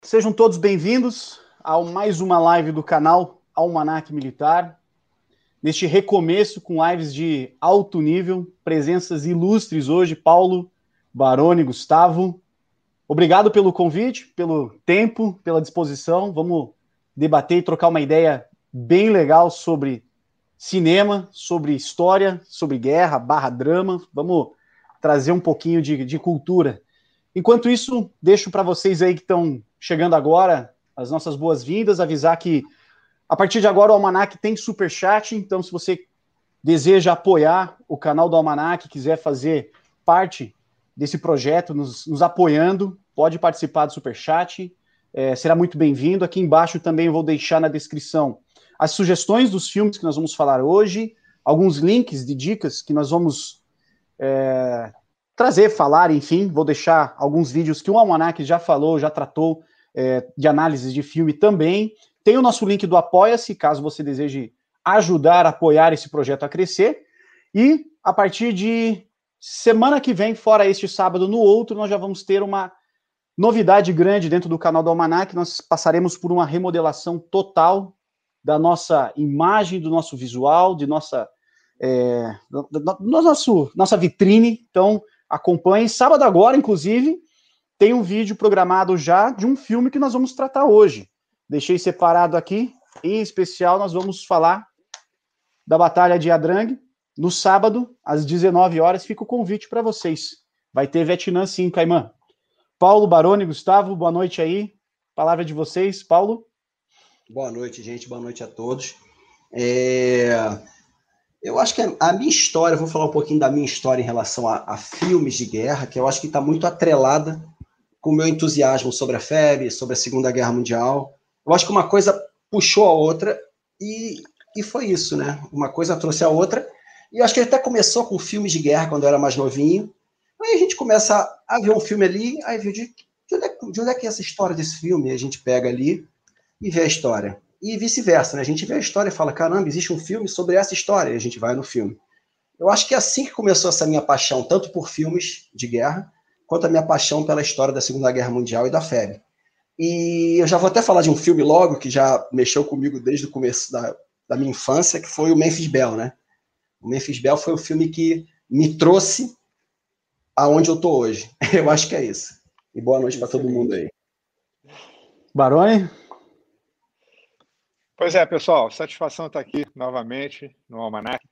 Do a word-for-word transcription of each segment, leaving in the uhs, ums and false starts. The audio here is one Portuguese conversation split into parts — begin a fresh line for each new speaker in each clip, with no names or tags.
Sejam todos bem-vindos a mais uma live do canal Almanac Militar. Neste recomeço com lives de alto nível, presenças ilustres hoje, Paulo, Baroni, Gustavo. Obrigado pelo convite, pelo tempo, pela disposição. Vamos debater e trocar uma ideia bem legal sobre cinema, sobre história, sobre guerra, barra drama. Vamos trazer um pouquinho de, de cultura. Enquanto isso, deixo para vocês aí que estão chegando agora as nossas boas-vindas, avisar que a partir de agora o Almanac tem superchat, então se você deseja apoiar o canal do Almanac, quiser fazer parte desse projeto, nos, nos apoiando, pode participar do superchat, é, será muito bem-vindo. Aqui embaixo também eu vou deixar na descrição as sugestões dos filmes que nós vamos falar hoje, alguns links de dicas que nós vamos é, trazer, falar, enfim, vou deixar alguns vídeos que o Almanac já falou, já tratou é, de análise de filme também. Tem o nosso link do Apoia-se, caso você deseje ajudar a apoiar esse projeto a crescer. E a partir de semana que vem, fora este sábado, no outro, nós já vamos ter uma novidade grande dentro do canal do Almanac. Nós passaremos por uma remodelação total da nossa imagem, do nosso visual, de nossa, é, do, do, do nosso, nossa vitrine. Então, acompanhe. Sábado agora, inclusive, tem um vídeo programado já de um filme que nós vamos tratar hoje. Deixei separado aqui. Em especial, nós vamos falar da Batalha de Ia-Drang. No sábado, às dezenove horas, fica o convite para vocês. Vai ter Vietnã sim, Caimã. Paulo, Baroni, Gustavo, boa noite aí. Palavra de vocês. Paulo?
Boa noite, gente. Boa noite a todos. É... Eu acho que a minha história, vou falar um pouquinho da minha história em relação a, a filmes de guerra, que eu acho que está muito atrelada com o meu entusiasmo sobre a F E B, sobre a Segunda Guerra Mundial. Eu acho que uma coisa puxou a outra e, e foi isso, né? Uma coisa trouxe a outra. E eu acho que ele até começou com filmes de guerra quando eu era mais novinho. Aí a gente começa a ver um filme ali, aí viu de, de, onde é, de onde é que é essa história desse filme? A gente pega ali e vê a história. E vice-versa, né? A gente vê a história e fala, caramba, existe um filme sobre essa história, e a gente vai no filme. Eu acho que é assim que começou essa minha paixão, tanto por filmes de guerra, quanto a minha paixão pela história da Segunda Guerra Mundial e da F E B. E eu já vou até falar de um filme logo, que já mexeu comigo desde o começo da, da minha infância, que foi o Memphis Belle, né? O Memphis Belle foi o filme que me trouxe aonde eu tô hoje. Eu acho que é isso. E boa noite para todo mundo aí.
Baroni?
Pois é, pessoal, satisfação estar aqui novamente no Almanac.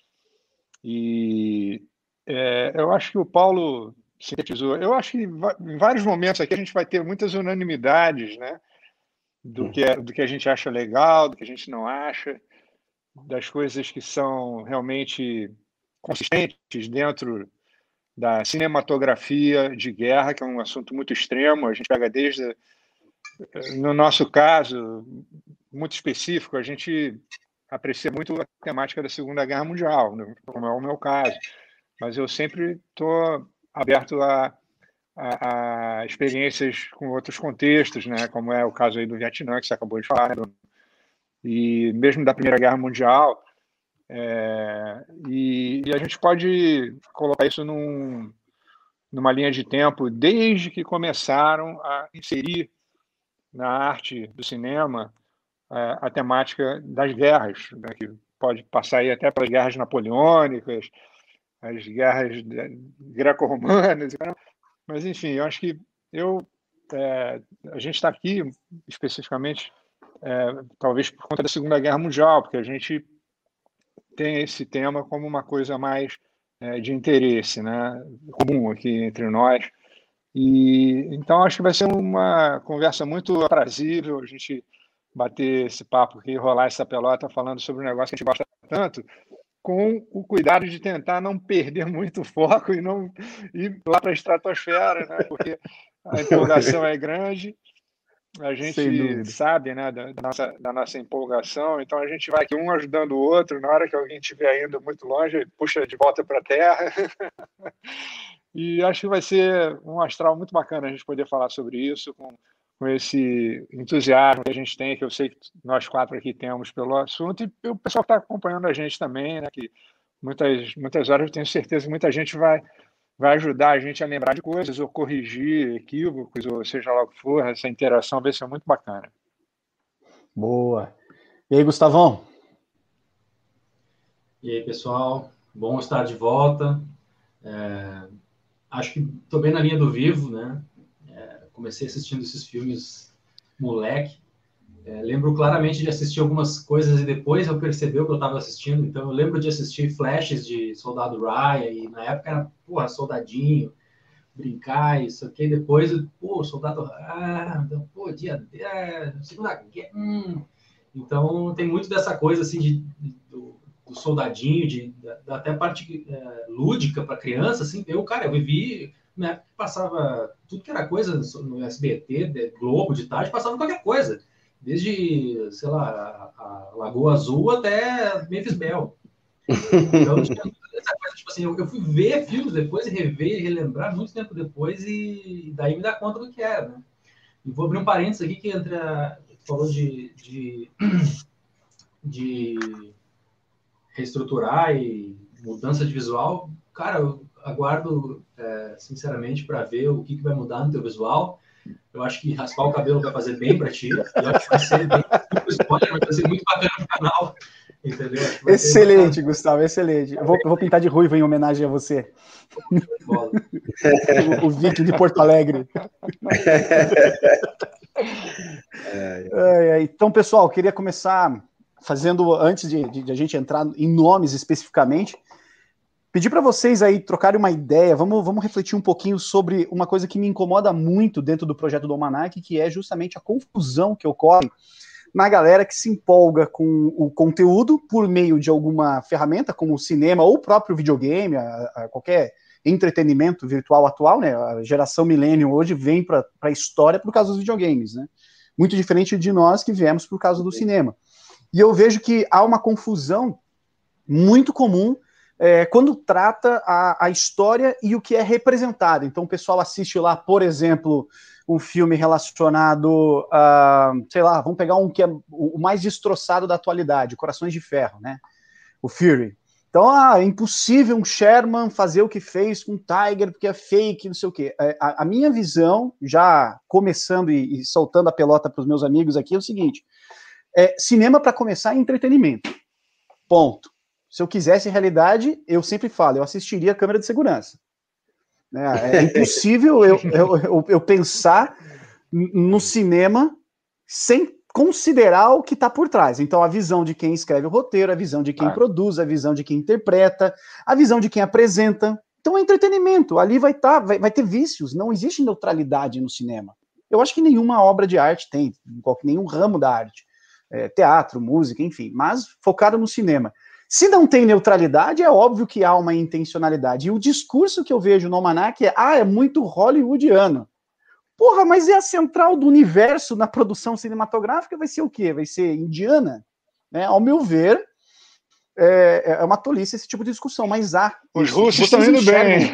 E é, eu acho que o Paulo sintetizou. Eu acho que em vários momentos aqui a gente vai ter muitas unanimidades, né? Do que, é, do que a gente acha legal, do que a gente não acha, das coisas que são realmente consistentes dentro da cinematografia de guerra, que é um assunto muito extremo. A gente pega desde, no nosso caso, muito específico, a gente aprecia muito a temática da Segunda Guerra Mundial, como é o meu caso. Mas eu sempre estou aberto a, a, a experiências com outros contextos, né? Como é o caso aí do Vietnã, que você acabou de falar, né, Bruno? E mesmo da Primeira Guerra Mundial. É, e, e a gente pode colocar isso num, numa linha de tempo desde que começaram a inserir na arte do cinema a, a temática das guerras, né, que pode passar aí até pelas guerras napoleônicas, as guerras greco-romanas, mas enfim, eu acho que eu, é, a gente está aqui especificamente, é, talvez por conta da Segunda Guerra Mundial, porque a gente tem esse tema como uma coisa mais é, de interesse, né, comum aqui entre nós. E então acho que vai ser uma conversa muito aprazível a gente bater esse papo aqui, rolar essa pelota falando sobre um negócio que a gente gosta tanto, com o cuidado de tentar não perder muito foco e não ir lá para a estratosfera, né, porque a empolgação é grande. A gente sabe, né, da, da, nossa, da nossa empolgação, então a gente vai aqui um ajudando o outro, na hora que alguém estiver indo muito longe, puxa de volta para a Terra. E acho que vai ser um astral muito bacana a gente poder falar sobre isso, com, com esse entusiasmo que a gente tem, que eu sei que nós quatro aqui temos pelo assunto, e o pessoal que está acompanhando a gente também, né, que muitas, muitas horas eu tenho certeza que muita gente vai vai ajudar a gente a lembrar de coisas, ou corrigir equívocos, ou seja lá o que for. Essa interação vai ser muito bacana.
Boa. E aí, Gustavão?
E aí, pessoal? Bom estar de volta. É, acho que estou bem na linha do Vivo, né? É, comecei assistindo esses filmes moleque. É, lembro claramente de assistir algumas coisas e depois eu percebi o que eu estava assistindo. Então, eu lembro de assistir flashes de Soldado Ryan, e na época era, porra, soldadinho, brincar, isso aqui. Depois, pô, Soldado ah, pô, dia, é, Segunda Guerra. Hum. Então, tem muito dessa coisa, assim, de, de do, do soldadinho, de, da, até parte é, lúdica para criança, assim. Eu, cara, eu vivi, na época passava tudo que era coisa no S B T, de, Globo, de tarde, passava qualquer coisa. Desde, sei lá, a, a Lagoa Azul até Memphis Belle. Então, tinha essa coisa, tipo assim, eu, eu fui ver filmes depois e rever e relembrar muito tempo depois, e daí me dá conta do que era, né? E vou abrir um parênteses aqui, que entre a, falou de, de, de reestruturar e mudança de visual. Cara, eu aguardo, é, sinceramente, para ver o que, que vai mudar no teu visual. Eu acho que raspar o cabelo vai fazer bem para ti. Eu acho que vai ser bem, spoiler, vai ser muito bacana no canal. Entendeu?
Excelente, Gustavo, excelente. Eu vou, eu vou pintar de ruivo em homenagem a você. o, o Viking de Porto Alegre. é, é. Então, pessoal, queria começar fazendo, antes de, de, de a gente entrar em nomes especificamente, pedir para vocês aí trocarem uma ideia, vamos, vamos refletir um pouquinho sobre uma coisa que me incomoda muito dentro do projeto do Almanac, que é justamente a confusão que ocorre na galera que se empolga com o conteúdo por meio de alguma ferramenta, como o cinema ou o próprio videogame, a, a qualquer entretenimento virtual atual, né? A geração millennial hoje vem para a história por causa dos videogames, né? Muito diferente de nós que viemos por causa do cinema. E eu vejo que há uma confusão muito comum É, quando trata a, a história e o que é representado. Então o pessoal assiste lá, por exemplo, um filme relacionado a, sei lá, vamos pegar um que é o mais destroçado da atualidade, Corações de Ferro, né? O Fury. Então, ah, é impossível um Sherman fazer o que fez com o Tiger, porque é fake, não sei o quê. É, a, a minha visão, já começando e, e soltando a pelota para os meus amigos aqui, é o seguinte, é, cinema, para começar, é entretenimento. Ponto. Se eu quisesse realidade, eu sempre falo, eu assistiria a câmera de segurança. É, é impossível eu, eu, eu, eu pensar no cinema sem considerar o que está por trás. Então, a visão de quem escreve o roteiro, a visão de quem ah. produz, a visão de quem interpreta, a visão de quem apresenta. Então, é entretenimento. Ali vai, tá, vai, vai ter vícios. Não existe neutralidade no cinema. Eu acho que nenhuma obra de arte tem, nenhum ramo da arte. É, teatro, música, enfim. Mas focado no cinema. Se não tem neutralidade, é óbvio que há uma intencionalidade. E o discurso que eu vejo no Almanac é, ah, é muito hollywoodiano. Porra, mas é a central do universo na produção cinematográfica, vai ser o quê? Vai ser indiana? Né? Ao meu ver, é, é uma tolice esse tipo de discussão, mas há.
Os russos estão indo bem.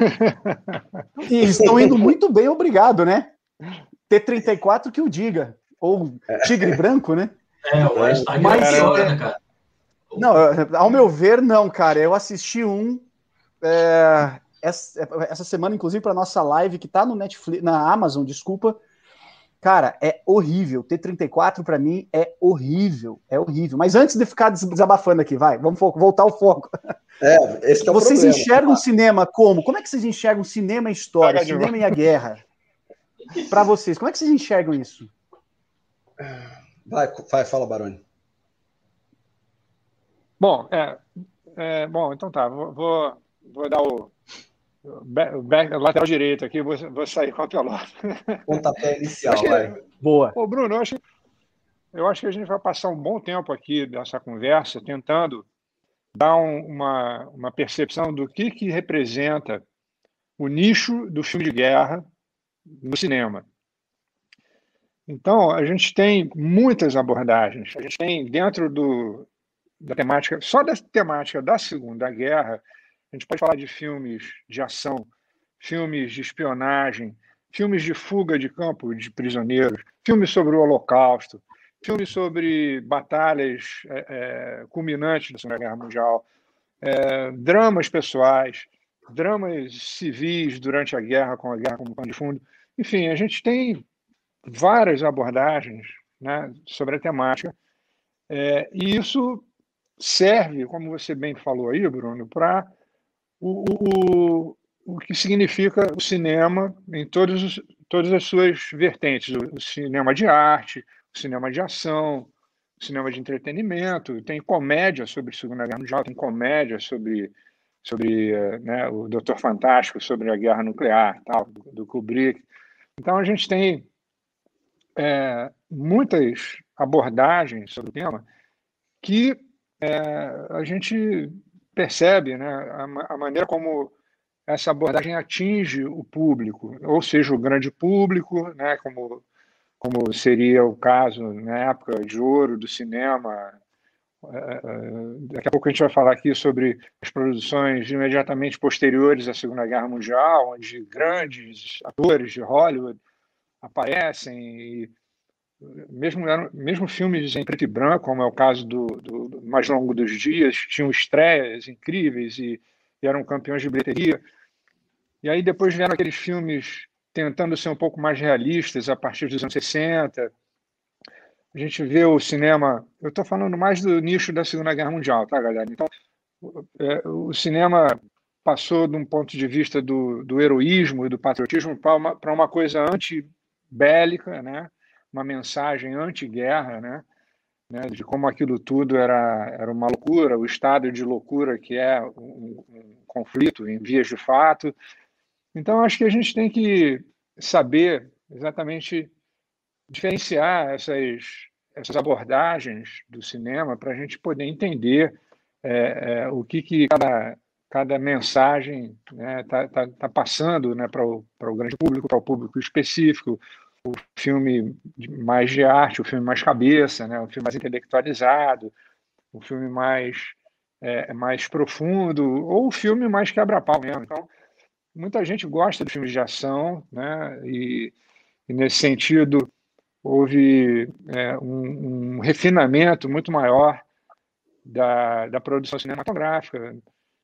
E eles estão indo muito bem, obrigado, né? T trinta e quatro que o diga. Ou Tigre Branco, né?
É, o Einstein mas, é hora, né, cara?
Não, ao meu ver, não, cara. Eu assisti um é, essa, essa semana, inclusive, para nossa live, que tá no Netflix, na Amazon, desculpa. Cara, é horrível. T trinta e quatro, para mim, é horrível. É horrível. Mas antes de ficar desabafando aqui, vai, vamos voltar ao foco.
É, esse que é o
vocês
problema.
enxergam o cinema como? Como é que vocês enxergam cinema e história, Paga cinema e a guerra? Para vocês, como é que vocês enxergam isso?
Vai, vai fala, Baroni.
Bom, é, é, bom, então tá, vou, vou, vou dar o, o, back, o, back, o lateral direito aqui, vou, vou sair com a pelota.
Pontapé inicial,
que,
vai.
Boa.
Ô, Bruno, eu acho, eu acho que a gente vai passar um bom tempo aqui nessa conversa tentando dar um, uma, uma percepção do que, que representa o nicho do filme de guerra no cinema. Então, a gente tem muitas abordagens. A gente tem dentro do da temática, só da temática da Segunda Guerra, a gente pode falar de filmes de ação, filmes de espionagem, filmes de fuga de campo de prisioneiros, filmes sobre o Holocausto, filmes sobre batalhas é, é, culminantes da Segunda Guerra Mundial, é, dramas pessoais. dramas civis durante a guerra, com a guerra como pano de fundo. Enfim, a gente tem várias abordagens, né, sobre a temática, é, e isso serve, como você bem falou aí, Bruno, para o, o, o que significa o cinema em todos os, todas as suas vertentes, o, o cinema de arte, o cinema de ação, o cinema de entretenimento, tem comédia sobre a Segunda Guerra Mundial, tem comédia sobre, sobre né, o Doutor Fantástico, sobre a guerra nuclear, tal, do, do Kubrick. Então, a gente tem é, muitas abordagens sobre o tema que é, a gente percebe, né, a, a maneira como essa abordagem atinge o público, ou seja, o grande público, né, como, como seria o caso na época de ouro do cinema. Daqui a pouco a gente vai falar aqui sobre as produções imediatamente posteriores à Segunda Guerra Mundial, onde grandes atores de Hollywood aparecem, e mesmo, mesmo filmes em preto e branco, como é o caso do, do, do Mais Longo dos Dias, tinham estreias incríveis e, e eram campeões de bilheteria. E aí depois vieram aqueles filmes tentando ser um pouco mais realistas a partir dos anos sessenta. A gente vê o cinema... Eu estou falando mais do nicho da Segunda Guerra Mundial, tá, galera? Então, é, o cinema passou de um ponto de vista do, do heroísmo e do patriotismo para uma, para uma coisa antibélica, né? Uma mensagem anti-guerra, né? Né? De como aquilo tudo era, era uma loucura, o estado de loucura que é um, um conflito em vias de fato. Então, acho que a gente tem que saber exatamente diferenciar essas, essas abordagens do cinema para a gente poder entender é, é, o que, que cada, cada mensagem está, né, tá, tá, tá passando, né, para o, para o grande público, para o público específico, o filme mais de arte, o filme mais cabeça, né, o filme mais intelectualizado, o filme mais, é, mais profundo, ou o filme mais quebra-pau mesmo. Então, muita gente gosta de filmes de ação, né, e, e nesse sentido houve é, um, um refinamento muito maior da, da produção cinematográfica.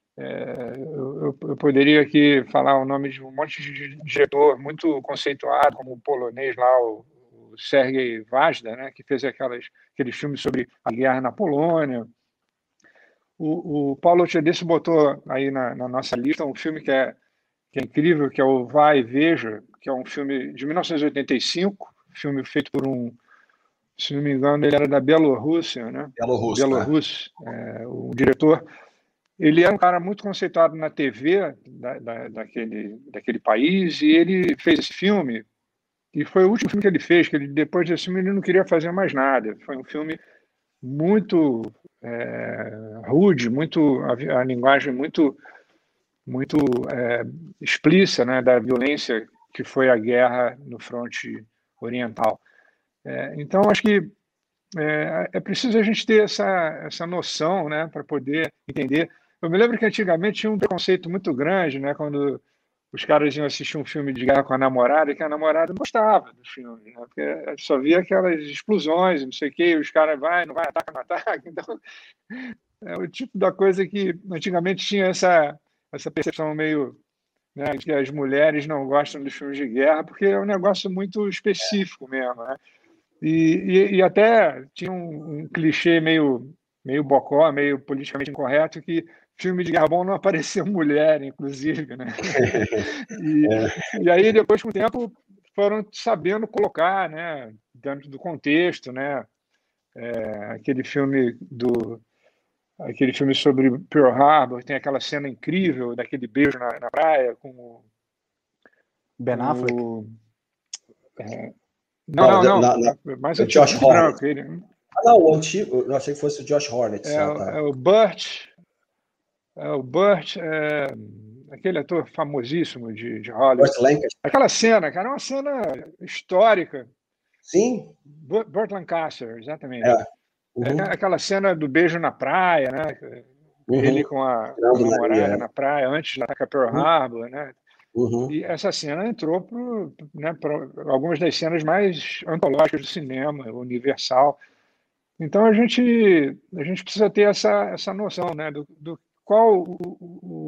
É, eu, eu poderia aqui falar o nome de um monte de diretor muito conceituado, como o polonês lá, o, o Sergei Vajda, né, que fez aquelas, aqueles filmes sobre a guerra na Polônia. O, o Paulo Tchedesco botou aí na, na nossa lista um filme que é, que é incrível, que é o Vai e Veja, que é um filme de mil novecentos e oitenta e cinco, filme feito por um, se não me engano, ele era da Bielorrússia, né?
Bielorrusso,
Bielorrusso, é, o diretor. Ele era um cara muito conceituado na T V da, da, daquele, daquele país, e ele fez esse filme, e foi o último filme que ele fez, que ele, depois desse filme ele não queria fazer mais nada. Foi um filme muito é, rude, muito, a, a linguagem muito, muito é, explícita, né, da violência que foi a guerra no fronte oriental. É, então, acho que é, é preciso a gente ter essa, essa noção, né, para poder entender. Eu me lembro que antigamente tinha um preconceito muito grande, né, quando os caras iam assistir um filme de guerra com a namorada, e que a namorada não gostava do filme, né, porque só via aquelas explosões, não sei o quê, e os caras vai, não vai, ataca, não ataca. Então, é o tipo da coisa que antigamente tinha essa, essa percepção meio, né, de que as mulheres não gostam dos filmes de guerra, porque é um negócio muito específico mesmo, né? E, e, e até tinha um, um clichê meio, meio bocó, meio politicamente incorreto, que filme de guerra bom não apareceu mulher, inclusive, né? E, e aí, depois, com o tempo, foram sabendo colocar, né, dentro do contexto, né? É, aquele filme do... Aquele filme sobre Pearl Harbor, tem aquela cena incrível daquele beijo na, na praia com o...
Ben Affleck?
O, é, não, não, não, não. Mas
o Josh Hornet.
Ele...
Ah, não, o antigo, eu achei que fosse o Josh Hornet.
É,
ah, tá.
é o Burt, é o Burt, é, aquele ator famosíssimo de, de Hollywood. Aquela cena, cara, é uma cena histórica.
Sim.
Burt Lancaster, exatamente.
É. Uhum.
É aquela cena do beijo na praia, né? Uhum. Ele com a, com a namorada na praia, antes de atacar Pearl Harbor, né?
Uhum.
E essa cena entrou para, né, algumas das cenas mais antológicas do cinema, universal. Então a gente, a gente precisa ter essa, essa noção, né, do, do qual o, o,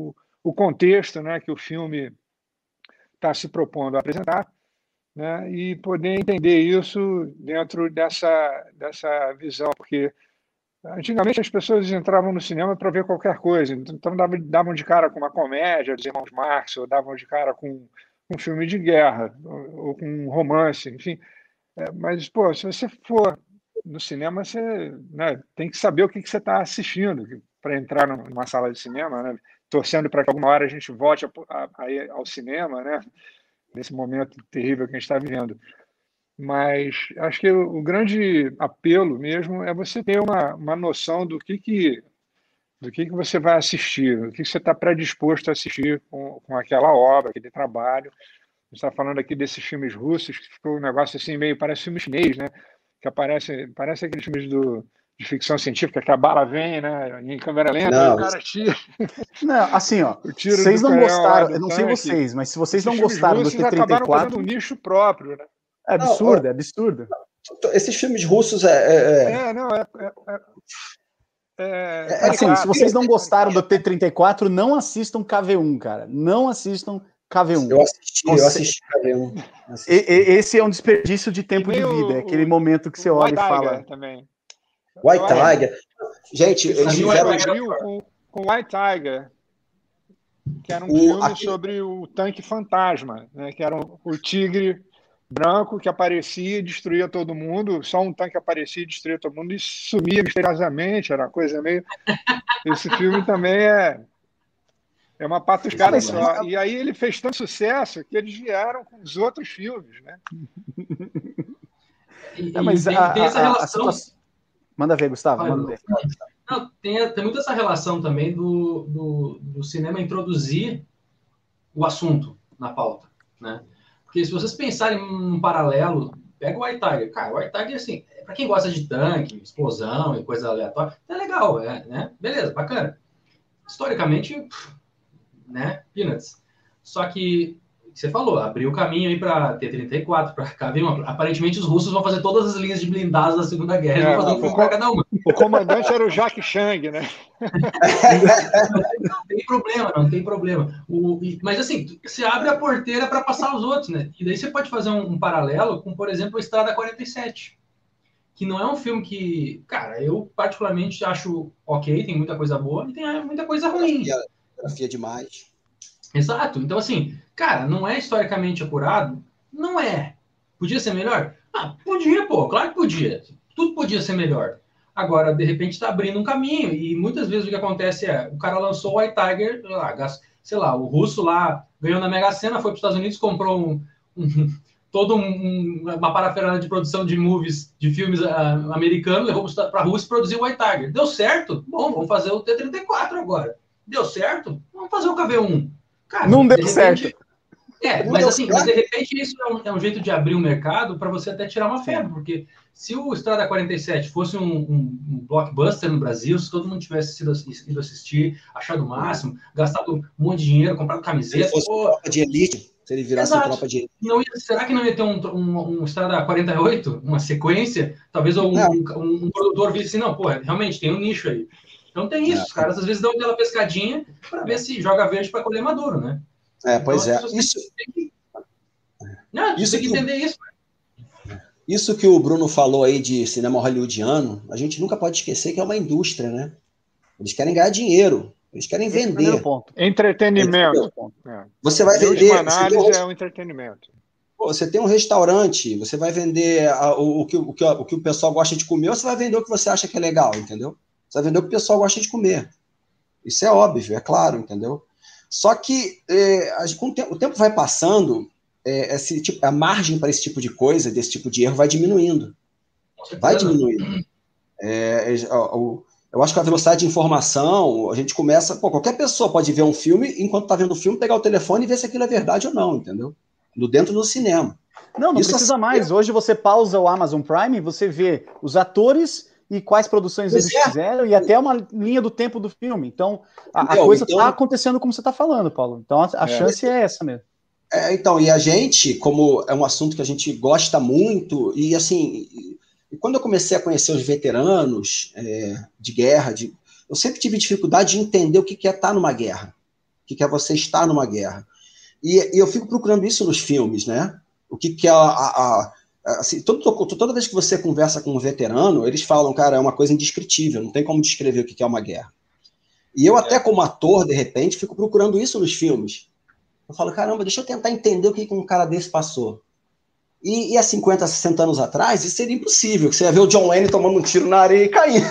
o contexto, né, que o filme está se propondo a apresentar, né, e poder entender isso dentro dessa, dessa visão, porque antigamente as pessoas entravam no cinema para ver qualquer coisa, então davam, davam de cara com uma comédia dos irmãos Marx, ou davam de cara com um filme de guerra, ou, ou com um romance, enfim. É, mas, pô, se você for no cinema, você, né, tem que saber o que, que você está assistindo para entrar numa sala de cinema, né, torcendo para que alguma hora a gente volte a, a, a ir ao cinema, né, nesse momento terrível que a gente está vivendo. Mas acho que o, o grande apelo mesmo é você ter uma, uma noção do que, que, do que, que você vai assistir, do que, que você está predisposto a assistir com, com aquela obra, aquele trabalho. A gente está falando aqui desses filmes russos, que ficou um negócio assim meio, parece filme chinês, né? Que aparece, parece aqueles filmes do, de ficção científica, que a bala vem, né? Em câmera lenta,
Não,
o cara tira.
Não, assim, ó,
O tiro
vocês
do
não
canhão lá
gostaram,
do
eu não sei
tanque.
vocês, mas se vocês
Esses
não
filmes
gostaram do
russos
T trinta e
acabaram fazendo
quatro,
um nicho próprio, né?
é
Não,
absurdo,
ó,
é absurdo.
esses filmes russos é, é, é,
É, não, é, é, é, é
é
Assim,
caricato,
se vocês não
é
gostaram do
caricato.
T trinta e quatro, não assistam K V um, cara. Não assistam K V um.
eu assisti, eu
Conce-
assisti K V um.
E-
Assisti.
e- Esse é um desperdício de
E
tempo de
nem
vida, é aquele
o,
momento que você
o
olha
White
e
Tiger
fala.
também.
White
Eu acho
Tiger. Gente,
que esse
eles
nicho
fizeram
abriu com, com White Tiger, que era um
o,
filme
aquele,
sobre o tanque fantasma, né? Que era o, o tigre branco que aparecia e destruía todo mundo, só um tanque aparecia e destruía todo mundo e sumia misteriosamente, era uma coisa meio... Esse filme também é, é uma
Não,
patuscada
mas,
só. E aí ele fez tanto sucesso que eles vieram com os outros filmes, né?
E,
não,
e
mas
tem,
a,
tem essa
a- a
relação.
situação. Manda ver, Gustavo,
Vai,
manda
Bruno.
ver.
Não, tem, tem muito essa relação também do, do, do cinema introduzir o assunto na pauta, né? Porque se vocês pensarem num paralelo, pega o White Tiger. Cara, o White Tiger, assim, para quem gosta de tanque, explosão e coisa aleatória, é legal, é, né? Beleza, bacana. Historicamente, pff, né? Peanuts. Só que, você falou, abriu o caminho aí para T trinta e quatro, para K V um. Aparentemente, os russos vão fazer todas as linhas de blindados da Segunda Guerra, eles
É,
vão fazer um
o,
filme
co-
para cada uma.
o comandante era o Jacques Chang, né?
Não tem problema, não tem problema. O, e- mas assim, você abre a porteira para passar os outros, né? E daí você pode fazer um, um paralelo com, por exemplo, a Estrada quarenta e sete, que não é um filme que, cara, eu particularmente acho ok, tem muita coisa boa e tem ah, muita coisa ruim.
Grafia, grafia demais.
Exato. Então, assim, cara, não é historicamente apurado? Não é. Podia ser melhor? Ah, podia, pô, claro que podia. Tudo podia ser melhor. Agora, de repente, está abrindo um caminho, e muitas vezes o que acontece é, o cara lançou o White Tiger, lá, gas- sei lá, o russo lá ganhou na Mega Sena, foi para os Estados Unidos, comprou um, um, todo um, um- uma parafernália de produção de movies, de filmes ah, americanos, levou para a Rússia e produziu o White Tiger. Deu certo? Bom, vamos fazer o T trinta e quatro agora. Deu certo? Vamos fazer o K V um. Cara,
Não deu
de repente,
certo.
é,
Não
mas
deu
assim,
certo.
mas de repente isso é um, é um jeito de abrir um mercado para você até tirar uma
Sim.
febre, porque se o Estrada quarenta e sete fosse um, um- um blockbuster no Brasil, se todo mundo tivesse sido, ido assistir, achado o máximo, gastado um monte de dinheiro, comprado
Se ele
camiseta,
fosse
pô,
tropa de elite, se ele virasse
exato.
tropa de elite.
não ia- será que não ia ter um, um, um Estrada quarenta e oito, uma sequência? Talvez um,
Não.
um, um produtor visse assim, não, pô, realmente tem um nicho aí. Então tem isso,
É.
os caras às vezes dão aquela pescadinha para ver se joga verde para colher maduro, né?
É, pois
Então,
é.
as pessoas
Isso,
têm que- Não,
Isso
tem que
que-
entender isso.
isso que o Bruno falou aí de cinema hollywoodiano, a gente nunca pode esquecer que é uma indústria, né? Eles querem ganhar dinheiro, eles querem
Esse é o primeiro
vender.
ponto.
Entretenimento.
Ponto.
É.
Você vai
Em última
vender. Você tem,
análise,
um,
é o entretenimento.
pô, você tem um restaurante, você vai vender a- o, o que, o, que, o que o pessoal gosta de comer, ou você vai vender o que você acha que é legal, entendeu? Você vai vender o que o pessoal gosta de comer. Isso é óbvio, é claro, entendeu? Só que é, a- com o, tempo, o tempo vai passando, é, esse tipo, a margem para esse tipo de coisa, desse tipo de erro, vai diminuindo.
Com certeza.
Vai diminuindo. É, é, o- eu acho que a velocidade de informação, a gente começa... Pô, qualquer pessoa pode ver um filme, enquanto está vendo o filme, pegar o telefone e ver se aquilo é verdade ou não, entendeu? No, dentro do cinema.
Não, não
Isso
precisa
assim,
mais. Hoje você pausa o Amazon Prime, você vê os atores e quais produções
Pois
eles
é.
fizeram e até uma linha do tempo do filme. Então, a, a
Entendeu?
coisa
Então-
está acontecendo como você está falando, Paulo. Então, a, a
É.
chance é essa mesmo.
É, então, e a gente, como é um assunto que a gente gosta muito, e assim, e- e quando eu comecei a conhecer os veteranos é, de guerra, de, eu sempre tive dificuldade de entender o que que é estar numa guerra. o que é você estar numa guerra. E, e eu fico procurando isso nos filmes, né? O que, que é a... a, a assim, todo, toda vez que você conversa com um veterano, eles falam, cara, é uma coisa indescritível, não tem como descrever o que é uma guerra. E eu até como ator, de repente, fico procurando isso nos filmes. Eu falo, caramba, deixa eu tentar entender o que um cara desse passou. E, e há cinquenta, sessenta anos atrás, isso seria impossível, que você ia ver o John Wayne tomando um tiro na areia e caindo.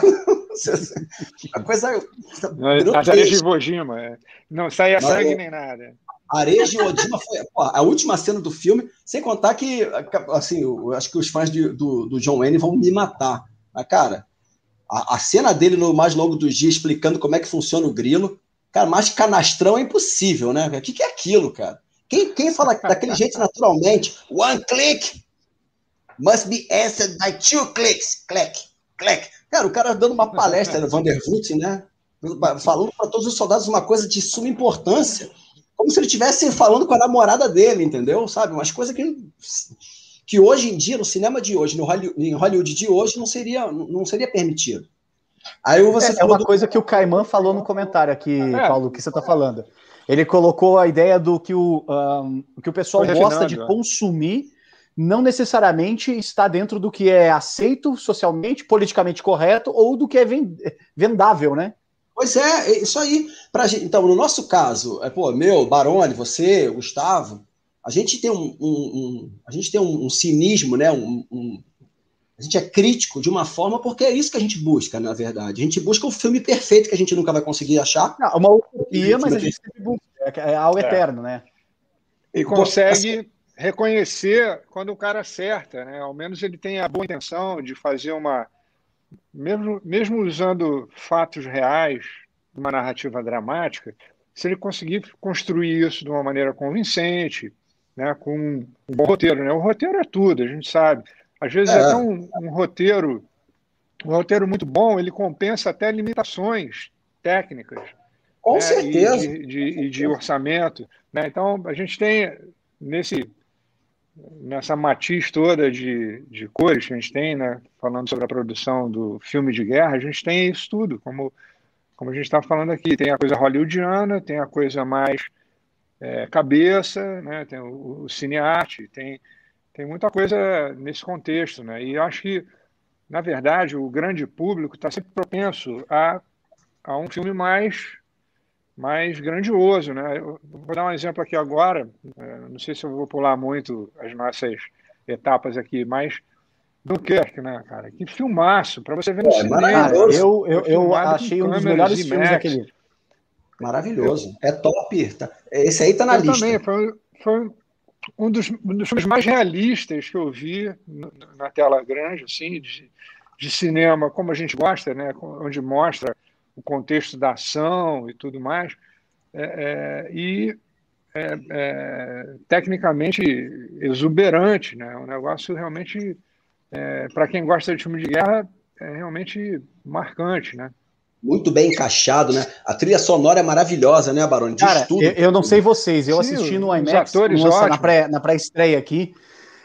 A coisa...
As areias de Iwo Jima, não saia sangue nem nada.
A areia de Iwo Jima foi pô, a última cena do filme, sem contar que, assim, eu acho que os fãs de, do, do John Wayne vão me matar. Mas, cara, a, a cena dele no Mais Longo dos Dias explicando como é que funciona o grilo, cara, mais canastrão é impossível, né? O que, que é aquilo, cara? Quem, quem fala daquele jeito naturalmente? One click must be answered by two clicks. Click, click. Cara, o cara dando uma palestra no Vandervoort, né? Falando para todos os soldados uma coisa de suma importância, como se ele estivesse falando com a namorada dele, entendeu? Sabe? Umas coisas que, que hoje em dia, no cinema de hoje, no Hollywood, em Hollywood de hoje, não seria, não seria permitido. Aí você
é, é uma do... coisa que o Caiman falou no comentário aqui, é. Paulo, que você está falando. Ele colocou a ideia do que o, um, que o pessoal gosta de consumir não necessariamente está dentro do que é aceito socialmente, politicamente correto, ou do que é vendável, né?
Pois é, isso aí. Pra gente, então, no nosso caso, é, pô, meu, Baroni, você, Gustavo, a gente tem um, um, um a gente tem um, um cinismo, né? Um, um, a gente é crítico de uma forma porque é isso que a gente busca, na verdade. A gente busca o filme perfeito que a gente nunca vai conseguir achar.
Não, uma utopia, mas a gente sempre busca. É algo é. eterno, né?
E consegue reconhecer quando o cara acerta, né? Ao menos ele tem a boa intenção de fazer uma... Mesmo, mesmo usando fatos reais, uma narrativa dramática, se ele conseguir construir isso de uma maneira convincente, né? Com um bom roteiro, né? O roteiro é tudo, a gente sabe. Às vezes é. até um, um roteiro, um roteiro muito bom, ele compensa até limitações técnicas.
Com
né?
certeza.
E de, de, de orçamento. Né? Então, a gente tem, nesse, nessa matiz toda de, de cores que a gente tem, né? Falando sobre a produção do filme de guerra, a gente tem isso tudo, como, como a gente está falando aqui. Tem a coisa hollywoodiana, tem a coisa mais é, cabeça, né? Tem o, o cinearte, tem... Tem muita coisa nesse contexto, né? E eu acho que, na verdade, o grande público está sempre propenso a, a um filme mais, mais grandioso, né? Eu vou dar um exemplo aqui agora, não sei se eu vou pular muito as nossas etapas aqui, mas Dunkerque, né, cara? Que filmaço, para você ver no
é,
cinema.
Maravilhoso.
Eu, eu, eu achei um dos melhores filmes daquele.
Maravilhoso. É top. Esse aí tá na
eu
lista.
Também, foi, foi Um dos, um dos filmes mais realistas que eu vi na tela grande, assim, de, de cinema, como a gente gosta, né, onde mostra o contexto da ação e tudo mais, é, é, e é, é, tecnicamente exuberante, né, um negócio realmente, é, para quem gosta de filme de guerra, é realmente marcante, né.
Muito bem encaixado, né? A trilha sonora é maravilhosa, né, Baroni? Diz
Cara,
tudo.
Eu, eu não sei vocês, eu
Sim,
assisti no
os
IMAX
atores
nossa, na,
ótimos.
pré, na pré-estreia aqui,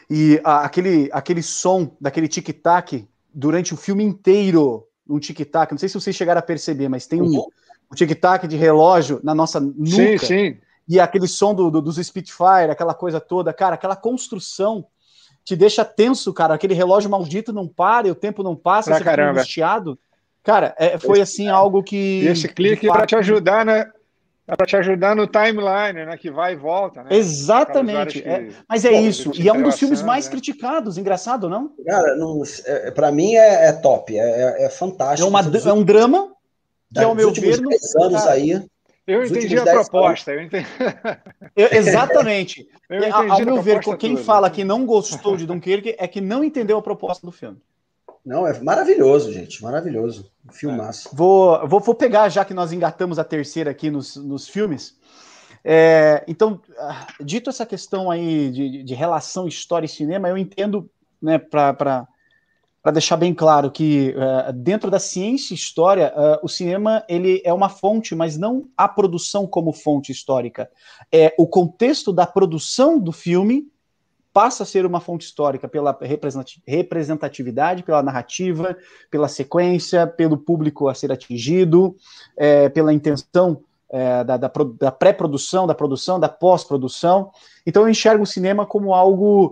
e a, aquele, aquele som daquele tic-tac durante o filme inteiro, um tic-tac, não sei se vocês chegaram a perceber, mas tem um,
Uhum.
um tic-tac de relógio na nossa nuca,
Sim, sim.
e aquele som do, do, dos Spitfire, aquela coisa toda, cara, aquela construção te deixa tenso, cara, aquele relógio maldito não para, e o tempo não passa,
Pra
você fica
caramba.
angustiado. Cara, é, foi assim algo que...
E esse clique para te ajudar, né? Para te ajudar no timeline, né? Que vai e volta, né?
Exatamente.
Que,
é, mas é
pô,
isso. E é um dos filmes mais
né?
criticados. Engraçado, não?
Cara, não, é, para mim é, é top. É, é fantástico.
É, uma, é um drama que, ao meu ver...
Nos dez anos
cara,
aí...
Eu entendi a proposta. Eu entendi.
Eu, exatamente.
Eu
e, ao meu ver, quem
toda.
fala que não gostou de Dunkerque é que não entendeu a proposta do filme.
Não, é maravilhoso, gente. Maravilhoso. Um filmaço.
É. Vou, vou, vou pegar, já que nós engatamos a terceira aqui nos, nos filmes. É, então, dito essa questão aí de, de relação história e cinema, eu entendo, né, para deixar bem claro que uh, dentro da ciência e história, uh, o cinema ele é uma fonte, mas não a produção como fonte histórica. É o contexto da produção do filme passa a ser uma fonte histórica pela representatividade, pela narrativa, pela sequência, pelo público a ser atingido, é, pela intenção é, da, da, da pré-produção, da produção, da pós-produção. Então eu enxergo o cinema como algo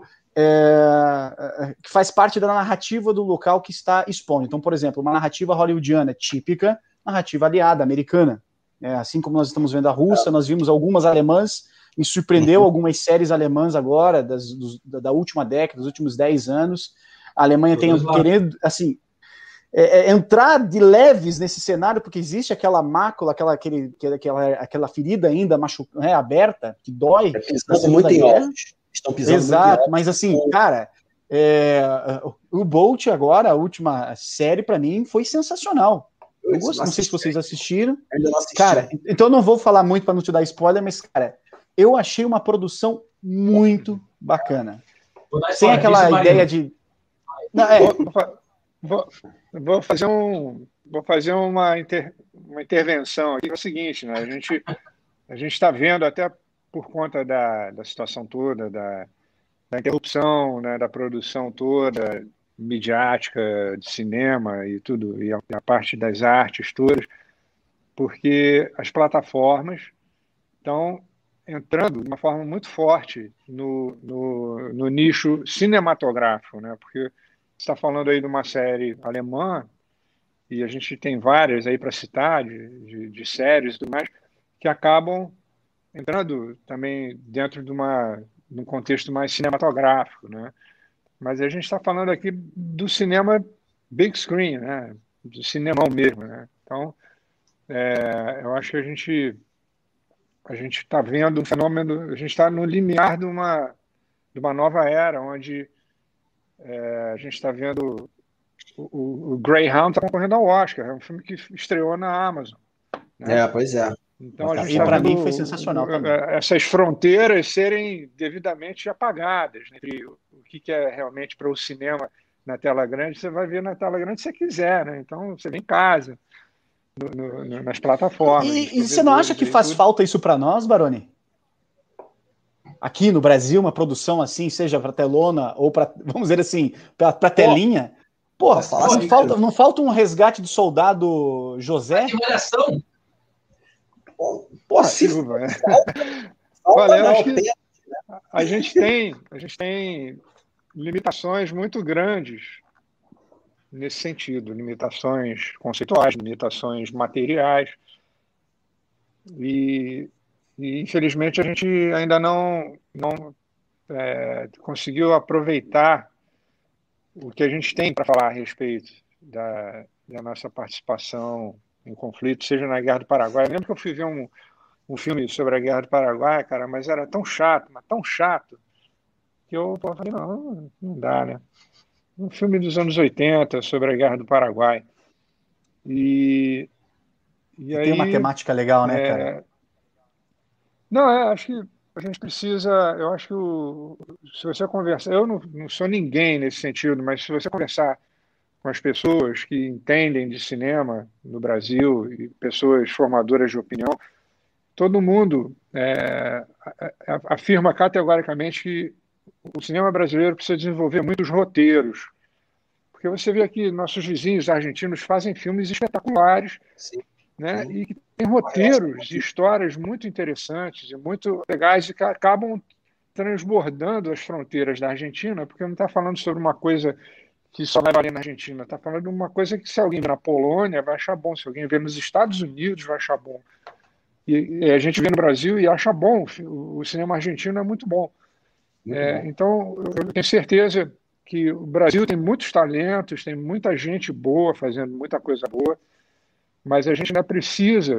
é, que faz parte da narrativa do local que está expondo. Então, por exemplo, uma narrativa hollywoodiana típica, narrativa aliada, americana. É, assim como nós estamos vendo a russa, nós vimos algumas alemãs, me surpreendeu algumas séries alemãs agora, das, dos, da última década, dos últimos dez anos. A Alemanha tem querendo, assim, é, é, entrar de leves nesse cenário, porque existe aquela mácula, aquela, aquele, aquela, aquela ferida ainda machu, é, aberta, que dói.
É pisando muito em ovos. Estão pisando
Exato,
muito em ovos.
mas assim, cara, é, o Bolt agora, a última série, para mim, foi sensacional. Eu gosto, não sei se vocês assistiram.
Ainda não assisti.
Cara, então eu não vou falar muito para não te dar spoiler, mas, cara, eu achei uma produção muito bacana. Sem aquela ideia de...
Não, é... vou, vou, vou fazer, um, vou fazer uma, inter, uma intervenção aqui. É o seguinte, né? A gente a gente está vendo, até por conta da, da situação toda, da, da interrupção, né, da produção toda, midiática, de cinema e tudo, e a, a parte das artes todas, porque as plataformas estão entrando de uma forma muito forte no, no, no nicho cinematográfico, né? Porque você está falando aí de uma série alemã, e a gente tem várias aí para citar, de, de, de séries e tudo mais, que acabam entrando também dentro de, uma, de um contexto mais cinematográfico, né? Mas a gente está falando aqui do cinema big screen, né? Do cinemão mesmo, né? Então, é, eu acho que a gente a gente está vendo um fenômeno, a gente está no limiar de uma, de uma nova era, onde é, a gente está vendo o, o, o Greyhound está concorrendo ao Oscar, é um filme que estreou na Amazon, né?
É, pois é.
Então a gente
e
tá
para
vendo
mim foi sensacional também.
Essas fronteiras serem devidamente apagadas, né? Entre o que é realmente para o cinema na tela grande, você vai ver na tela grande se você quiser, né? Então você vem em casa, no, no, nas plataformas.
E, e você não acha que faz tudo. falta isso para nós, Baroni? Aqui no Brasil, uma produção assim, seja para telona ou para, vamos dizer assim, para telinha. Pô, não falta, não falta um resgate do soldado José?
Que variação!
Pô, se...
Olha, eu acho que a gente tem, a gente tem limitações muito grandes nesse sentido, limitações conceituais, limitações materiais, e, e infelizmente a gente ainda não, não é, conseguiu aproveitar o que a gente tem para falar a respeito da, da nossa participação em conflito, seja na Guerra do Paraguai. Eu lembro que eu fui ver um, um filme sobre a Guerra do Paraguai, cara, mas era tão chato, mas tão chato, que eu falei, não, não dá, né? Um filme dos anos oitenta sobre a Guerra do Paraguai. E, e, e aí,
tem uma temática legal, né,
é...
cara?
Não, é, acho que a gente precisa, eu acho que o, se você conversar, eu não, não sou ninguém nesse sentido, mas se você conversar com as pessoas que entendem de cinema no Brasil e pessoas formadoras de opinião, todo mundo é, afirma categoricamente que o cinema brasileiro precisa desenvolver muitos roteiros, porque você vê aqui nossos vizinhos argentinos fazem filmes espetaculares, sim, né? Sim. E que tem roteiros e histórias muito interessantes e muito legais e que acabam transbordando as fronteiras da Argentina, porque não está falando sobre uma coisa que só vai valer na Argentina, está falando de uma coisa que se alguém vê na Polônia vai achar bom, se alguém vê nos Estados Unidos vai achar bom. E, e a gente vê no Brasil e acha bom, o, o cinema argentino é muito bom. Muito é, bom. Então, eu tenho certeza que o Brasil tem muitos talentos, tem muita gente boa fazendo muita coisa boa, mas a gente ainda precisa,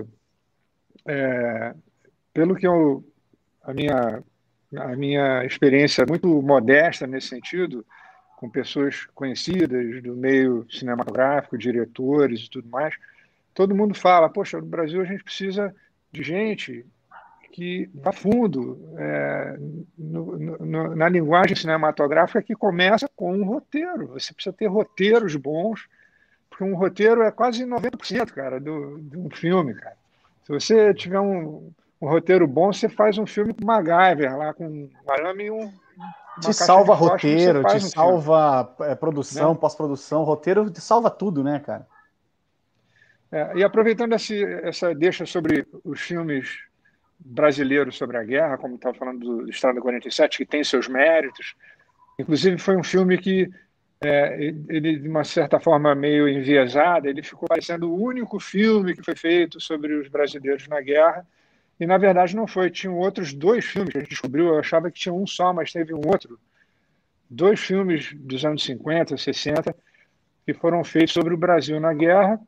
é, pelo que eu, a minha, a minha experiência muito modesta nesse sentido, com pessoas conhecidas do meio cinematográfico, diretores e tudo mais, todo mundo fala, poxa, no Brasil a gente precisa de gente que vá fundo é, no, no, na linguagem cinematográfica, que começa com um roteiro. Você precisa ter roteiros bons, porque um roteiro é quase noventa por cento, cara, do, de um filme, cara. Se você tiver um, um roteiro bom, você faz um filme com MacGyver, lá com um arame e um...
Te salva roteiro, te um salva é, produção, né? Pós-produção, roteiro te salva tudo, né, cara?
É, e aproveitando esse, essa deixa sobre os filmes brasileiros sobre a guerra, como estava falando do Estrada quarenta e sete, que tem seus méritos. Inclusive, foi um filme que, é, ele, de uma certa forma, meio enviesado, ele ficou parecendo o único filme que foi feito sobre os brasileiros na guerra. E, na verdade, não foi. Tinham outros dois filmes que a gente descobriu. Eu achava que tinha um só, mas teve um outro. Dois filmes dos anos cinquenta, sessenta, que foram feitos sobre o Brasil na guerra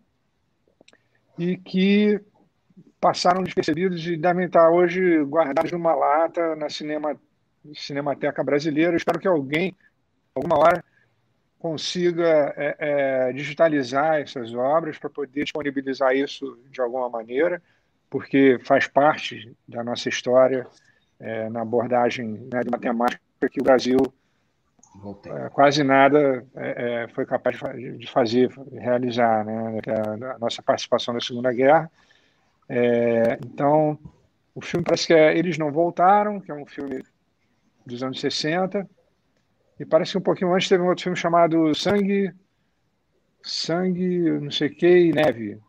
e que passaram despercebidos e devem estar hoje guardados numa lata na cinema, Cinemateca Brasileira. Eu espero que alguém, alguma hora, consiga é, é, digitalizar essas obras para poder disponibilizar isso de alguma maneira, porque faz parte da nossa história, é, na abordagem, né, de matemática que o Brasil é, quase nada é, é, foi capaz de, de fazer, realizar, né, a, a nossa participação na Segunda Guerra. É, então, o filme parece que é Eles Não Voltaram, que é um filme dos anos sessenta, e parece que um pouquinho antes teve um outro filme chamado Sangue, Sangue, não sei o que, e Neve.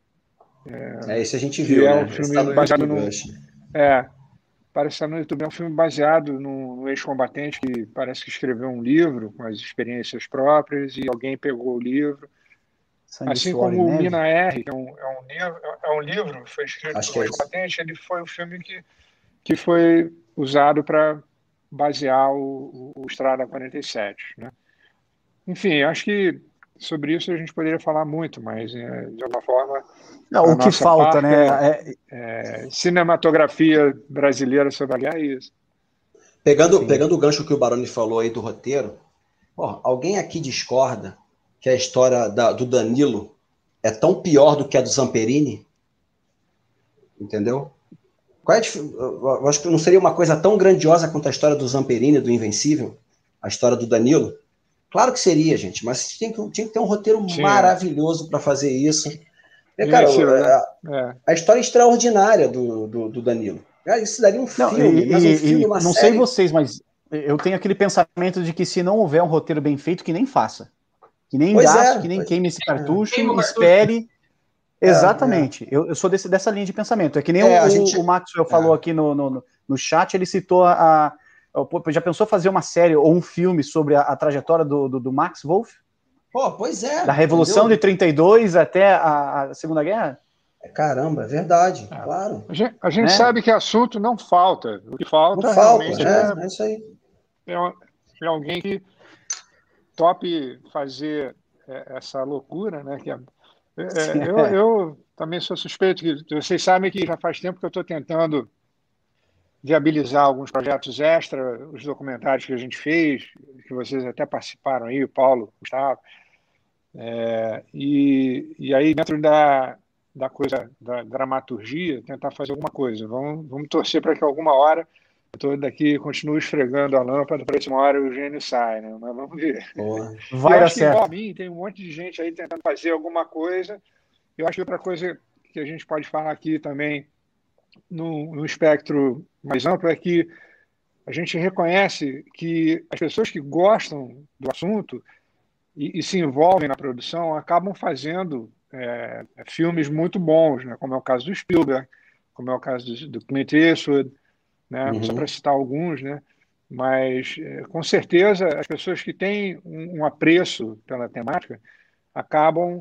É, esse a gente
que
viu,
é
né?
um
Esse tá
filme
no
baseado
YouTube, eu
no...
acho.
É, parece estar no YouTube. É um filme baseado no, no ex-combatente que parece que escreveu um livro com as experiências próprias e alguém pegou o livro.
Sangue,
Assim
Suor e
como o
Neve.
Mina R, que é um, é um livro, é um livro que foi escrito
Acho
por
que
um
é isso.
ex-combatente, ele foi o filme que, que foi usado para basear o, o, o Estrada quarenta e sete, né? Enfim, acho que sobre isso a gente poderia falar muito, mas, é, de alguma forma,
Não,
a
o que
nossa
falta, né?
parca
É,
é, cinematografia brasileira sobre a guerra é isso.
Pegando,
sim.
pegando o gancho que o Baroni falou aí do roteiro, ó, alguém aqui discorda que a história da, do Danilo é tão pior do que a do Zamperini? Entendeu? Qual é a dif- eu acho que não seria uma coisa tão grandiosa quanto a história do Zamperini, do Invencível, a história do Danilo? Claro que seria, gente, mas tinha que, tinha que ter um roteiro
Tinha.
maravilhoso para fazer isso. E, cara,
Invencível, né?
a,
É.
a história é extraordinária do, do, do Danilo. Cara, isso daria um
Não,
filme,
e,
mas um
e-
filme,
e
uma
não sei
série.
vocês, mas eu tenho aquele pensamento de que se não houver um roteiro bem feito, que nem faça. Que nem
Pois
gaste,
é.
que nem
Pois,
queime esse
Queima
cartucho,
o cartucho.
espere.
é, é,
Exatamente. Eu, eu sou desse, dessa linha de pensamento. É que nem o,
é, a gente.
o Maxwell falou
É.
aqui no, no, no chat, ele citou a, a. Já pensou fazer uma série ou um filme sobre a, a trajetória do, do, do Max Wolff?
Pô, pois é,
Da Revolução de
entendeu?
trinta e dois até a, a Segunda Guerra?
Caramba, é verdade,
É.
claro.
A gente, a gente
Né?
sabe que assunto não falta. O que
Não
falta
falta,
realmente é,
é, é isso aí.
é, é alguém que tope fazer é, essa loucura, né? Que é, é, eu, eu também sou suspeito que vocês sabem que já faz tempo que eu estou tentando viabilizar alguns projetos extra, os documentários que a gente fez, que vocês até participaram aí, o Paulo, o Gustavo, é, e, e aí dentro da, da coisa da dramaturgia, tentar fazer alguma coisa. Vamos, vamos torcer para que alguma hora eu estou daqui continuo esfregando a lâmpada para que uma hora o gênio sai, né? Mas vamos ver.
Boa.
E
Vai
eu
dar
acho que igual a
certo.
mim, tem um monte de gente aí tentando fazer alguma coisa. Eu acho que outra coisa que a gente pode falar aqui também, no, no espectro mais amplo, é que a gente reconhece que as pessoas que gostam do assunto e, e se envolvem na produção acabam fazendo é, filmes muito bons, né? Como é o caso do Spielberg, como é o caso do, do Clint Eastwood, né? Só para
Uhum.
citar alguns, né? Mas, é, com certeza, as pessoas que têm um, um apreço pela temática acabam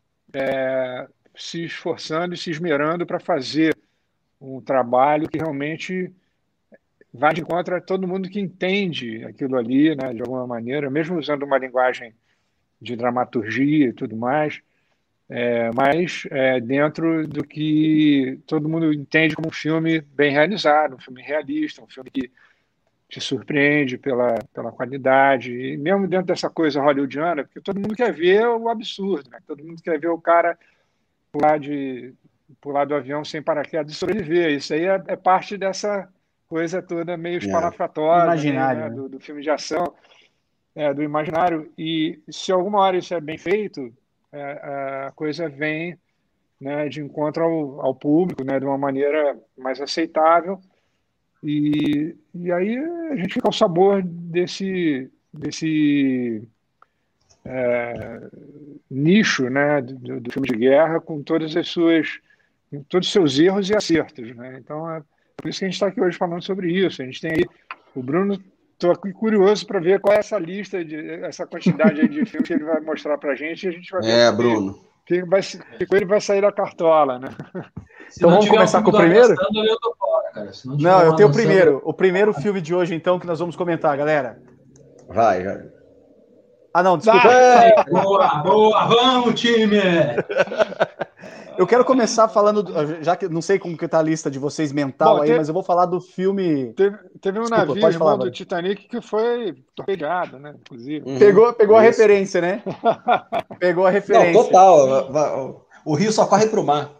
é, se esforçando e se esmerando para fazer um trabalho que realmente vai de encontro a todo mundo que entende aquilo ali, né, de alguma maneira, mesmo usando uma linguagem de dramaturgia e tudo mais, é, mas é, dentro do que todo mundo entende como um filme bem realizado, um filme realista, um filme que te surpreende pela, pela qualidade, e mesmo dentro dessa coisa hollywoodiana, porque todo mundo quer ver o absurdo, né? Todo mundo quer ver o cara pular, de, pular do avião sem paraquedas e sobreviver. Isso aí é, é parte dessa coisa toda meio
É.
espalafatosa, meio,
Imaginário,
né,
né?
do, do filme de ação, é, do imaginário. E se alguma hora isso é bem feito, é, a coisa vem, né, de encontro ao, ao público, né, de uma maneira mais aceitável. E, e aí a gente fica ao sabor desse, desse é, nicho, né, do, do filme de guerra, com todas as suas, com todos os seus erros e acertos, né? Então é por isso que a gente está aqui hoje falando sobre isso. A gente tem aí o Bruno. Estou aqui curioso para ver qual é essa lista, de, essa quantidade aí de filmes que ele vai mostrar para a gente, e a gente vai ver
É, Bruno.
que vai, que ele vai sair da cartola, né?
Então vamos começar com o primeiro?
Eu tô fora, cara. Se não,
não, eu tenho o
lançando...
primeiro. O primeiro filme de hoje, então, que nós vamos comentar, galera.
Vai, vai.
Ah, não, desculpa.
Ah, boa, boa, vamos, time!
Eu quero começar falando, já que não sei como que tá a lista de vocês mental. Bom, aí, teve, mas eu vou falar do filme...
Teve, teve um Desculpa, navio, irmão falar, do Titanic, que foi torpedeado, né? Inclusive.
Uhum. Pegou, pegou a referência, né? Pegou a referência.
Não, total. O rio só corre pro mar.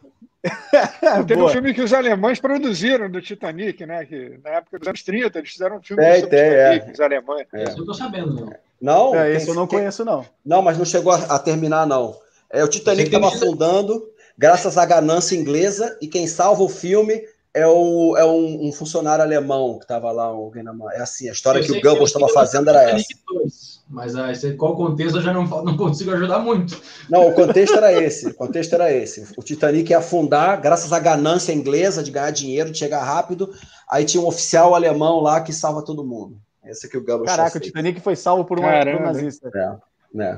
Teve Boa. um filme que os alemães produziram do Titanic, né? Que na época dos anos trinta, eles fizeram um filme
é,
sobre o
Titanic,
é. os alemães.
É. Isso eu tô sabendo, não.
Não?
É, esse eu não conheço, não.
Não, mas não chegou a, a terminar, não. É, o Titanic estava afundando... graças à ganância inglesa, e quem salva o filme é, o, é um, um funcionário alemão que estava lá. É assim, a história que o Goebbels estava fazendo era essa.
dois, mas ah, esse, qual o contexto eu já não, não consigo ajudar muito.
Não, o contexto era esse. O contexto era esse. O Titanic ia afundar graças à ganância inglesa de ganhar dinheiro, de chegar rápido. Aí tinha um oficial alemão lá que salva todo mundo. Esse que o Goebbels
Caraca, o Titanic foi salvo por, uma, por um nazista.
É. É.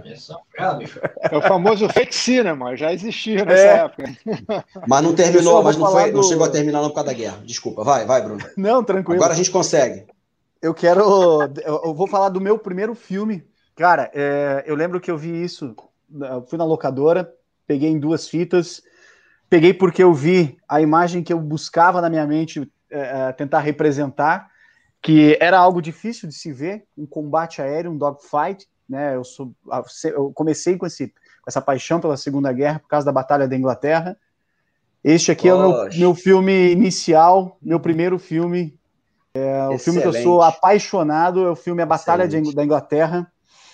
é o famoso fake cinema, já existia nessa é. época.
Mas não terminou, mas não, foi, do... não chegou a terminar não por causa da guerra. Desculpa, vai, vai, Bruno.
Não, tranquilo.
Agora a gente consegue.
Eu quero. Eu vou falar do meu primeiro filme. Cara, é, eu lembro que eu vi isso. Eu fui na locadora, peguei em duas fitas. Peguei porque eu vi a imagem que eu buscava na minha mente é, tentar representar, que era algo difícil de se ver, um combate aéreo, um dogfight. Né, eu, sou, eu comecei com, esse, com essa paixão pela Segunda Guerra por causa da Batalha da Inglaterra. Este aqui Poxa. é o meu, meu filme inicial, meu primeiro filme. É, o filme que eu sou apaixonado é o filme A Batalha de, da Inglaterra.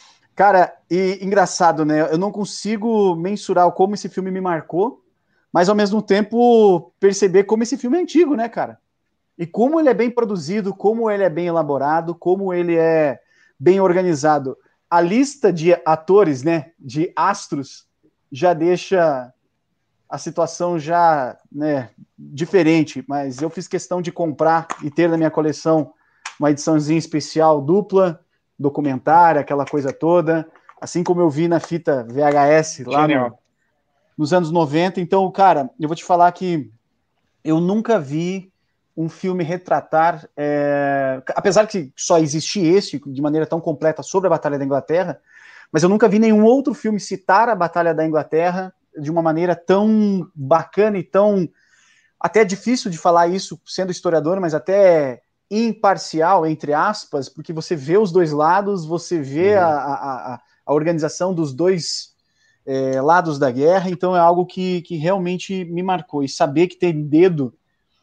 Cara, e engraçado, né? Eu não consigo mensurar como esse filme me marcou, mas ao mesmo tempo perceber como esse filme é antigo, né, cara? E como ele é bem produzido, como ele é bem elaborado, como ele é bem organizado. A lista de atores, né, de astros, já deixa a situação já, né, diferente, mas eu fiz questão de comprar e ter na minha coleção uma ediçãozinha especial dupla, documentária, aquela coisa toda, assim como eu vi na fita V H S lá no, nos anos noventa. Então, cara, eu vou te falar que eu nunca vi um filme retratar, é, apesar que só existe esse, de maneira tão completa, sobre a Batalha da Inglaterra, mas eu nunca vi nenhum outro filme citar a Batalha da Inglaterra de uma maneira tão bacana e tão, até difícil de falar isso sendo historiador, mas até imparcial, entre aspas, porque você vê os dois lados, você vê uhum. a, a, a organização dos dois é, lados da guerra, então é algo que, que realmente me marcou, e saber que tem dedo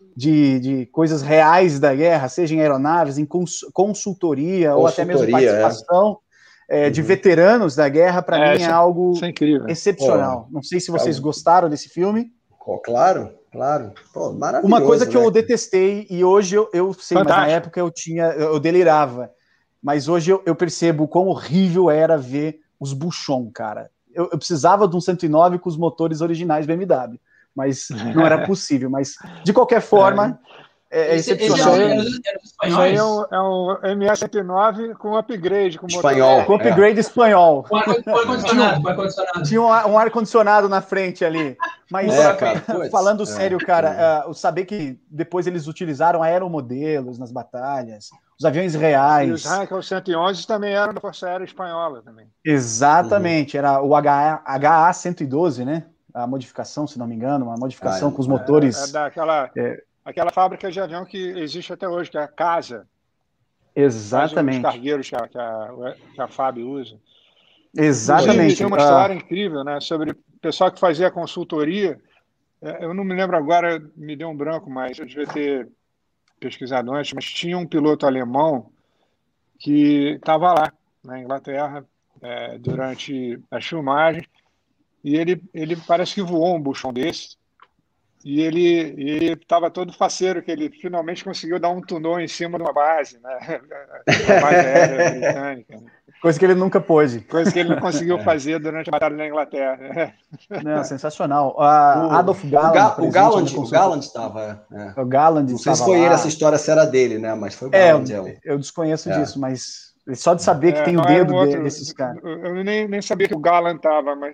De, de coisas reais da guerra, seja em aeronaves, em cons, consultoria, consultoria, ou até mesmo participação é. É, uhum. de veteranos da guerra, para é, mim é, é algo é excepcional. Pô, não sei se vocês é. gostaram desse filme.
Pô, claro, claro. Pô, maravilhoso.
Uma coisa que
né?
eu detestei, e hoje eu, eu sei, Fantástico. mas na época eu tinha, eu delirava, mas hoje eu, eu percebo quão horrível era ver os Buchon, cara. Eu, eu precisava de um cento e nove com os motores originais B M W. Mas não era possível. Mas, de qualquer forma, é, é excepcional.
Isso aí é um, é um M A cento e nove com upgrade. Com
espanhol.
Motor.
Com upgrade é. espanhol.
Com ar-condicionado. Ar
Tinha um, um ar-condicionado na frente ali. Mas, é, cara, falando é, sério, cara, é. uh, saber que depois eles utilizaram aeromodelos nas batalhas, os aviões reais.
E os Heinkel cento e onze também eram da Força Aérea Espanhola. Também.
Exatamente. Uhum. Era o H A cento e doze, né? A modificação, se não me engano, uma modificação ah, é, com os motores.
É, é daquela é, aquela fábrica de avião que existe até hoje, que é a CASA.
Exatamente.
Os cargueiros que a, que a, que a F A B usa.
Exatamente.
Tem uma história ah. incrível, né? Sobre o pessoal que fazia consultoria. Eu não me lembro agora, me deu um branco, mas eu devia ter pesquisado antes, mas tinha um piloto alemão que estava lá, na Inglaterra, é, durante as filmagens. E ele, ele parece que voou um Buchon desse, e ele estava todo faceiro, que ele finalmente conseguiu dar um tunô em cima de uma base, né? Uma base aérea britânica.
Coisa que ele nunca pôde.
Coisa que ele não conseguiu é. fazer durante a Batalha da Inglaterra.
Não, sensacional. A
o,
Adolf Galland.
O, Ga o Galland o Galland estava. É.
O Galland
Não sei se foi
lá.
ele essa história, se era dele, né? Mas foi o
Galland.
É,
eu, eu desconheço é. disso, mas só de saber que
é,
tem o dedo um outro, desses caras.
Eu nem, nem sabia que o Galland estava, mas.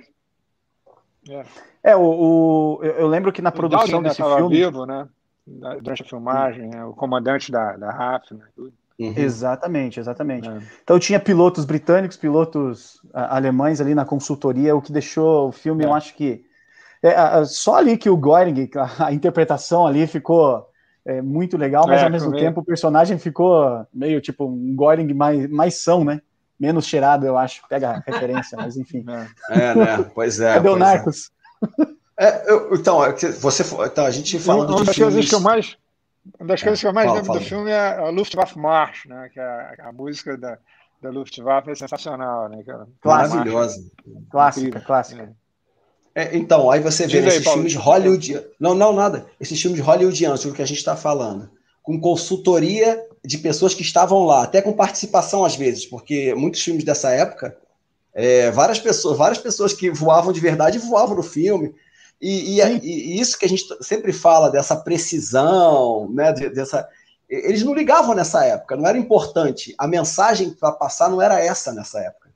É, é o, o, eu lembro que na produção
Galland,
desse
né,
filme.
Vivo, né? Durante a filmagem, né? O comandante da, da R A F, né? Tudo.
Uhum. Exatamente, exatamente. É. Então tinha pilotos britânicos, pilotos a, alemães ali na consultoria, o que deixou o filme, é. eu acho que é, a, só ali que o Göring, a, a interpretação ali ficou é, muito legal, mas é, ao mesmo meio... tempo o personagem ficou meio tipo um Göring mais, mais são, né? Menos cheirado, eu acho. Pega a referência, mas enfim.
É, né? Pois é.
Cadê
pois
o Narcos?
É. Eu, então, você, então, a gente falando
uma
de
das
filmes...
coisas que eu mais Uma das coisas que eu mais
fala,
lembro
fala.
do filme é a Luftwaffe March, né? Que é a, a música da, da Luftwaffe é sensacional, né?
Maravilhosa.
Clássica, clássica.
É, então, aí você vê
Diz
nesses
aí, Paulo,
filmes hollywoodianos. Não, não, nada. Esses filmes hollywoodianos, sobre o que a gente está falando. Com consultoria de pessoas que estavam lá, até com participação às vezes, porque muitos filmes dessa época, é, várias pessoas, várias pessoas que voavam de verdade voavam no filme. E, e, e isso que a gente sempre fala dessa precisão, né, dessa, eles não ligavam nessa época, não era importante. A mensagem para passar não era essa nessa época.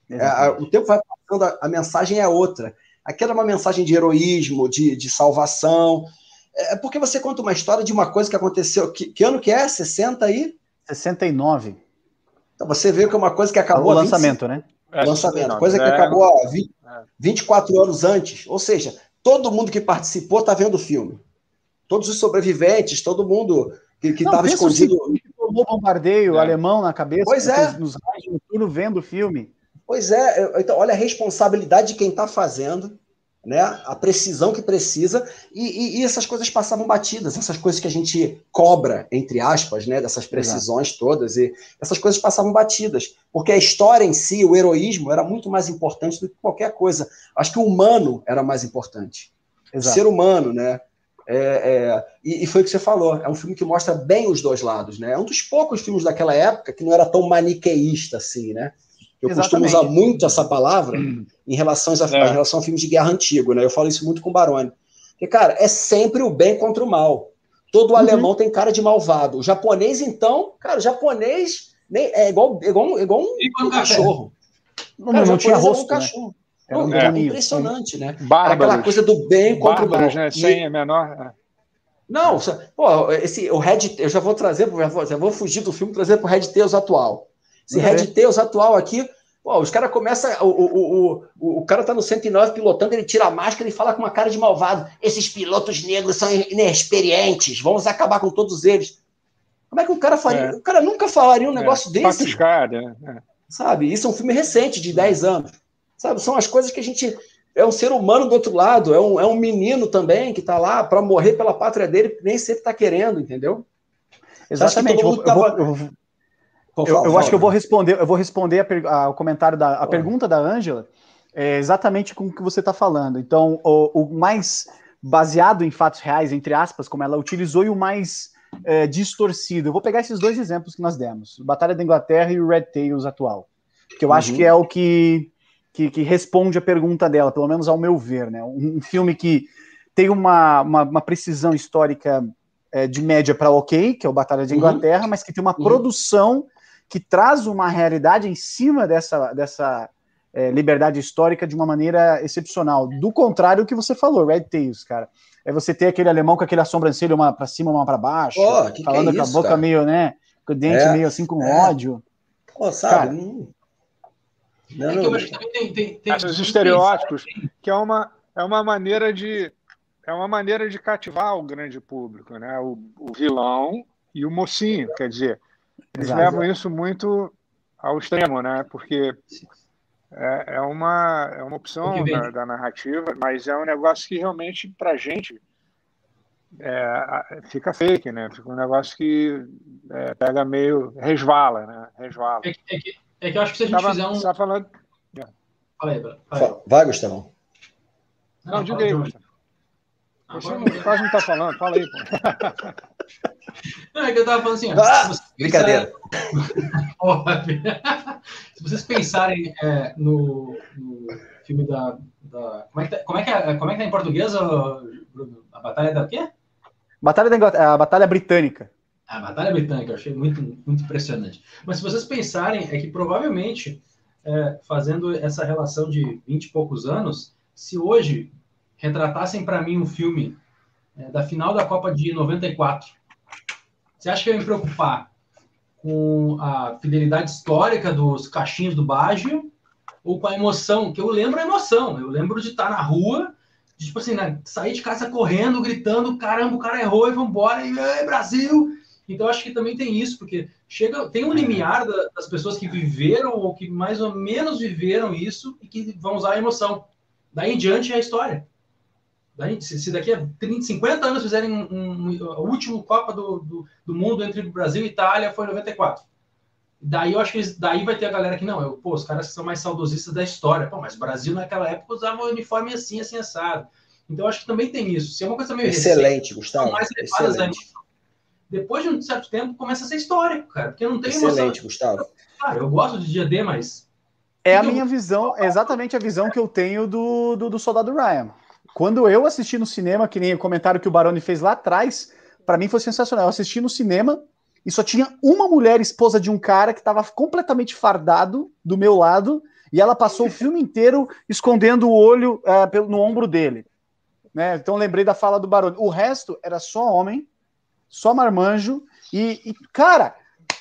É, o tempo vai passando, a, a mensagem é outra. Aqui era uma mensagem de heroísmo, de, de salvação. É porque você conta uma história de uma coisa que aconteceu. Que, que ano que é? sessenta e?
sessenta e nove.
Então você vê que é uma coisa que acabou.
O lançamento,
vinte,
né?
O lançamento. Coisa que acabou há vinte, vinte e quatro anos antes. Ou seja, todo mundo que participou está vendo o filme. Todos os sobreviventes, todo mundo que estava escondido.
Tomou bombardeio é. alemão na cabeça,
pois é.
nos raios noturno vendo o filme.
Pois é, então olha a responsabilidade de quem está fazendo, né? A precisão que precisa, e, e, e essas coisas passavam batidas, essas coisas que a gente cobra, entre aspas, né? Dessas precisões Exato. todas, e essas coisas passavam batidas, porque a história em si, o heroísmo, era muito mais importante do que qualquer coisa. Acho que o humano era mais importante. Exato. O ser humano, né? É, é, e, e foi o que você falou, é um filme que mostra bem os dois lados, né? É um dos poucos filmes daquela época que não era tão maniqueísta assim, né? Eu Exatamente. costumo usar muito essa palavra em relação a, é. em relação a filmes de guerra antigo, né? Eu falo isso muito com o Baroni. Porque, cara, é sempre o bem contra o mal. Todo uhum. alemão tem cara de malvado. O japonês, então, cara, o japonês nem, é igual, igual, igual um, um cachorro.
Não, cara, não tinha rosto,
é um cachorro.
Né?
Não,
é.
é impressionante, né?
Bárbaros.
Aquela coisa do bem contra
Bárbaros,
o mal.
Né? Sem é menor...
Não, pô, esse, o Red, eu já vou trazer, já vou, já vou fugir do filme, trazer para o Red Tails atual. Esse uhum. Red Tails atual aqui, pô, os caras começam, o, o, o, o cara tá no cento e nove pilotando, ele tira a máscara e fala com uma cara de malvado. Esses pilotos negros são inexperientes, vamos acabar com todos eles. Como é que o cara faria? É. O cara nunca falaria um negócio é. desse.
Patuscada, né?
Sabe? Isso é um filme recente, de dez anos. Sabe? São as coisas que a gente... É um ser humano do outro lado, é um, é um menino também que está lá para morrer pela pátria dele, nem sempre está querendo, entendeu?
Exatamente. Eu, tava... eu, vou, eu, eu, eu acho que eu vou responder, eu vou responder a, a, o comentário da a pergunta da Ângela é exatamente com o que você está falando. Então, o, o mais baseado em fatos reais, entre aspas, como ela utilizou, e o mais é, distorcido. Eu vou pegar esses dois exemplos que nós demos: Batalha da Inglaterra e o Red Tails atual, que eu uhum. acho que é o que Que, que responde a pergunta dela, pelo menos ao meu ver, né? Um, um filme que tem uma, uma, uma precisão histórica é, de média para ok, que é o Batalha de Inglaterra, uhum. mas que tem uma uhum. produção que traz uma realidade em cima dessa, dessa é, liberdade histórica de uma maneira excepcional. Do contrário do que você falou, Red Tails, cara. É você ter aquele alemão com aquela sobrancelha uma para cima, uma para baixo,
oh, que
falando
que é
com a
isso,
boca
cara?
meio, né? Com o dente
é,
meio assim com
é.
ódio.
Oh, sabe?
Cara,
não...
Não, é que eu acho que também tem, tem, tem
esses estereótipos, que é uma, é uma maneira de é uma maneira de cativar o grande público, né? O, o vilão e o mocinho, quer dizer, eles Exato. levam isso muito ao extremo, né? Porque é, é uma é uma opção da, da narrativa, mas é um negócio que realmente pra gente é, fica fake, né? Fica um negócio que é, pega meio resvala, né? Resvala.
É, é que É que eu acho que se a gente
tava,
fizer um...
Tá falando...
Fala aí, fala aí.
Vai, Gustavo.
Não, não diga aí, Gustavo. Você não, quase não está falando, fala aí, pô.
Não, é que eu estava falando assim...
Ah, brincadeira.
Se vocês pensarem é, no, no filme da... da como, é que tá, como, é que é, como é que tá em português, Bruno? A Batalha da quê?
Batalha da Inglaterra, a Batalha Britânica.
A Batalha Britânica, eu achei muito, muito impressionante. Mas se vocês pensarem, é que provavelmente, é, fazendo essa relação de vinte e poucos anos, se hoje retratassem para mim um filme é, da final da Copa de noventa e quatro, você acha que eu ia me preocupar com a fidelidade histórica dos caixinhos do Baggio ou com a emoção? Que eu lembro a emoção, eu lembro de estar na rua, de, tipo assim, né, sair de casa correndo, gritando, caramba, o cara errou e vambora, e aí, Brasil! Então, acho que também tem isso, porque chega, tem um limiar da, das pessoas que viveram ou que mais ou menos viveram isso e que vão usar a emoção. Daí em diante é a história. Daí, se, se daqui a trinta, cinquenta anos fizerem um, um, a última Copa do, do, do Mundo entre Brasil e Itália, foi em noventa e quatro. Daí eu acho que daí vai ter a galera que não, eu, pô, os caras são mais saudosistas da história. Pô, mas o Brasil naquela época usava um uniforme assim, assim, assado. Então, eu acho que também tem isso. Se é uma coisa meio
excelente,
recente,
Gustavo.
mais
Excelente.
Depois de um certo tempo, começa a ser histórico, cara, porque não tem
Excelente,
emoção.
Gustavo.
Cara, eu gosto de dia D, mas...
É a minha visão, é exatamente a visão que eu tenho do, do, do Soldado Ryan. Quando eu assisti no cinema, que nem o comentário que o Baroni fez lá atrás, para mim foi sensacional. Eu assisti no cinema e só tinha uma mulher esposa de um cara que estava completamente fardado do meu lado e ela passou o filme inteiro escondendo o olho uh, no ombro dele. Né? Então lembrei da fala do Baroni. O resto era só homem, só marmanjo, e, e cara,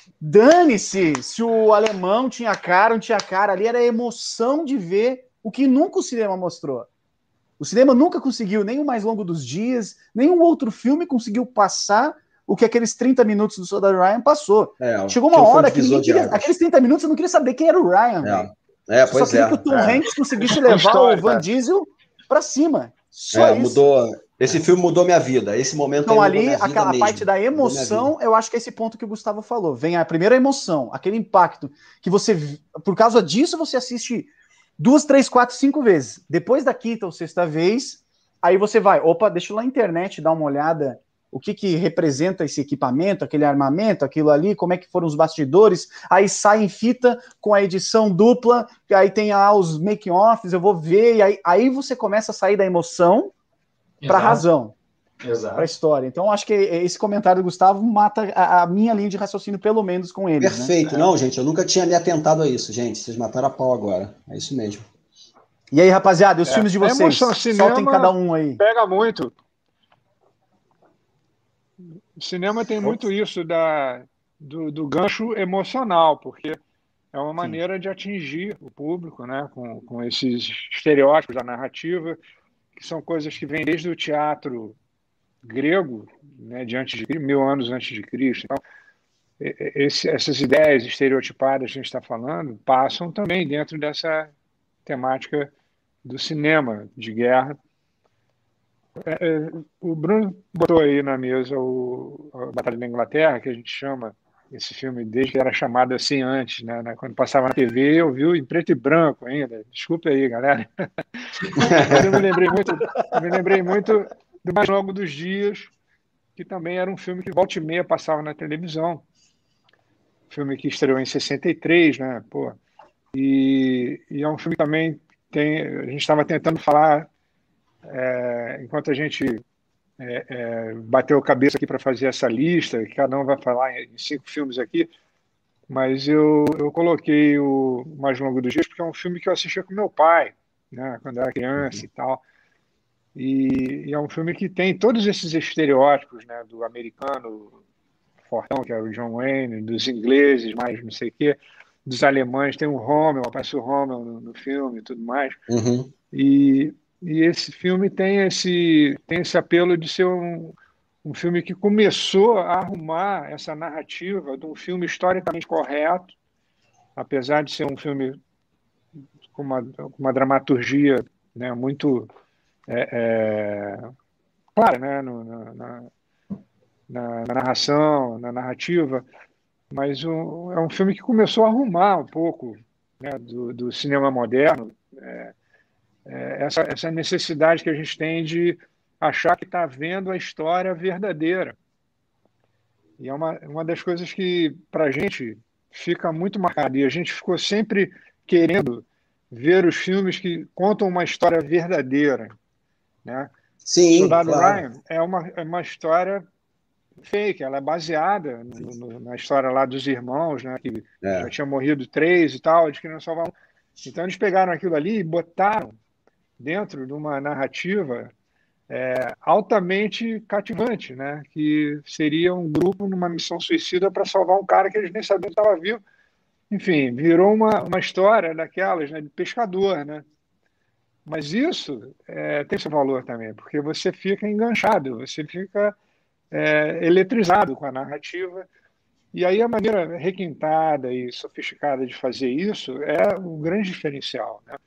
dane-se se o alemão tinha cara, não tinha cara, ali era a emoção de ver o que nunca o cinema mostrou. O cinema nunca conseguiu, nem o Mais Longo dos Dias, nenhum outro filme conseguiu passar o que aqueles trinta minutos do Soldado Ryan passou. É, Chegou uma hora que ninguém queria, aqueles trinta minutos eu não queria saber quem era o Ryan.
É, é pois
só queria
é,
que o Tom
é.
Hanks conseguisse levar história, o Van Diesel para cima. Só
é,
isso.
Mudou. Esse filme mudou minha vida. Esse momento
então,
aí
ali, aquela
mesmo.
parte da emoção, eu acho que é esse ponto que o Gustavo falou. Vem a primeira emoção, aquele impacto que você, por causa disso, você assiste duas, três, quatro, cinco vezes. Depois da quinta ou sexta vez, aí você vai, opa, deixa eu lá na internet dar uma olhada o que que representa esse equipamento, aquele armamento, aquilo ali, como é que foram os bastidores, aí sai em fita com a edição dupla, aí tem lá os making-offs, eu vou ver, e aí, aí você começa a sair da emoção para a razão, para a história. Então, acho que esse comentário do Gustavo mata a, a minha linha de raciocínio, pelo menos com ele.
Perfeito. Né? Não, gente, eu nunca tinha me atentado a isso, gente. Vocês mataram a pau agora. É isso mesmo.
E aí, rapaziada, os
é,
filmes de vocês?
Emoção,
soltem cada um aí.
Pega muito. O cinema tem muito isso da, do, do gancho emocional, porque é uma maneira Sim. de atingir o público, né, com, com esses estereótipos da narrativa, que são coisas que vêm desde o teatro grego, né, de antes de Cristo, mil anos antes de Cristo. Então, esse, essas ideias estereotipadas que a gente está falando passam também dentro dessa temática do cinema de guerra. É, é, o Bruno botou aí na mesa o, a Batalha da Inglaterra, que a gente chama esse filme desde que era chamado assim antes, né? Quando passava na T V, eu vi em preto e branco ainda. Desculpe aí, galera. Mas eu me lembrei muito, me lembrei muito do Mais Longo dos Dias, que também era um filme que volta e meia passava na televisão. Filme que estreou em sessenta e três, né? Pô. E, e é um filme que também tem. A gente estava tentando falar, é, enquanto a gente É, é, bateu a cabeça aqui para fazer essa lista, que cada um vai falar em cinco filmes aqui, mas eu, eu coloquei o Mais Longo dos Dias porque é um filme que eu assistia com meu pai, né, quando eu era criança e tal, e, e é um filme que tem todos esses estereótipos, né, do americano fortão, que é o John Wayne, dos ingleses, mais não sei o quê, dos alemães, tem o Rommel, aparece o Rommel no, no filme e tudo mais,
uhum.
e E esse filme tem esse, tem esse apelo de ser um, um filme que começou a arrumar essa narrativa de um filme historicamente correto, apesar de ser um filme com uma, com uma dramaturgia, né, muito é, é, clara, né, no, na, na, na narração, na narrativa, mas um, é um filme que começou a arrumar um pouco, né, do, do cinema moderno, é, essa, essa necessidade que a gente tem de achar que está vendo a história verdadeira. E é uma, uma das coisas que, para a gente, fica muito marcado. E a gente ficou sempre querendo ver os filmes que contam uma história verdadeira, né?
Sim,
Soldado
claro.
Ryan é uma, é uma história fake, ela é baseada no, no, na história lá dos irmãos, né? Que
É.
já tinha morrido três e tal, eles queriam salvar um. Então eles pegaram aquilo ali e botaram dentro de uma narrativa é, altamente cativante, né? Que seria um grupo numa missão suicida para salvar um cara que eles nem sabiam que estava vivo. Enfim, virou uma, uma história daquelas, né? De pescador, né? Mas isso é, tem seu valor também, porque você fica enganchado, você fica é, eletrizado com a narrativa. E aí a maneira requintada e sofisticada de fazer isso é o grande diferencial, né?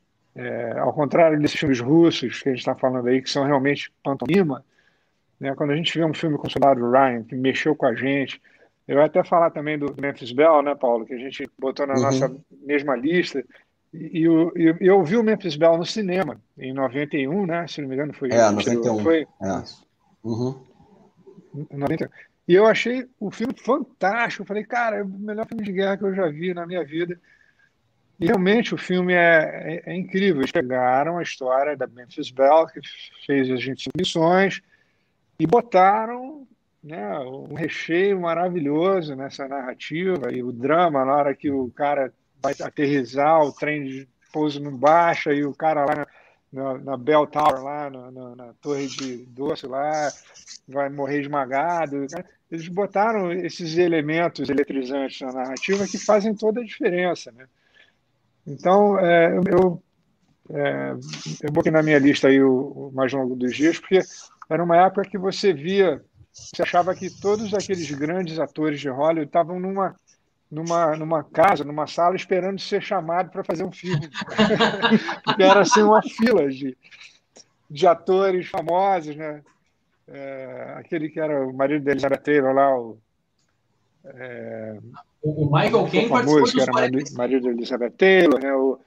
É, ao contrário desses filmes russos que a gente está falando aí, que são realmente pantomima, né? Quando a gente vê um filme com o Soldado Ryan, que mexeu com a gente, eu ia até falar também do Memphis Belle, né, Paulo, que a gente botou na
Uhum.
nossa mesma lista. E eu, eu, eu vi o Memphis Belle no cinema, em noventa e um, né? Se não me engano, foi.
É, noventa e um.
Foi?
É. Uhum.
noventa e um. E eu achei o filme fantástico. Eu falei, cara, é o melhor filme de guerra que eu já vi na minha vida. E realmente o filme é, é, é incrível. Eles pegaram a história da Memphis Belle, que fez as gente missões, e botaram, né, um recheio maravilhoso nessa narrativa e o drama na hora que o cara vai aterrissar, o trem de pouso não baixa e o cara lá na, na, na Bell Tower, lá na, na, na torre de doce lá, vai morrer esmagado. Eles botaram esses elementos eletrizantes na narrativa que fazem toda a diferença, né? Então, é, eu, é, eu botei na minha lista aí o, o mais longo dos dias, porque era uma época que você via, você achava que todos aqueles grandes atores de Hollywood estavam numa, numa, numa casa, numa sala, esperando ser chamado para fazer um filme. Porque era assim uma fila de, de atores famosos, né? É, aquele que era o marido da Elizabeth Taylor lá, o, é,
o Michael Caine
famoso, que era marido, marido da Elizabeth Taylor, né? O,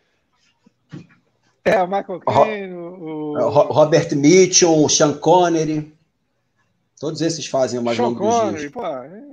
é, o Michael Caine, o, o
Robert Mitchum, o Sean Connery, todos esses fazem o mais
Sean
longo dos
Connery,
dias.
pô, é...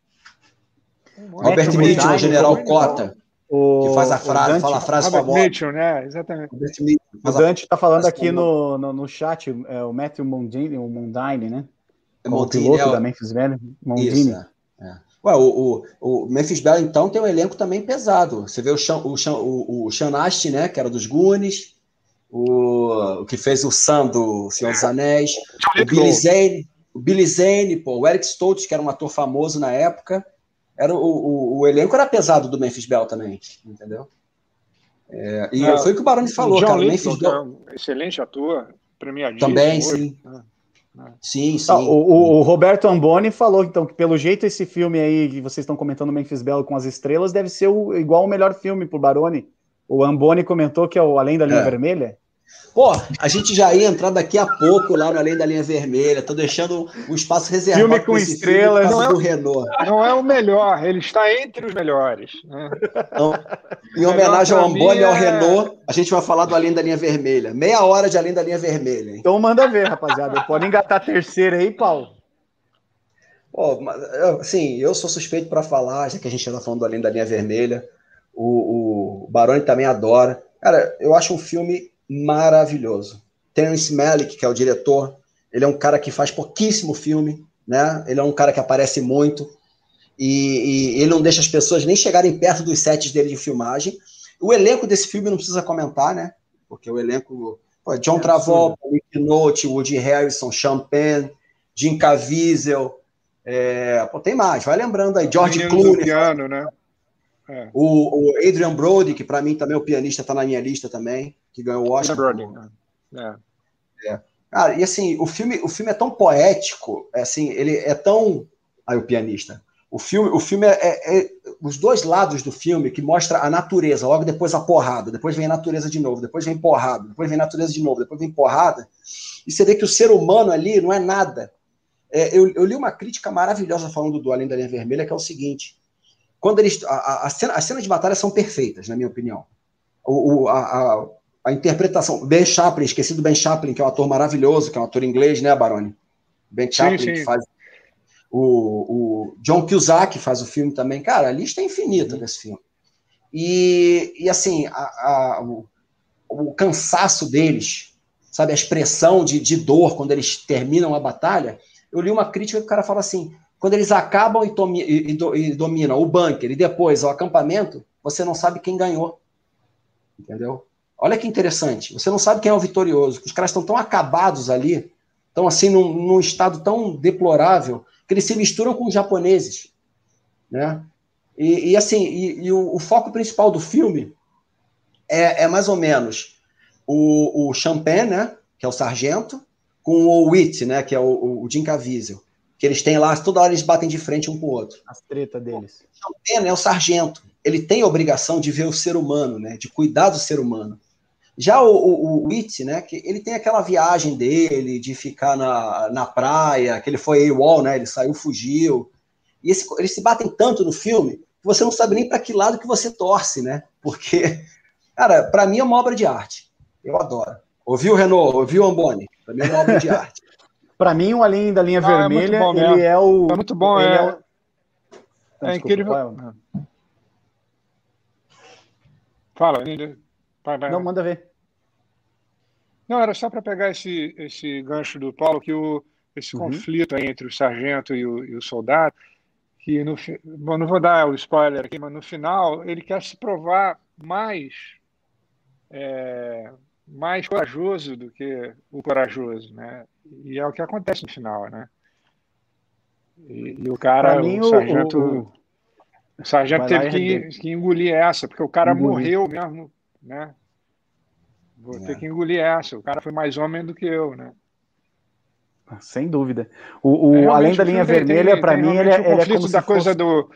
Robert Mitchum, o General Cota,
o,
que faz a frase,
Dante,
fala a frase
Robert
famosa.
Mitchum, né? Exatamente.
O Dante está falando aqui no, no, no chat, é, o Matthew Mondini, o Mondini, né? Como o piloto é o... da Memphis Belle. Mondini.
Isso, é. É. Ué, o, o, o Memphis Belle, então, tem um elenco também pesado. Você vê o Sean, o Sean, o, o Sean Astin, né, que era dos Goonies, o, o que fez o Sam do Senhor dos Anéis, o Billy Zane, o Billy Zane, pô, o Eric Stoltz, que era um ator famoso na época. Era o, o, o elenco era pesado do Memphis Belle também, entendeu? É, e ah, foi o que o Baroni falou,
John
cara.
Lithgow,
Memphis Belle...
é um excelente ator, premiadíssimo.
Também,
hoje.
sim.
Ah, ah.
Sim, sim.
Ah, o, o Roberto Amboni falou, então, que pelo jeito esse filme aí que vocês estão comentando, Memphis Belle com as estrelas, deve ser o, igual o melhor filme pro Baroni. O Amboni comentou que é o Além da Linha é. Vermelha.
Pô, a gente já ia entrar daqui a pouco lá no Além da Linha Vermelha. Tô deixando um espaço reservado
filme com estrelas.
Filme
não, é,
do Renault.
Não é o melhor, ele está entre os melhores. Né?
Então, em homenagem ao Amboni e ao Renault, a gente vai falar do Além da Linha Vermelha. Meia hora de Além da Linha Vermelha. Hein?
Então manda ver, rapaziada. Pode engatar a terceira aí, Paulo.
Pô, assim, eu sou suspeito para falar, já que a gente está falando do Além da Linha Vermelha. O, o Baroni também adora. Cara, eu acho um filme maravilhoso. Terence Malick, que é o diretor, ele é um cara que faz pouquíssimo filme, né? Ele é um cara que aparece muito e, e ele não deixa as pessoas nem chegarem perto dos sets dele de filmagem. O elenco desse filme não precisa comentar, né? Porque o elenco... Pô, John Travolta, Nick Nolte, Woody Harrelson, Sean Penn, Jim Caviezel, é... Pô, tem mais, vai lembrando aí, George Clooney.
Piano, né?
É. O, o Adrian Brody, que para mim também é o pianista, está na minha lista também, que ganhou o Oscar.
Brody, né? É.
É. Cara, e assim, o filme, o filme é tão poético, é assim, ele é tão... Aí o pianista. O filme, o filme é, é, é os dois lados do filme que mostra a natureza, logo depois a porrada, depois vem a natureza de novo, depois vem porrada, depois vem a natureza de novo, depois vem porrada, e você vê que o ser humano ali não é nada. É, eu, eu li uma crítica maravilhosa falando do Além da Linha Vermelha, que é o seguinte: quando eles, a, a, cena, as cenas de batalha são perfeitas, na minha opinião. O, o, a, a, a interpretação. Ben Chaplin, esqueci do Ben Chaplin, que é um ator maravilhoso, que é um ator inglês, né, Baroni? Ben Chaplin, sim, sim. que faz. O, o John Cusack faz o filme também. Cara, a lista é infinita desse filme. E, e assim, a, a, o, o cansaço deles, sabe, a expressão de, de dor quando eles terminam a batalha. Eu li uma crítica que o cara fala assim: quando eles acabam e, tomi, e, e, e dominam o bunker e depois o acampamento, você não sabe quem ganhou. Entendeu? Olha que interessante. Você não sabe quem é o vitorioso. Os caras estão tão acabados ali, estão assim num, num estado tão deplorável, que eles se misturam com os japoneses, né? E, e assim, e, e o, o foco principal do filme é, é mais ou menos o, o Champagne, né? Que é o sargento, com o Wit, né? Que é o, o Jim Caviezel, que eles têm lá, toda hora eles batem de frente um com o outro.
As tretas deles.
O Champagne é o sargento. Ele tem a obrigação de ver o ser humano, né? De cuidar do ser humano. Já o, o, o Wit, né, que ele tem aquela viagem dele de ficar na, na praia, que ele foi AWOL, né, ele saiu, fugiu. E esse, eles se batem tanto no filme que você não sabe nem para que lado que você torce, né? Porque, cara, para mim é uma obra de arte. Eu adoro. Ouviu, Renault? Ouviu, Amboni? Para mim é uma obra de arte.
Para mim, o Além da Linha ah, Vermelha, é ele é o...
É muito bom,
ele
é...
é, o...
é Desculpa, incrível. Vai. Fala, Lídia. Vai, vai.
Não, manda ver.
Não, era só para pegar esse, esse gancho do Paulo, que o, esse uhum. conflito aí entre o sargento e o, e o soldado, que no, bom, não vou dar o spoiler aqui, mas no final ele quer se provar mais, é, mais corajoso do que o corajoso, né? E é o que acontece no final, né? E, e o cara, mim, o sargento, o, o, o sargento teve que, que engolir essa, porque o cara engolir. morreu mesmo, né? Vou é. ter que engolir essa. O cara foi mais homem do que eu, né?
Sem dúvida. O, o é, Além da Linha Vermelha, para mim, ele é,
o
ele é como
da
se
coisa
fosse...
do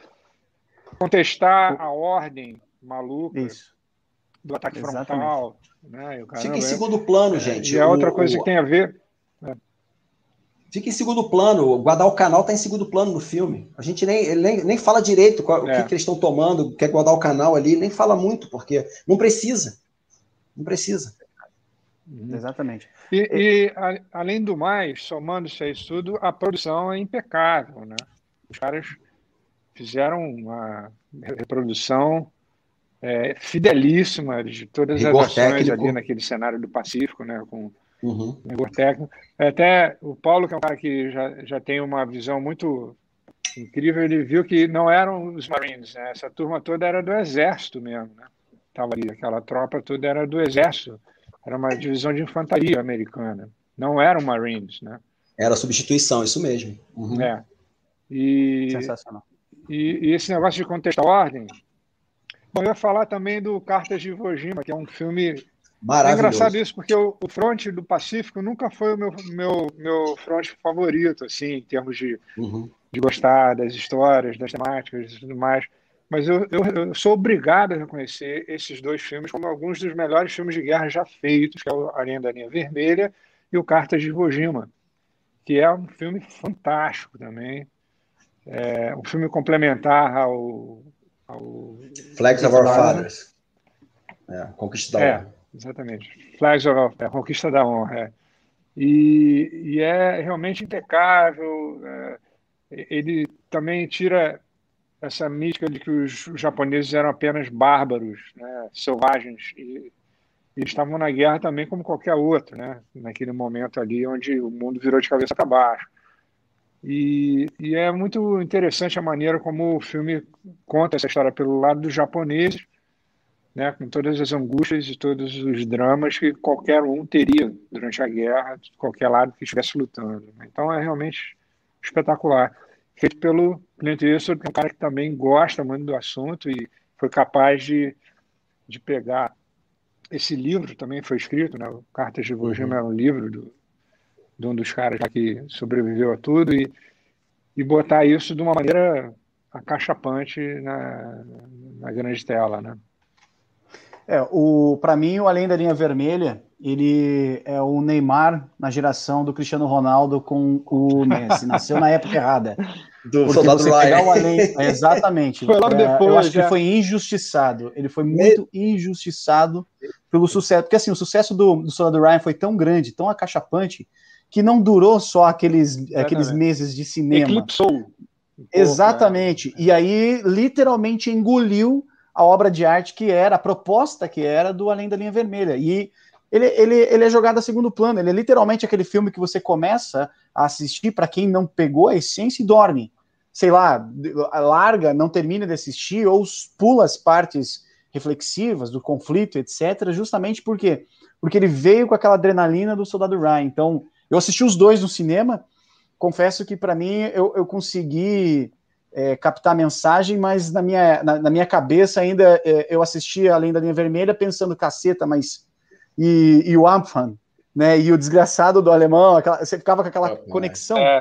contestar a ordem maluca
Isso.
do ataque
Exatamente.
frontal. Né? E o caramba,
Fica em segundo plano,
é,
gente.
E é
o,
outra coisa
o...
que tem a ver... É.
Fica em segundo plano. O Guadalcanal está em segundo plano no filme. A gente nem, nem, nem fala direito qual, é. o que, que eles estão tomando, o que é Guadalcanal ali, nem fala muito, porque não precisa. Não precisa.
Uhum. Exatamente.
E, e a, além do mais, somando-se a isso tudo, a produção é impecável, né? Os caras fizeram uma reprodução é, fidelíssima de todas
rigor
as ações
técnico.
ali naquele cenário do Pacífico, né? Com
uhum.
rigor técnico. Até o Paulo, que é um cara que já, já tem uma visão muito incrível, ele viu que não eram os Marines, né? Essa turma toda era do Exército mesmo, né? Tava ali, aquela tropa toda era do Exército. Era uma divisão de infantaria americana. Não eram Marines, né?
Era substituição, isso mesmo. Uhum.
É. E,
Sensacional.
E, e esse negócio de contestar a ordem... Bom, eu ia falar também do Cartas de Iwo Jima, que é um filme...
Maravilhoso.
É engraçado isso, porque o, o fronte do Pacífico nunca foi o meu, meu, meu fronte favorito, assim, em termos de,
uhum.
de gostar das histórias, das temáticas e tudo mais. Mas eu, eu, eu sou obrigado a reconhecer esses dois filmes como alguns dos melhores filmes de guerra já feitos, que é o Além da Linha Vermelha e o Cartas de Iwo Jima, que é um filme fantástico também. É um filme complementar ao... ao
Flags of Our Fathers. É, Conquista da Honra.
É, exatamente. Flags of Our é, Conquista da Honra. É. E, e é realmente impecável. É, ele também tira essa mística de que os japoneses eram apenas bárbaros, né, selvagens, e, e eles estavam na guerra também como qualquer outro, né, naquele momento ali onde o mundo virou de cabeça para baixo. E, e é muito interessante a maneira como o filme conta essa história pelo lado dos japoneses, né, com todas as angústias e todos os dramas que qualquer um teria durante a guerra, de qualquer lado que estivesse lutando. Então é realmente espetacular. Feito pelo Clint Eastwood, que é um cara que também gosta muito do assunto e foi capaz de, de pegar esse livro, também foi escrito, né? O Cartas de Iwo Jima, uhum. é um livro do, de um dos caras que sobreviveu a tudo, e, e botar isso de uma maneira acachapante na, na grande tela, né?
É, o, para mim, o Além da Linha Vermelha, ele é o Neymar na geração do Cristiano Ronaldo com o Messi. Nasceu na época errada.
Do
Porque
Soldado
você
Ryan.
pegar o Além... Exatamente.
Foi logo
É,
depois,
eu acho que
já.
ele foi injustiçado. Ele foi muito injustiçado pelo sucesso. Porque assim, o sucesso do, do Soldado Ryan foi tão grande, tão acachapante, que não durou só aqueles, aqueles meses de cinema.
Eclipsou. Um
Exatamente. Pouco, né? E aí, literalmente, engoliu a obra de arte que era, a proposta que era do Além da Linha Vermelha. E ele, ele, ele é jogado a segundo plano. Ele é literalmente aquele filme que você começa a assistir, para quem não pegou a essência, e dorme. Sei lá, larga, não termina de assistir, ou pula as partes reflexivas do conflito, etcétera, justamente porque, porque ele veio com aquela adrenalina do Soldado Ryan. Então, eu assisti os dois no cinema. Confesso que, para mim, eu, eu consegui é, captar a mensagem, mas na minha, na, na minha cabeça ainda é, eu assistia Além da Linha Vermelha pensando, caceta, mas e, e o Amphan, né, e o desgraçado do alemão, aquela, você ficava com aquela é, conexão.
É.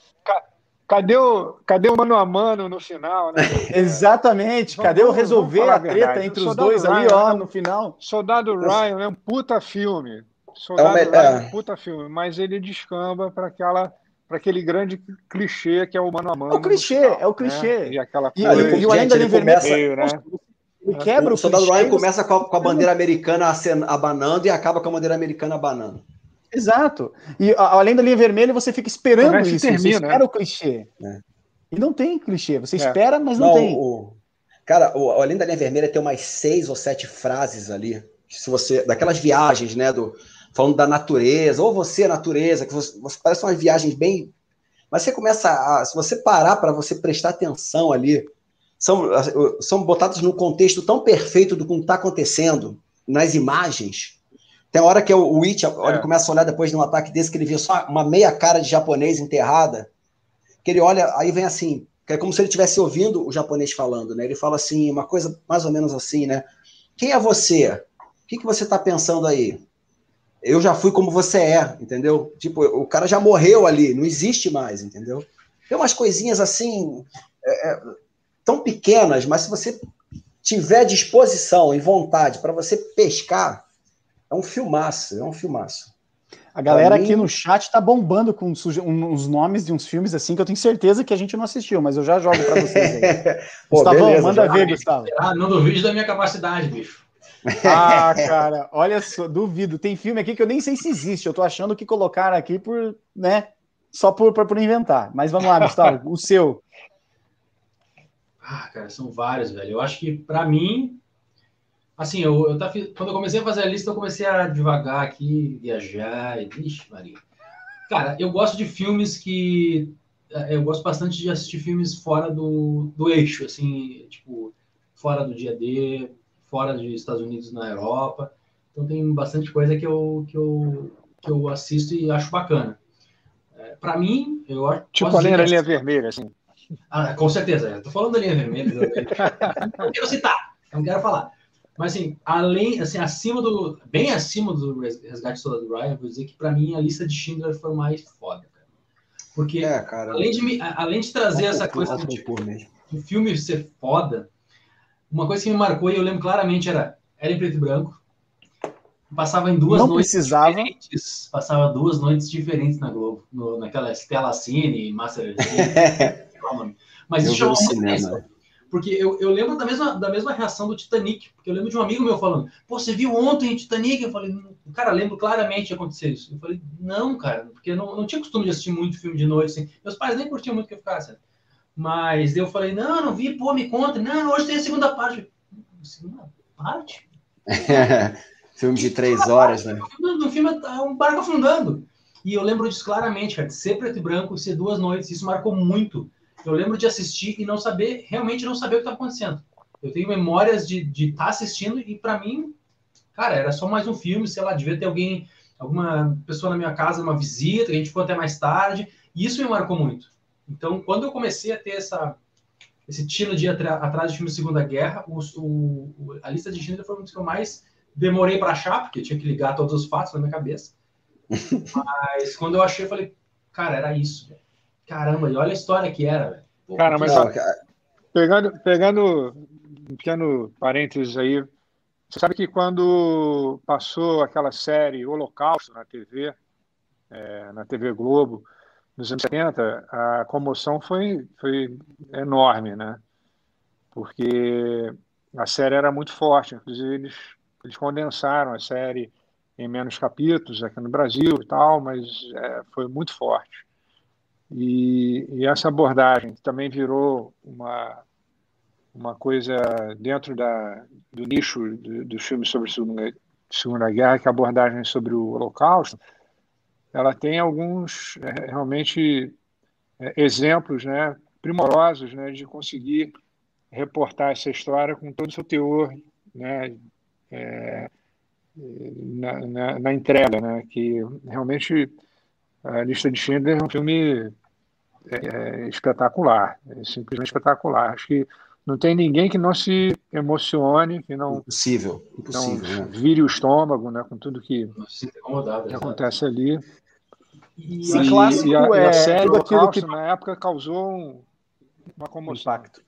Cadê o, cadê o mano a mano no final, né?
Exatamente, cadê o resolver a treta entre os dois Ryan, ali, ó, no final?
Soldado Ryan é um puta filme. Soldado é Ryan é um puta filme, mas ele descamba para aquela... para aquele grande clichê que é o mano a mano.
É o clichê,
final,
é o clichê.
Né? E, aquela
e, e, e o Além da Linha Vermelha,
né?
Ele quebra o,
o Soldado Ryan começa com a, com a bandeira americana abanando e acaba com a bandeira americana abanando.
Exato. E Além da Linha Vermelha, você fica esperando Começa isso, termina, você espera, né? O clichê. É. E não tem clichê, você é. espera, mas não, não tem.
O, cara, o Além da Linha Vermelha tem umas seis ou sete frases ali, se você, daquelas viagens, né, do... falando da natureza, ou você, natureza, que você, você parece umas viagens bem... Mas você começa a... Se você parar para você prestar atenção ali, são, são botadas num contexto tão perfeito do que está acontecendo, nas imagens. Tem hora que o It é. começa a olhar depois de um ataque desse, que ele vê só uma meia cara de japonês enterrada, que ele olha, aí vem assim, que é como se ele estivesse ouvindo o japonês falando, né? Ele fala assim, uma coisa mais ou menos assim, né? Quem é você? O que, que você está pensando aí? Eu já fui como você é, entendeu? Tipo, o cara já morreu ali, não existe mais, entendeu? Tem umas coisinhas assim, é, é, tão pequenas, mas se você tiver disposição e vontade para você pescar, é um filmaço, é um filmaço.
A galera mim... aqui no chat tá bombando com uns nomes de uns filmes assim que eu tenho certeza que a gente não assistiu, mas eu já jogo para vocês aí. Pô, Gustavão, beleza, manda ver, Gustavo.
Ah, não duvide da minha capacidade, bicho.
Ah, cara, olha só, duvido. Tem filme aqui que eu nem sei se existe. Eu tô achando que colocaram aqui por, né, só por, por, por inventar. Mas vamos lá, Gustavo, o seu.
Ah, cara, são vários, velho. Eu acho que, pra mim, assim, eu, eu tá, quando eu comecei a fazer a lista, eu comecei a devagar aqui, viajar, e, ixi, Maria. Cara, eu gosto de filmes que... Eu gosto bastante de assistir filmes fora do, do eixo, assim, tipo, fora do dia D, fora dos Estados Unidos, na Europa. Então tem bastante coisa que eu, que eu, que eu assisto e acho bacana. É, para mim, eu acho...
Tipo a linha, linha vermelha, assim.
Ah, com certeza, eu tô falando da linha vermelha. Eu não quero citar, eu não quero falar. Mas assim, além, assim, acima do... Bem acima do Resgate Soldado Ryan, eu vou dizer que para mim a lista de Schindler foi mais foda, cara. Porque
é, cara,
além, de, além de trazer um essa coisa do, tipo, do filme ser foda, uma coisa que me marcou, e eu lembro claramente, era, era em preto e branco, passava em duas
não
noites
precisava.
diferentes, passava duas noites diferentes na Globo, no, naquela Telecine, Master Cine, mas isso chamou muito atenção, porque eu, eu lembro da mesma, da mesma reação do Titanic, porque eu lembro de um amigo meu falando, pô, você viu ontem o Titanic? Eu falei, cara, lembro claramente de acontecer isso. Eu falei, não, cara, porque eu não, não tinha costume de assistir muito filme de noite, assim. Meus pais nem curtiam muito que eu ficasse. Mas eu falei, não, não vi, pô, me conta. Não, hoje tem a segunda parte. Segunda parte?
Filme de três horas, né?
No filme é um barco afundando. E eu lembro disso claramente, cara, de ser preto e branco, ser duas noites, isso marcou muito. Eu lembro de assistir e não saber, realmente não saber o que está acontecendo. Eu tenho memórias de de estar tá assistindo e para mim, cara, era só mais um filme, sei lá, devia ter alguém, alguma pessoa na minha casa, uma visita, que a gente ficou até mais tarde, e isso me marcou muito. Então, quando eu comecei a ter essa, esse tino de ir atrás de filme de Segunda Guerra, o, o, a lista de Schindler foi um dos que eu mais demorei para achar, porque eu tinha que ligar todos os fatos na minha cabeça. Mas quando eu achei, eu falei, cara, era isso, velho. Caramba, e olha a história que era, velho. Pô,
cara, mas
não,
ó,
cara.
Pegando, pegando um pequeno parênteses aí, Você sabe que quando passou aquela série Holocausto na T V, é, na T V Globo, nos anos setenta, a comoção foi, foi enorme, né? Porque a série era muito forte. Inclusive, eles, eles condensaram a série em menos capítulos aqui no Brasil e tal, mas é, foi muito forte. E, e essa abordagem também virou uma, uma coisa dentro da, do nicho do, dos filmes sobre a Segunda, Segunda Guerra, que é a abordagem sobre o Holocausto, ela tem alguns é, realmente é, exemplos, né, primorosos, né, de conseguir reportar essa história com todo o seu teor, né, é, na, na, na entrega, né, que realmente a Lista de Schindler é um filme é, espetacular, é simplesmente espetacular. Acho que não tem ninguém que não se emocione, que não,
impossível, impossível,
não
né?
vire o estômago, né, com tudo que,
incomodado,
que acontece ali.
E,
Se
E,
clássico
e, a,
é
e a série
tudo aquilo que
Holocausto, na época, causou um, uma
o
comoção
impacto.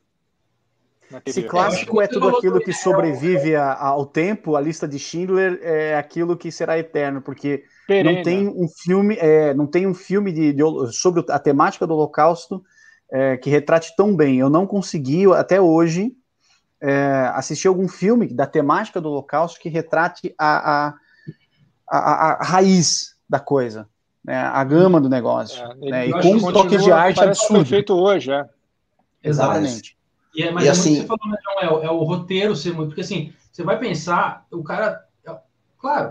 na
Se
T V.
clássico é tudo aquilo que sobrevive a- ao tempo, a Lista de Schindler é aquilo que será eterno, porque não tem
Perene.
um filme, é, não tem um filme de, de- sobre a temática do Holocausto é, que retrate tão bem. Eu não consegui até hoje é, assistir algum filme da temática do Holocausto que retrate a, a, a, a raiz da coisa, né, a gama do negócio,
É,
né,
ele
e
eu
com
acho que
um toques de
continua,
arte
parece que foi
absurdo.
feito hoje, é.
Exato.
Exatamente.
E é, mas
E
é muito o que
assim-
você falou, né, João? É, é o roteiro ser muito. Porque assim, você vai pensar, o cara. é- claro,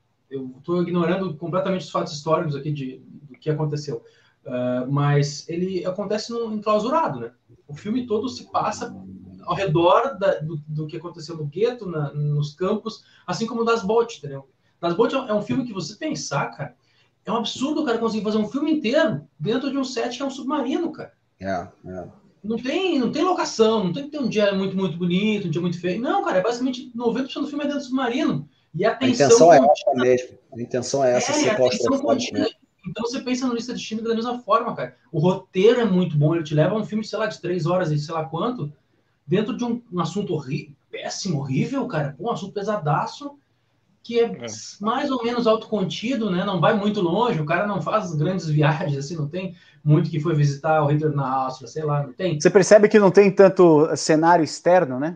eu estou ignorando completamente os fatos históricos aqui de, do que aconteceu. Uh, mas ele acontece no enclausurado, né? O filme todo se passa ao redor da, do, do que aconteceu no gueto, na, nos campos, assim como o Das Boot, entendeu? Das Boot é um, é um filme que você pensar, cara, é um absurdo o cara conseguir fazer um filme inteiro dentro de um set que é um submarino, cara.
É, é.
Não tem, não tem locação, não tem que ter um dia muito, muito bonito, um dia muito feio. Não, cara, é basicamente noventa por cento do filme é dentro do submarino. E a
A
tensão
intenção é
contínua,
essa mesmo. A intenção é essa,
é,
ser
a tensão
claustrofóbico, né?
contínua. Então você pensa no Lista de Schindler da mesma forma, cara. O roteiro é muito bom, ele te leva a um filme, sei lá, de três horas e sei lá quanto, dentro de um, um assunto horrível, péssimo, horrível, cara. Pô, um assunto pesadaço, que é,
É.
mais ou menos autocontido, né? Não vai muito longe, o cara não faz grandes viagens, assim, não tem muito que foi visitar o Hitler na Áustria, sei lá, não tem.
Você percebe que não tem tanto cenário externo, né?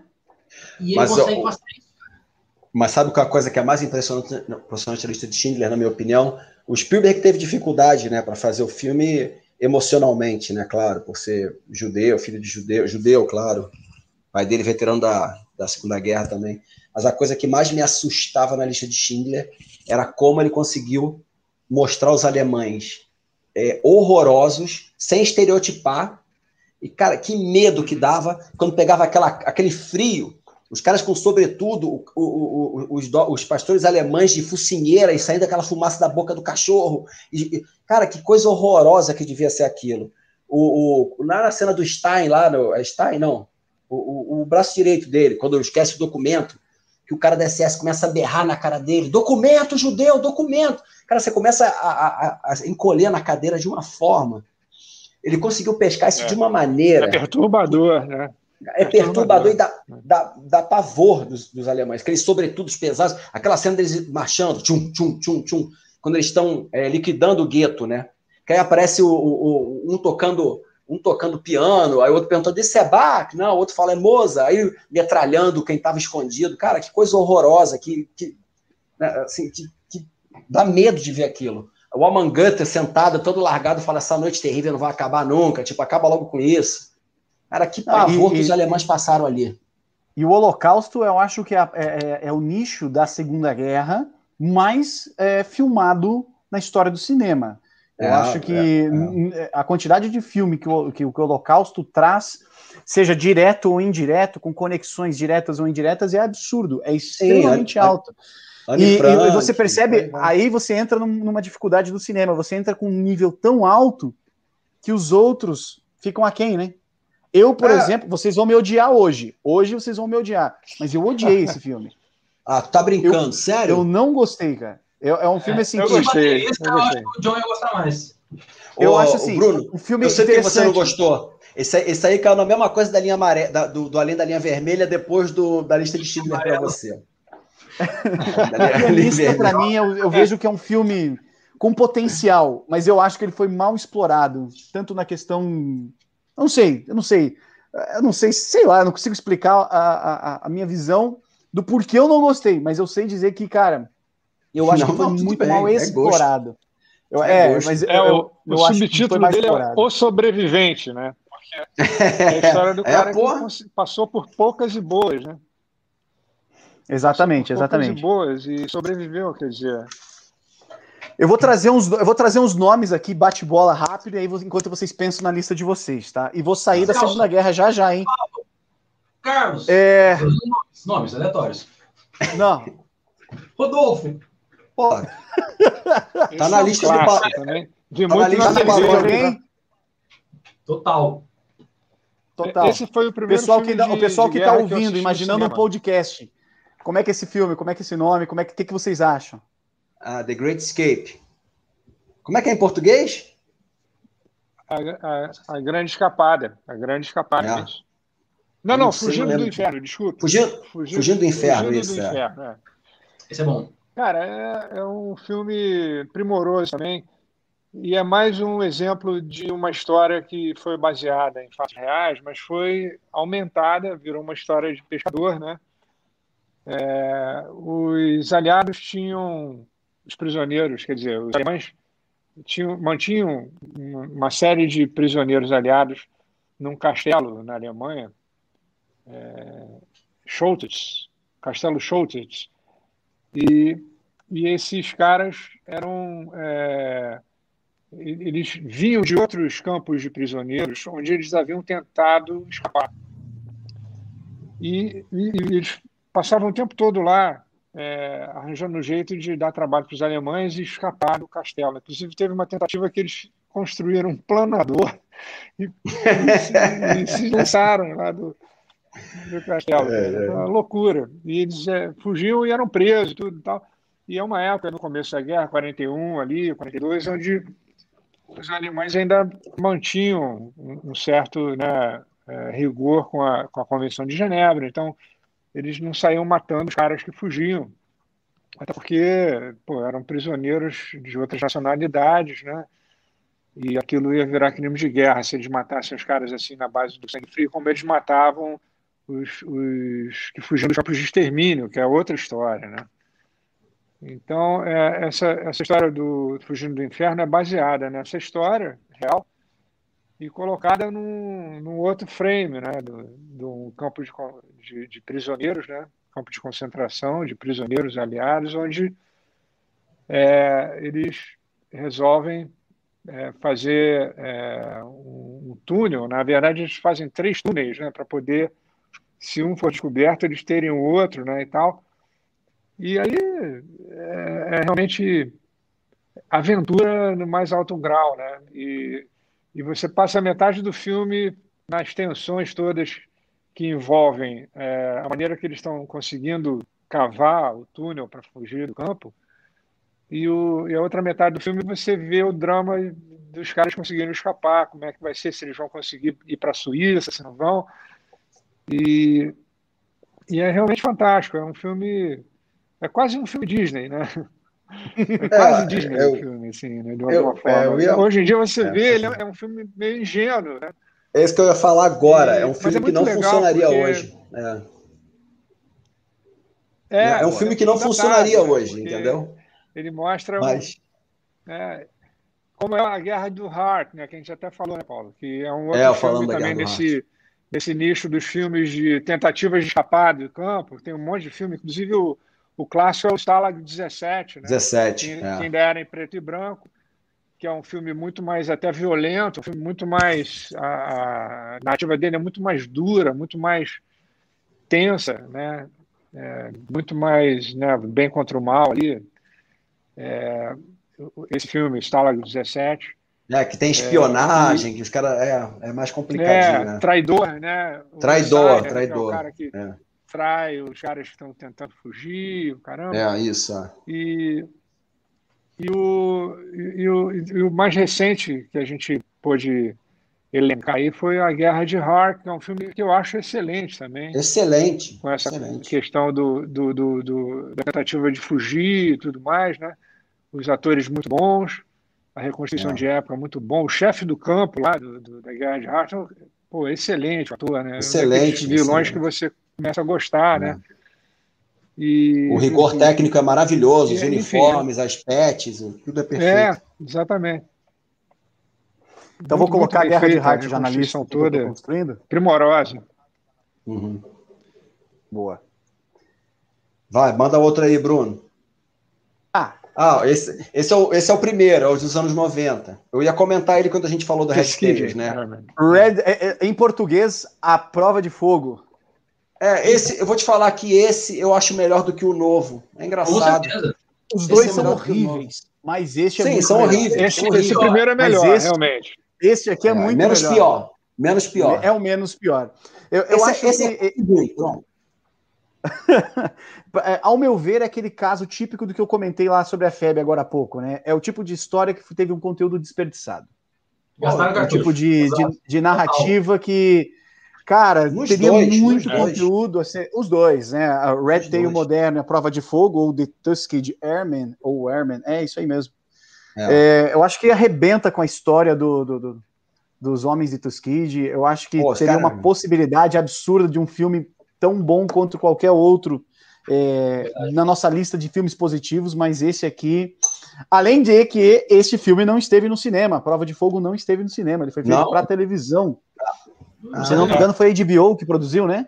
E ele
Mas,
consegue
ó,
fazer isso.
Mas sabe qual é a coisa que é mais impressionante, impressionante na Lista de Schindler, na minha opinião? O Spielberg teve dificuldade, né, para fazer o filme emocionalmente, né, claro, por ser judeu, filho de judeu, judeu, claro, pai dele veterano da, da Segunda Guerra também. Mas a coisa que mais me assustava na Lista de Schindler era como ele conseguiu mostrar os alemães é, horrorosos, sem estereotipar. E, cara, que medo que dava quando pegava aquela, aquele frio. Os caras com sobretudo, o, o, o, os, os pastores alemães de focinheira e saindo aquela fumaça da boca do cachorro. E, cara, que coisa horrorosa que devia ser aquilo. O, o, na cena do Stein lá, no, é Stein, não, o, o, o braço direito dele, quando esquece o documento, que o cara da S S começa a berrar na cara dele, documento, judeu, documento. Cara, você começa a, a, a encolher na cadeira de uma forma. Ele conseguiu pescar isso
É.
de uma maneira...
É perturbador, né?
É perturbador e dá, dá, dá pavor dos, dos alemães, aqueles sobretudos pesados, aquela cena deles marchando, tchum, tchum, tchum, tchum, quando eles estão é, liquidando o gueto, né? Que aí aparece o, o, o, um tocando um tocando piano, aí o outro perguntando, isso é Bach? Não, o outro fala, é Mozart, aí metralhando quem estava escondido. Cara, que coisa horrorosa, que, que, né, assim, que, que dá medo de ver aquilo. O Alman Gutter sentado, todo largado, fala, essa noite terrível não vai acabar nunca, tipo, acaba logo com isso. Cara, que pavor e, que os alemães passaram ali.
E o Holocausto, eu acho que é, é, é o nicho da Segunda Guerra mais é, filmado na história do cinema. Eu é, acho que é, é. a quantidade de filme que o, que o Holocausto traz, seja direto ou indireto, com conexões diretas ou indiretas, é absurdo, é extremamente Sim, alto. E, Frank, e você percebe, aí você entra numa dificuldade do cinema, você entra com um nível tão alto que os outros ficam aquém, né? Eu, por é. exemplo, vocês vão me odiar hoje. Hoje vocês vão me odiar. Mas eu odiei esse filme.
Ah, tu tá brincando,
eu,
sério?
Eu não gostei, cara. É, é um filme assim
eu
que...
Gostei,
esse
eu
eu
gostei.
acho que o John ia gostar mais.
Eu
Ô,
acho assim,
Bruno,
um filme
eu sei que você não gostou. Esse, esse aí caiu na mesma coisa da linha amarela, da, do, do Além da Linha Vermelha, depois do, da Lista de Schindler pra você.
Pianista, para mim, eu, eu vejo que é um filme com potencial, mas eu acho que ele foi mal explorado, tanto na questão... Eu não sei, eu não sei, eu não sei, sei lá, eu não consigo explicar a, a, a minha visão do porquê eu não gostei, mas eu sei dizer que, cara, eu acho
Não,
que foi
não, tudo
muito
bem,
mal
é
explorado. Eu,
É
é,
gosto.
mas eu,
É, o,
eu,
o
eu acho que foi
subtítulo
mais
dele é
explorado.
O Sobrevivente, né? Porque é a história do
É,
cara que
porra.
cons- passou por poucas e boas, né?
Exatamente,
Passou por poucas e
exatamente.
boas e sobreviveu, quer dizer.
Eu vou trazer uns, eu vou trazer uns nomes aqui, bate-bola rápido, e aí enquanto vocês pensam na lista de vocês, tá? E vou sair da
Celso.
Segunda Guerra já já, hein?
Carlos.
É...
Nomes, nomes aleatórios.
Não.
Rodolfo.
Pô, tá na
é um
lista do
clássico
pa-
também. Vi
tá na
muito
lista
na
do
Tá na lista de
Barone.
T V.
alguém?
Total.
Total.
Esse foi o
O
primeiro
pessoal que,
filme
dá-
de,
o pessoal
de
que tá
guerra que eu
ouvindo,
assisti no
imaginando um
cinema.
podcast, como é que é esse filme, como é que é esse nome, como é que, que, que vocês acham?
Ah, The Great Escape. Como é que é em português?
A, a, a Grande Escapada. A Grande Escapada,
É.
é isso? Não,
Eu
não,
não sei,
Fugindo
não
do
lembro.
Inferno, desculpa.
Fugindo, fugindo do Inferno,
Fugindo
isso,
do
é.
Inferno, é.
Esse é bom.
Cara, é, é um filme primoroso também. E é mais um exemplo de uma história que foi baseada em fatos reais, mas foi aumentada, virou uma história de pescador, né? É, os aliados tinham os prisioneiros, quer dizer, os alemães tinham, mantinham uma série de prisioneiros aliados num castelo na Alemanha, é, Schultz, Castelo Schultz, e, e esses caras eram é, eles vinham de outros campos de prisioneiros onde eles haviam tentado escapar. E, e, e eles passavam o tempo todo lá é, arranjando um jeito de dar trabalho para os alemães e escapar do castelo. Inclusive, teve uma tentativa que eles construíram um planador e, e, se, e se lançaram lá do, do castelo.
É, é.
Foi uma loucura. E eles é, fugiam e eram presos tudo e tal. E é uma época, no começo da guerra, quarenta e um, ali, quarenta e dois, onde os alemães ainda mantinham um certo, né, é, rigor com a, com a Convenção de Genebra. Então, eles não saíam matando os caras que fugiam. Até porque pô, eram prisioneiros de outras nacionalidades, né? E aquilo ia virar crime de guerra se eles matassem os caras assim na base do sangue frio, como eles matavam os, os que fugiam dos campos de extermínio, que é outra história, né? Então, é, essa, essa história do Fugindo do Inferno é baseada nessa história real e colocada num, num outro frame, né? Do, do campo de, de, de prisioneiros, né? Campo de concentração de prisioneiros aliados, onde é, eles resolvem é, fazer é, um, um túnel. Na verdade, eles fazem três túneis, né? Para poder, se um for descoberto, eles terem o outro, né? E tal. E aí é, é realmente aventura no mais alto grau, né? E, e você passa metade do filme nas tensões todas que envolvem é, a maneira que eles estão conseguindo cavar o túnel para fugir do campo, e, o, e a outra metade do filme você vê o drama dos caras conseguindo escapar, como é que vai ser, se eles vão conseguir ir para a Suíça, se não vão. E, e é realmente fantástico, é um filme... É quase um filme Disney, né? É quase
É,
Disney o
eu,
filme, assim, né? De
eu,
alguma
é,
forma.
eu ia,
Hoje em dia você
é,
vê, ele é é um filme meio ingênuo, né?
é isso que eu ia falar agora. É
E,
um
mas é
filme que
muito
não
legal
funcionaria
porque
hoje. É, né?
é,
É um
é
filme
um
que
filme
não funcionaria
datado, né?
hoje,
Porque
entendeu?
ele mostra um,
Mas
é, como é a Guerra do Heart, né? Que a gente até falou, né, Paulo? Que é um outro
é,
filme
falando da Guerra
também
do Heart.
nesse, nesse nicho dos filmes de tentativas de escapar do campo. Tem um monte de filme, inclusive o, o clássico é o Stalag dezessete, né?
dezessete,
Que, que
é.
ainda era em preto e branco, que é um filme muito mais até violento, um filme muito mais... A, a narrativa dele é muito mais dura, muito mais tensa, né? É, muito mais, né, bem contra o mal ali. É, esse filme, Stalag dezessete.
É, que tem
É, e
espionagem, que os caras. É, é mais complicadinho,
é,
é.
traidor, né? O
Traidor,
Insider, né, que é o
traidor.
cara que
É,
trai os caras que estão tentando fugir, o caramba.
é isso. É.
E, e, o, e, o, e o mais recente que a gente pôde elencar aí foi A Guerra de Heart, que é um filme que eu acho excelente também.
Excelente.
Com essa
excelente.
questão do, do, do, do, da tentativa de fugir e tudo mais, né? Os atores muito bons, a reconstrução
É.
de época muito bom. O chefe do campo lá do, do, da Guerra de Heart, pô, excelente ator, né?
Excelente,
um daqueles vilões
excelente.
que você começa a gostar,
É.
né? E,
o rigor
e,
técnico é maravilhoso,
e,
os
enfim,
uniformes, as pets, tudo é perfeito.
É, exatamente.
Então
Muito,
vou colocar a Guerra de
feita,
Heart já na lista aqui que eu tô construindo.
Primorosa.
Uhum.
Boa.
Vai, manda outra aí, Bruno.
Ah,
ah esse, esse, é o, esse é o primeiro, é o dos anos noventa. Eu ia comentar ele quando a gente falou do Red Tails, né?
Red, é, é, em português, A Prova de Fogo.
É, esse, eu vou te falar que esse eu acho melhor do que o novo. É engraçado.
Os dois é são horríveis, mas este é
Sim,
muito
são
melhor.
horríveis.
Esse,
são horríveis.
esse primeiro é melhor,
esse,
realmente.
Este aqui é, é muito
menos
melhor.
pior. Menos pior.
É o menos pior. Eu, eu
esse
acho
é, esse
que...
É muito
Ao meu ver, é aquele caso típico do que eu comentei lá sobre a F E B agora há pouco, né? É o tipo de história que teve um conteúdo desperdiçado.
Gastaram
é o tipo de, de, de narrativa que, cara,
nos
teria
dois,
muito
nos
conteúdo.
Dois.
Assim, os dois, né? A Red
Os
Tail
dois.
moderno, A Prova de Fogo, ou The Tuskegee Airmen, ou Airmen, é isso aí mesmo.
É.
É, eu acho que arrebenta com a história do, do, do, dos homens de Tuskegee. Eu acho que Pô, teria cara... uma possibilidade absurda de um filme tão bom quanto qualquer outro é, na nossa lista de filmes positivos, mas esse aqui, além de que este filme não esteve no cinema, A Prova de Fogo não esteve no cinema, ele foi feito para televisão. Ah, Se não me engano, foi a H B O que produziu, né?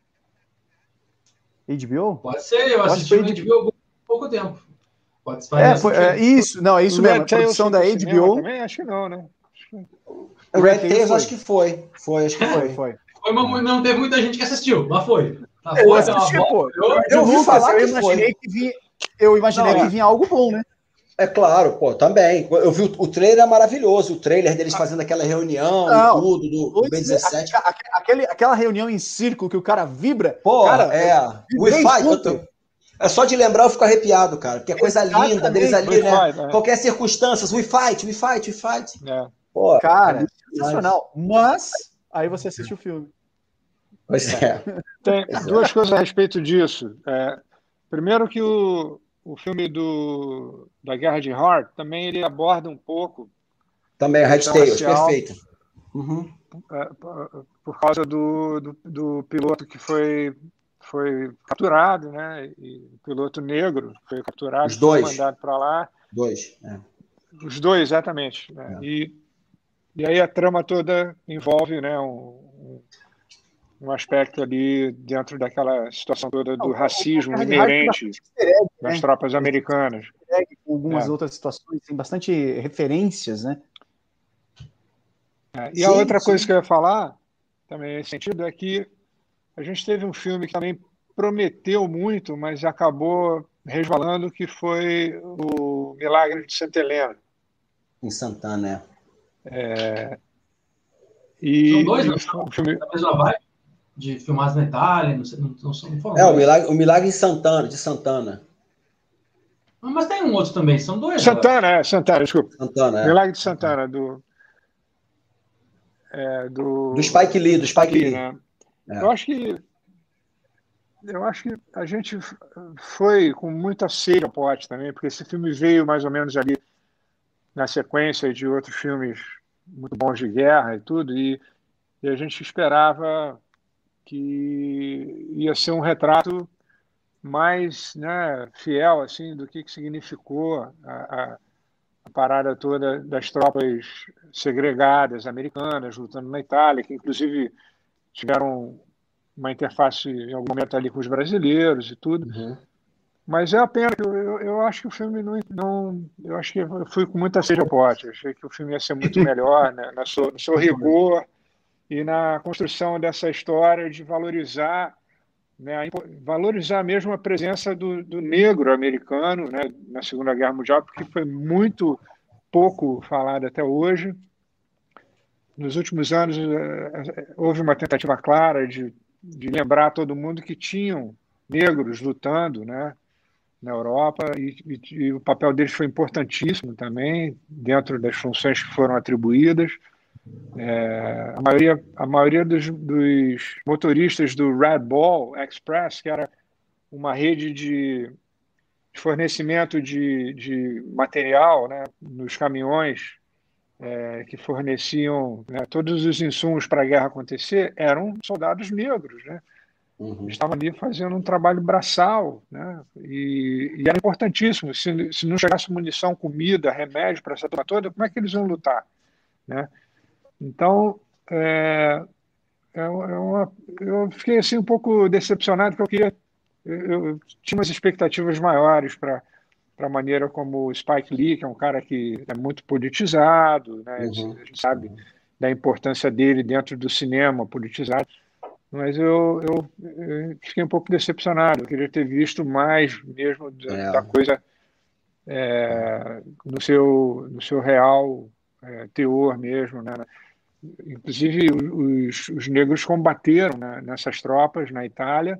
H B O?
Pode ser, eu assisti o H B O há pouco tempo. Pode ser.
É, foi, é, isso, não, é isso mesmo, a produção da H B O.
Também? Acho que não, né?
O Red Tails acho que foi. Foi, acho que foi.
foi. foi.
Foi uma, não teve muita gente que assistiu, mas foi. Tá,
eu
foi,
assisti,
uma
pô.
Eu, eu ouvi falar
eu
que
imaginei
foi.
que vinha, eu imaginei
não,
que
é.
vinha algo bom, né?
É claro, pô, também. Eu vi o, o trailer é maravilhoso, o trailer deles fazendo aquela reunião
não,
e tudo, do, do B dezessete.
Aquele, aquela reunião em círculo que o cara vibra.
Pô,
cara,
é. Wi-Fi. É só de lembrar eu fico arrepiado, cara, porque é coisa Exatamente. linda deles ali, né? Fight, é. Qualquer circunstância, we fight, we fight, we fight.
É. Pô, cara, é sensacional. Mas, aí você assiste o filme.
Pois é.
Tem duas coisas a respeito disso. É, primeiro que o, o filme do, da Guerra de Heart também ele aborda um pouco...
Também, Red Tails, perfeito. Uhum.
É, por causa do, do, do piloto que foi... foi capturado, né? E o piloto negro foi capturado,
Os dois.
foi mandado para lá.
Dois. É.
Os dois, exatamente. Né? É. E, e aí a trama toda envolve, né, um, um aspecto ali dentro daquela situação toda do racismo inerente das tropas americanas.
Com algumas é. outras situações, tem bastante referências, né?
É. E sim, a outra sim. coisa que eu ia falar, também nesse sentido, é que a gente teve um filme que também prometeu muito, mas acabou resvalando, que foi o Milagre de Santa Helena.
Em Santana,
é. E,
São dois,
e
não?
O filme...
Da mesma vibe? De filmados na Itália, não, sei, não, não, não foram
É,
dois.
o Milagre, o Milagre em Santana, de Santana.
Mas tem um outro também, são dois.
Santana, é, Santana, desculpa.
Santana, é.
Milagre de Santana, do... É, do...
do Spike Lee, do Spike Lee.
Né? É. Eu acho que eu acho que a gente foi com muita sede ao pote também, porque esse filme veio mais ou menos ali na sequência de outros filmes muito bons de guerra e tudo, e, e a gente esperava que ia ser um retrato mais, né, fiel assim, do que, que significou a, a, a parada toda das tropas segregadas americanas lutando na Itália, que inclusive tiveram uma interface em algum momento ali com os brasileiros e tudo.
Uhum.
Mas é a pena que eu, eu, eu acho que o filme não, não... Eu acho que eu fui com muita sede ao pote. Achei que o filme ia ser muito melhor, né, na sua, no seu rigor e na construção dessa história de valorizar, né, valorizar mesmo a presença do, do negro americano, né, na Segunda Guerra Mundial, porque foi muito pouco falado até hoje. Nos últimos anos houve uma tentativa clara de, de lembrar todo mundo que tinham negros lutando, né, na Europa, e, e, e o papel deles foi importantíssimo também, dentro das funções que foram atribuídas. É, a maioria, a maioria dos, dos motoristas do Red Bull Express, que era uma rede de, de fornecimento de, de material, né, nos caminhões, é, que forneciam, né, todos os insumos para a guerra acontecer, eram soldados negros, né?
Uhum.
Estavam ali fazendo um trabalho braçal, né? E, e era importantíssimo. Se, se não chegasse munição, comida, remédio para essa turma toda, como é que eles iam lutar, né? Então, é, é uma, eu fiquei assim um pouco decepcionado, porque eu queria, eu, eu tinha umas expectativas maiores para para a maneira como o Spike Lee, que é um cara que é muito politizado, né?
Uhum.
A gente sabe da importância dele dentro do cinema politizado. Mas eu, eu, eu fiquei um pouco decepcionado. Eu queria ter visto mais mesmo da,
É.
da coisa é, no, seu, no seu real é, teor mesmo, né? Inclusive, os, os negros combateram, né, nessas tropas na Itália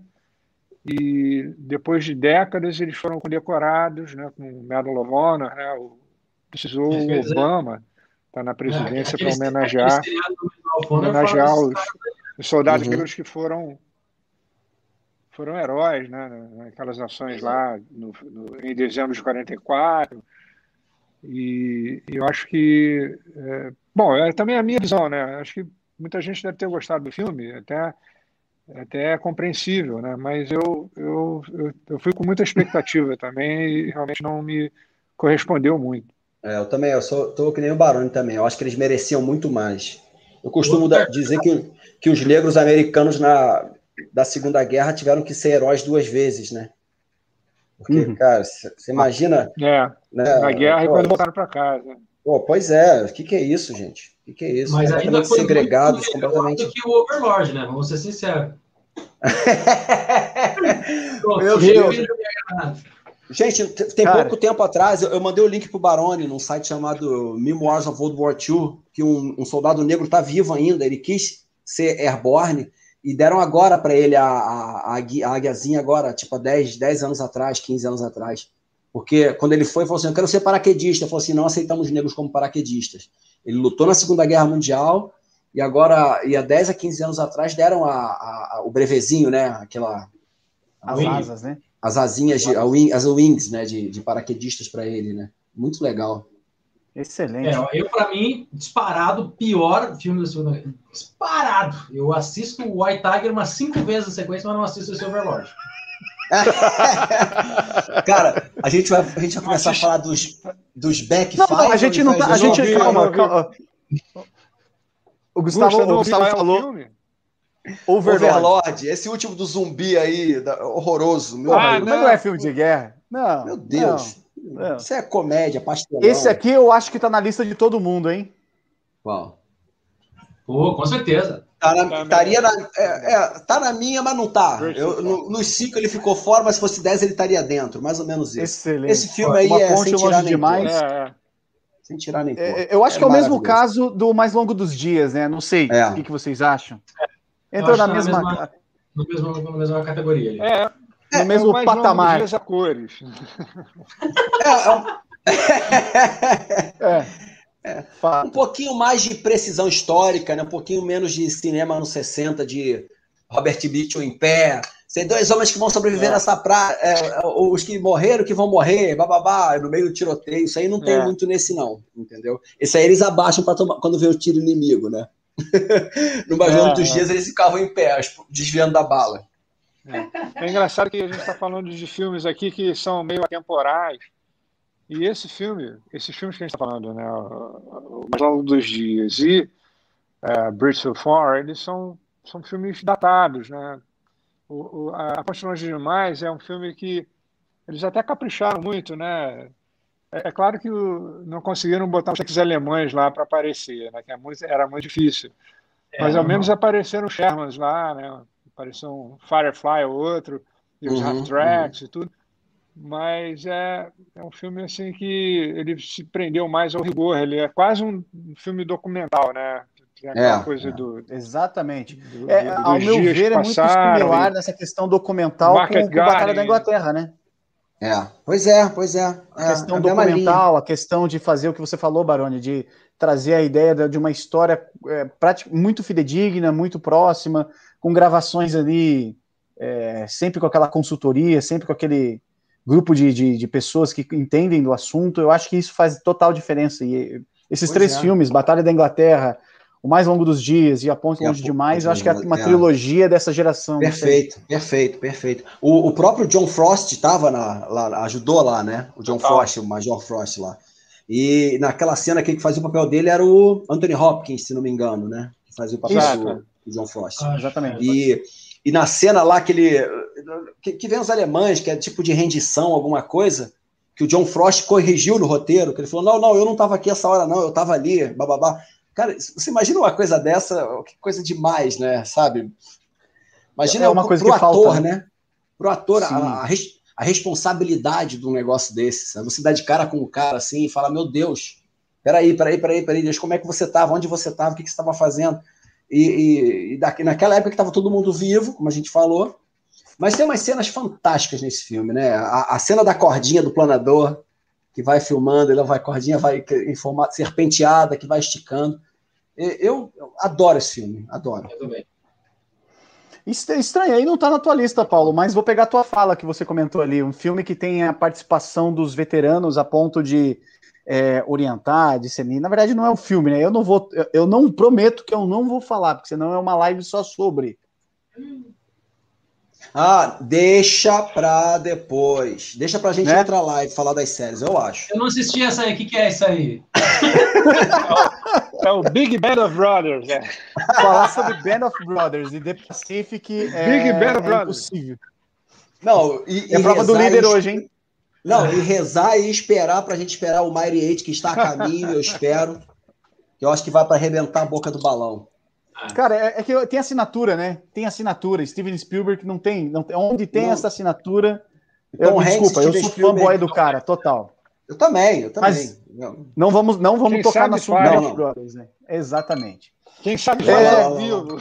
e depois de décadas eles foram condecorados, né, com o Medal of Honor, né? O, precisou o Obama estar na presidência para homenagear, homenagear os, os soldados
Uhum.
negros que foram foram heróis, né, naquelas ações lá no, no, em dezembro de quarenta e quatro. E, e eu acho que, é, bom, é também a minha visão, né? Acho que muita gente deve ter gostado do filme, até até é compreensível, né? Mas eu, eu, eu, eu fui com muita expectativa também e realmente não me correspondeu muito.
É, eu também, eu sou, tô que nem o Baroni também. Eu acho que eles mereciam muito mais. Eu costumo da, dizer que, que os negros americanos na, da Segunda Guerra tiveram que ser heróis duas vezes, né? Porque, uhum. cara, você imagina...
É, né, na guerra pô, e quando voltaram para casa.
Pô, pois é, o que, que é isso, gente? O que, que é isso?
Mas ainda foi
segregados,
muito
completamente...
do que o Overlord, né? Vamos ser sinceros.
Meu Deus! Gente, tem Cara, pouco tempo atrás, eu mandei o link pro Baroni num site chamado Memoirs of World War Two, que um, um soldado negro tá vivo ainda, ele quis ser airborne, e deram agora para ele a, a, a, a águiazinha agora, tipo, há dez, dez anos atrás, quinze anos atrás. Porque quando ele foi, ele falou assim, eu quero ser paraquedista. Ele falou assim, não aceitamos negros como paraquedistas. Ele lutou na Segunda Guerra Mundial, e agora, e há dez a quinze anos atrás, deram a, a, a, o brevezinho, né, aquela...
As a, asas, né?
As asinhas, de, wing, as wings, né, de, de paraquedistas para ele, né? Muito legal.
Excelente.
É, eu, para mim, disparado, pior filme da Segunda Guerra. Disparado. Eu assisto o White Tiger umas cinco vezes na sequência, mas não assisto esse Overlord.
Cara, a gente vai, a gente vai começar a falar dos, dos backfires.
Não, não, a gente não tá. A gente, vi, calma, calma. O Gustavo,
Puxa,
o Gustavo falou.
Filme?
Overlord. Overlord, esse último do zumbi aí, da, horroroso. Meu
ah, não. Mas não é filme de guerra. Não.
Meu Deus.
Não, não.
Isso é comédia, pastelão.
Esse aqui eu acho que tá na lista de todo mundo, hein?
Qual?
Pô, com certeza.
Tá na, estaria na, é, é, tá na minha, mas não tá. Eu, no, nos cinco ele ficou fora, mas se fosse dez ele estaria dentro. Mais ou menos isso.
Excelente.
Esse filme aí
Uma
é
ponte
sem tirar nem
demais.
É, é. Sem tirar nem
é, Eu acho é que é o mesmo caso do Mais Longo dos Dias, né? Não sei.
É.
O que, que vocês acham? Entrou na mesma...
Na, mesma, no mesmo, na mesma categoria. Ali.
É,
no é, mesmo
é
patamar.
A cores.
É, é, é. Um pouquinho mais de precisão histórica, né? Um pouquinho menos de cinema anos sessenta, de Robert Mitchum em pé. Tem dois homens que vão sobreviver é. nessa praia, é, os que morreram, que vão morrer, bababá, no meio do tiroteio. Isso aí não tem é. muito nesse, não, entendeu? Esse aí eles abaixam pra tomar, quando vê o tiro inimigo, né? No mais longo dos dias eles ficavam em pé, desviando da bala.
É. É engraçado que a gente está falando de filmes aqui que são meio atemporais. E esse filme, esses filmes que a gente está falando, né, o Mais Longo dos Dias e uh, Bridge Too Far, eles são, são filmes datados, né? O, o, a Ponte Longe Demais é um filme que eles até capricharam muito, né? É, é claro que o, não conseguiram botar os cheques alemães lá para aparecer, né? Que é muito, era muito difícil. É, Mas ao menos não. apareceram os Shermans lá, né? Apareceu um Firefly ou outro, e os uhum, half-tracks uhum. e tudo. Mas é, é um filme assim que ele se prendeu mais ao rigor. Ele é quase um filme documental, né? Tem aquela
é,
coisa
é.
do...
Exatamente.
Do,
é, ao meu ver, é muito similar nessa questão documental com, com a Batalha da Inglaterra, né?
É, pois é, pois é.
A
é
questão
a mesma linha.
documental, a questão de fazer o que você falou, Baroni, de trazer a ideia de uma história é, prática, muito fidedigna, muito próxima, com gravações ali, é, sempre com aquela consultoria, sempre com aquele grupo de, de, de pessoas que entendem do assunto. Eu acho que isso faz total diferença. E esses
Pois
três
é.
filmes, Batalha da Inglaterra, O Mais Longo dos Dias e A Ponte
E a
Longe
Ponte
Demais, eu acho que é
Longe-
uma
é.
trilogia dessa geração. não sei.
Perfeito, perfeito, perfeito. O, o próprio John Frost estava lá, ajudou lá, né? O John
Total.
Frost, o Major Frost lá. E naquela cena, quem que fazia o papel dele era o Anthony Hopkins, se não me engano, né? Que fazia o papel
Isso.
do, do John Frost.
Ah,
Exatamente.
E, e na cena lá que ele. Que, que vem os alemães, que é tipo de rendição, alguma coisa, que o John Frost corrigiu no roteiro, que ele falou: não, não, eu não estava aqui essa hora, não, eu estava ali, bababá. Cara, você imagina uma coisa dessa, que coisa demais, né? Sabe? Imagina
É uma coisa
pro
que
ator,
falta,
né? Pro ator, a,
Sim.
a, res- a responsabilidade de um negócio desse. Sabe? Você dá de cara com o cara assim e fala: meu Deus, peraí, peraí, peraí, peraí, Deus, como é que você estava? Onde você estava? O que, que você estava fazendo? E, e, e daqui, naquela época que estava todo mundo vivo, como a gente falou. Mas tem umas cenas fantásticas nesse filme, né? A, a cena da cordinha do planador, que vai filmando, ele vai, a cordinha vai em formato serpenteada, que vai esticando. E- Eu, eu adoro esse filme, adoro.
Eu também.
Est- Estranho, aí não tá na tua lista, Paulo, mas vou pegar a tua fala que você comentou ali. Um filme que tem a participação dos veteranos a ponto de é, orientar, discernir. Na verdade, não é um filme, né? Eu não vou, eu- eu não prometo que eu não vou falar, porque senão é uma live só sobre.
Ah, deixa pra depois. Deixa pra gente
Né?
em outra live falar das séries, eu acho.
Eu não assisti essa aí. O que, que é isso aí?
É o Big Band of Brothers. É.
Falar sobre Band of Brothers e The Pacific é,
Big Band of
é
Brothers.
impossível.
Não, e,
É a
e
prova do
rezar
líder
e-
hoje, hein?
Não, e rezar e esperar pra gente esperar o Mighty Eight, que está a caminho, eu espero. Que eu acho que vai pra arrebentar a boca do balão.
Cara, é, é que tem assinatura, né? Tem assinatura. Steven Spielberg não tem. Não, tem- onde tem
Não.
essa assinatura. Eu,
Tom
me
Hanks,
desculpa, eu
Steven
sou
Spielberg.
fanboy do cara, total.
Eu também, eu também.
Mas-
Não.
Não vamos, não vamos
Quem
tocar
sabe
na assunto
faz.
Band
Não,
of
não.
Brothers, né? Exatamente.
Quem sabe
É.
faz ao vivo.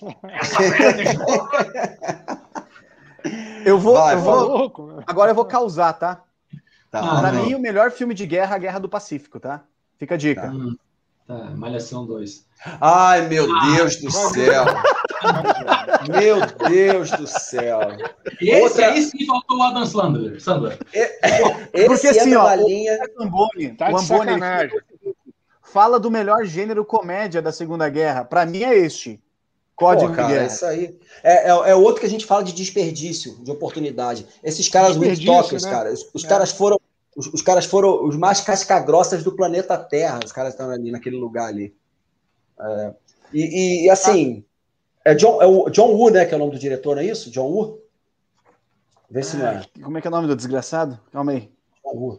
Eu vou,
Vai,
eu
Tá
vou
louco, né?
agora eu vou causar, tá?
Tá,
Ah,
Pra
lá vem.
mim, o melhor filme de guerra é a Guerra do Pacífico, tá? Fica a dica.
Hum, tá, Malhação dois.
Ai, meu Deus do
Vai
céu.
ver.
Meu Deus do céu.
Esse
Outra-
aí sim faltou o Adam Sandler. Sandler.
Esse
Porque assim,
entra
ó,
na
o
linha.
Amboni,
Tá
o
de
Amboni, ele
sacanagem.
fala do melhor gênero comédia da Segunda Guerra. Pra mim é este. Código
Pô, cara,
de Guerra.
isso aí. É, é, é outro que a gente fala de desperdício, de oportunidade. Esses caras
Desperdício,
Talkers,
né?
cara, os, os
É.
caras foram. Os, os caras foram os mais casca-grossas do planeta Terra. Os caras estão ali naquele lugar ali. É, e, e, e, assim, é, John, é o John Woo, né? Que é o nome do diretor, não é isso? John Woo? Vê se não é.
Ai, como é que é o nome do desgraçado? Calma aí.
John Woo.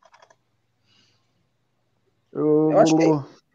Eu,
Eu acho que é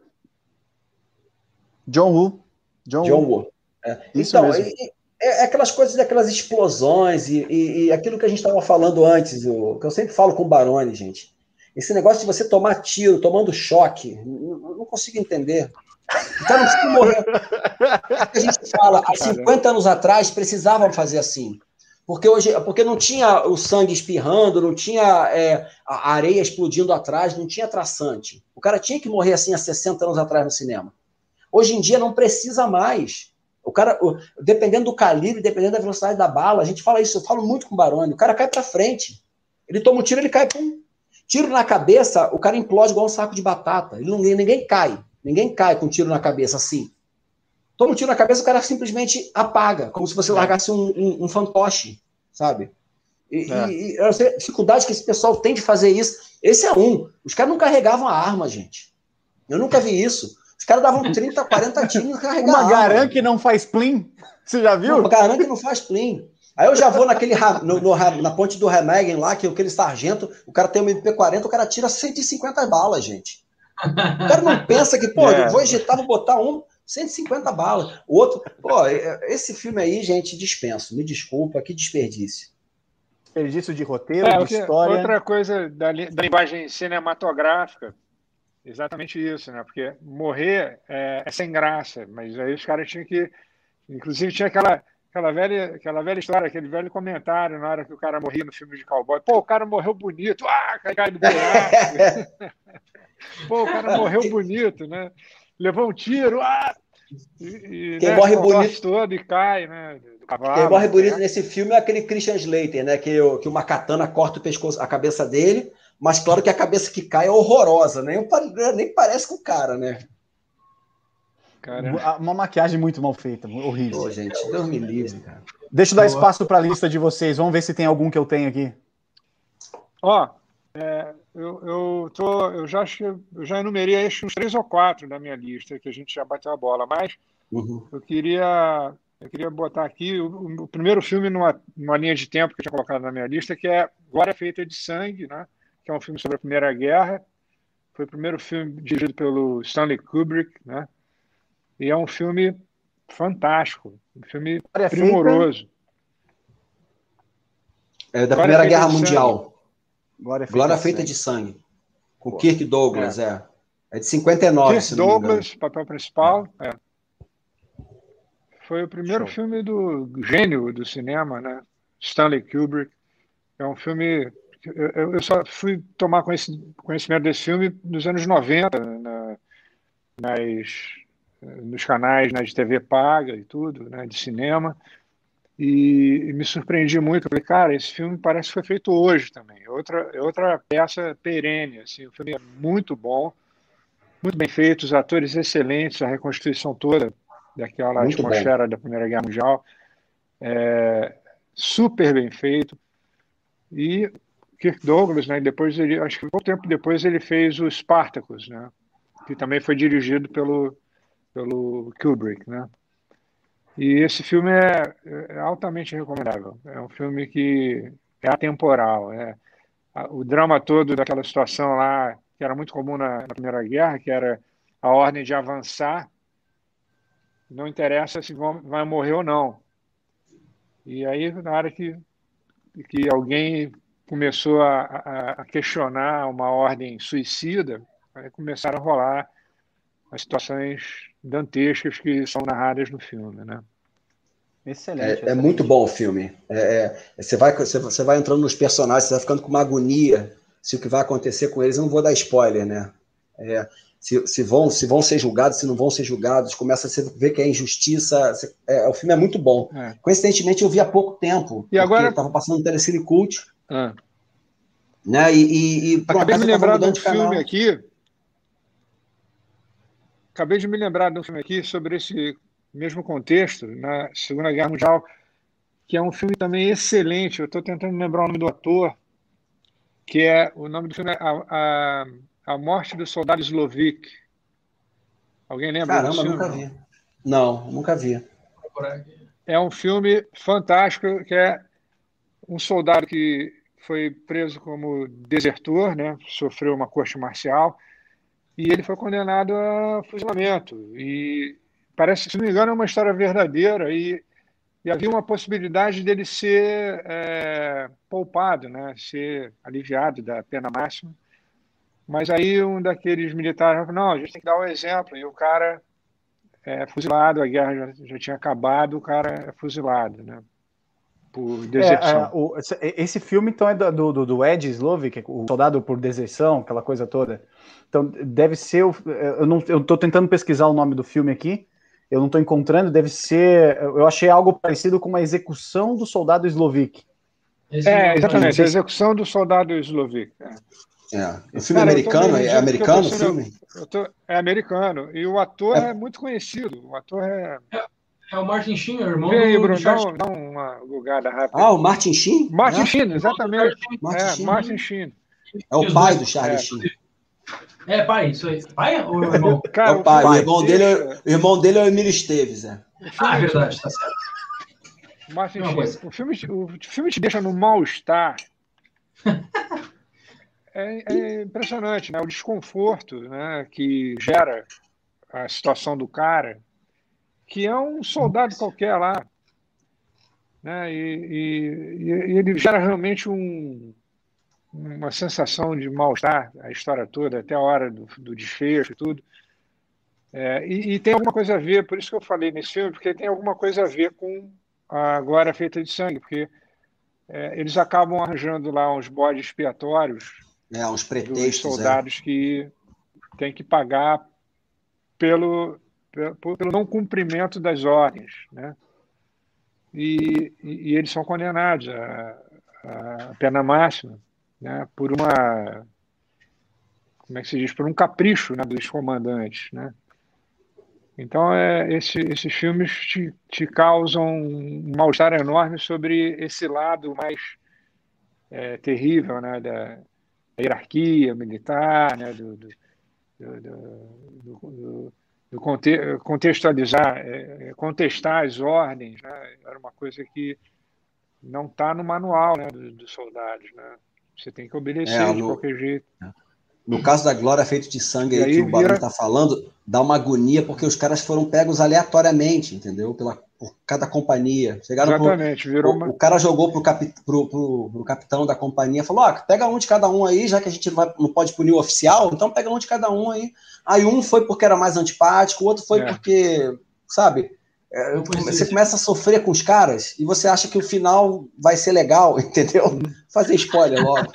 John Woo. John,
John
Woo.
Woo. É.
Isso
Então,
mesmo.
é, é aquelas coisas, aquelas explosões e, e, e aquilo que a gente estava falando antes, o, que eu sempre falo com o Baroni, gente. Esse negócio de você tomar tiro, tomando choque, não, não consigo entender. O cara não precisa morrer. É que a gente fala, há cinquenta anos atrás precisavam fazer assim. Porque hoje, porque não tinha o sangue espirrando, não tinha é, a areia explodindo atrás, não tinha traçante. O cara tinha que morrer assim há sessenta anos atrás no cinema. Hoje em dia não precisa mais. O cara, o, dependendo do calibre, dependendo da velocidade da bala, a gente fala isso, eu falo muito com o Baroni, o cara cai pra frente. Ele toma um tiro, ele cai, pum. Tiro na cabeça, o cara implode igual um saco de batata. Ele não, ninguém cai. Ninguém cai com um tiro na cabeça assim. Toma um tiro na cabeça, o cara simplesmente apaga, como se você largasse um, um, um fantoche, sabe? E,
É.
e, e a dificuldade que esse pessoal tem de fazer isso. Esse é um. Os caras não carregavam a arma, gente. Eu nunca vi isso. Os caras davam trinta, quarenta tiros e não carregavam a
Uma
arma.
Garand que não faz plim. Você já viu?
Uma Garand que não faz plim. Aí eu já vou naquele no, no, na ponte do Remagen lá, que aquele sargento, o cara tem um M P quarenta, o cara tira cento e cinquenta balas, gente. O cara não pensa que, pô,
É.
eu vou ejetar, vou botar um, cento e cinquenta balas. O outro, pô, esse filme aí, gente, dispenso. Me desculpa, que desperdício.
Desperdício de roteiro,
É,
de
o que-
história.
outra coisa da, li- da linguagem cinematográfica, exatamente isso, né? Porque morrer é, é sem graça, mas aí os caras tinham que. Inclusive, tinha aquela, aquela velha, aquela velha história, aquele velho comentário na hora que o cara morria no filme de cowboy. Pô, o cara morreu bonito. Ah, cai, cai do penhasco. Pô, o cara morreu bonito, né? Levou um tiro. Ah! E,
Quem
né,
morre bonito
todo e cai, né? Do cavalo,
Quem morre bonito
né?
nesse filme é aquele Christian Slater, né? Que, o- que uma katana corta o pescoço, a cabeça dele, mas claro que a cabeça que cai é horrorosa, nem, nem parece com o cara, né?
Cara,
Uma maquiagem muito mal feita, horrível.
Pô, gente, Deus me livre, cara.
Deixa eu dar espaço para a lista de vocês. Vamos ver se tem algum que eu tenho aqui.
ó, é, eu, eu, tô, eu, já, acho que eu já enumerei acho, uns três ou quatro da minha lista, que a gente já bateu a bola, mas
Uhum.
eu queria, eu queria botar aqui o, o primeiro filme numa, numa linha de tempo que eu tinha colocado na minha lista, que é Glória Feita de Sangue, né? Que é um filme sobre a Primeira Guerra. Foi o primeiro filme dirigido pelo Stanley Kubrick, né? E é um filme fantástico, um filme
Glória Feita.
primoroso.
É da
Glória
Primeira
Feita
Guerra
de
Mundial.
Sangue.
Glória Feita,
Glória
de,
Feita
sangue.
de Sangue. Com
Pô.
Kirk Douglas, é. é. É de cinquenta e nove,
Kirk
se não me engano.
Douglas, papel principal. É. Foi o primeiro
Show.
filme do gênio do cinema, né? Stanley Kubrick. É um filme. Eu, eu só fui tomar conhecimento desse filme nos anos noventa, na, nas, nos canais, né, de T V paga e tudo, né, de cinema. E, e me surpreendi muito. Eu falei, cara, esse filme parece que foi feito hoje também. É outra, é outra peça perene. Assim. O filme é muito bom, muito bem feito, os atores excelentes, a reconstituição toda daquela
Muito bom.
atmosfera da Primeira Guerra Mundial. É, super bem feito. E Kirk Douglas, né, depois ele, acho que pouco tempo depois ele fez o Spartacus, né, que também foi dirigido pelo, pelo Kubrick, né. E esse filme é, é altamente recomendável. É um filme que é atemporal. É, o drama todo daquela situação lá, que era muito comum na, na Primeira Guerra, que era a ordem de avançar, não interessa se vão, vai morrer ou não. E aí, na hora que, que alguém começou a, a, a questionar uma ordem suicida, aí começaram a rolar as situações dantescas que são narradas no filme, né?
Excelente,
É,
excelente.
é muito bom o filme. É, é, você, vai, você, você vai entrando nos personagens, você vai ficando com uma agonia se o que vai acontecer com eles. Eu não vou dar spoiler, né? É, se, se, vão, se vão ser julgados, se não vão ser julgados, começa a você ver que é injustiça. É, o filme é muito bom.
É.
Coincidentemente, eu vi há pouco tempo,
E agora
estava passando no Telecine Cult.
Ah.
Né? E, e, e por
Acabei de
acaso
me
eu estava
lembrar de
mudando
um
de canal.
filme aqui. Acabei de me lembrar de um filme aqui sobre esse mesmo contexto, na Segunda Guerra Mundial, que é um filme também excelente. Eu estou tentando lembrar o nome do ator, que é o nome do filme é A, a, a Morte do Soldado Slovik. Alguém lembra desse
Caramba,
filme?
nunca
Não?
vi. Não, nunca vi.
É um filme fantástico, que é um soldado que foi preso como desertor, né? Sofreu uma corte marcial, e ele foi condenado a fuzilamento. E parece, se não me engano, é uma história verdadeira, e, e havia uma possibilidade dele ser é, poupado, né? Ser aliviado da pena máxima. Mas aí um daqueles militares falou, não, a gente tem que dar um exemplo, e o cara é fuzilado, a guerra já, já tinha acabado, o cara é fuzilado, né? Por
É, é,
deserção.
o, esse filme, então, é do, do, do Ed Slovik, o Soldado por Deserção, aquela coisa toda. Então, deve ser... Eu não, eu tô tentando pesquisar o nome do filme aqui, eu não estou encontrando, deve ser... Eu achei algo parecido com uma execução do Soldado Slovik.
Esse é, exatamente,
se...
a execução do Soldado Slovik.
É. É. O filme
Cara,
americano? É americano o filme?
Eu tô, é americano, e o ator é,
é
muito conhecido. O ator é...
É, é o Martin Sheen, o irmão
Vem aí,
do,
Bruno,
do Charles.
dá, um, dá uma bugada rápida.
Ah, o Martin Sheen?
Martin
é?
Sheen, exatamente.
Martin
é,
Sheen.
Martin Sheen.
É o pai do Charlie é. Sheen.
É, pai, isso aí. Pai ou irmão?
Cara,
é o pai. O,
pai.
irmão
Deixa...
dele é, o irmão dele é o Emílio Esteves. É.
Ah, é verdade, tá certo.
Martin Sheen. O filme, o filme te deixa no mal-estar. É, é impressionante, né? O desconforto, né, que gera a situação do cara, que é um soldado qualquer lá, né? E, e, e ele gera realmente um, uma sensação de mal-estar, a história toda, até a hora do, do desfecho e tudo. É, e, e tem alguma coisa a ver, por isso que eu falei nesse filme, porque tem alguma coisa a ver com a Glória Feita de Sangue, porque é, eles acabam arranjando lá uns bodes expiatórios
É, uns
dos
pretextos, é.
soldados que têm que pagar pelo, pelo, pelo não cumprimento das ordens, né? E, e, e eles são condenados à, à pena máxima, né? Por uma, como é que se diz, por um capricho, né, dos comandantes, né? Então, é, esse, esses filmes te, te causam um mal-estar enorme sobre esse lado mais é, terrível, né, da, da hierarquia militar, né, do, do, do, do, do, do conte, contextualizar, é, contestar as ordens, né? Era uma coisa que não está no manual, né, dos, dos soldados, né? Você tem que obedecer
É,
de
no,
qualquer jeito.
no caso da Glória Feito de Sangue
E
aí,
aí
que o Barulho
vira...
está falando, dá uma agonia porque os caras foram pegos aleatoriamente, entendeu? Pela, por cada companhia. Chegaram
Exatamente,
pro,
virou
o,
uma...
o cara jogou pro, capi, pro, pro, pro capitão da companhia, falou, ah, pega um de cada um aí, já que a gente não, vai, não pode punir o oficial, então pega um de cada um aí. Aí um foi porque era mais antipático, o outro foi
É.
porque, sabe... É, você começa a sofrer com os caras e você acha que o final vai ser legal, entendeu? Fazer spoiler logo.